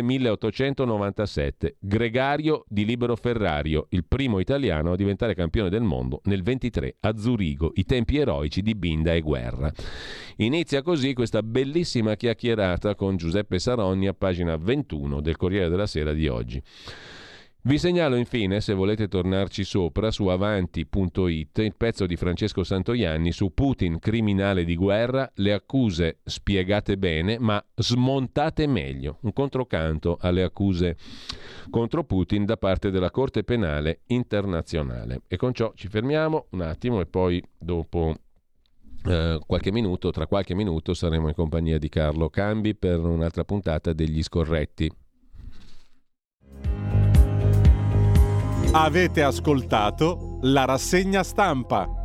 1897, gregario di Libero Ferrario, il primo italiano a diventare campione del mondo nel 23 a Zurigo, i tempi eroici di Binda e Guerra. Inizia così questa bellissima chiacchierata con Giuseppe Saronni a pagina 21 del Corriere della Sera di oggi. Vi segnalo infine, se volete tornarci sopra, su avanti.it il pezzo di Francesco Santoianni su Putin, criminale di guerra, le accuse spiegate bene ma smontate meglio, un controcanto alle accuse contro Putin da parte della Corte Penale Internazionale. E con ciò ci fermiamo un attimo e poi dopo tra qualche minuto saremo in compagnia di Carlo Cambi per un'altra puntata degli Scorretti. Avete ascoltato la rassegna stampa.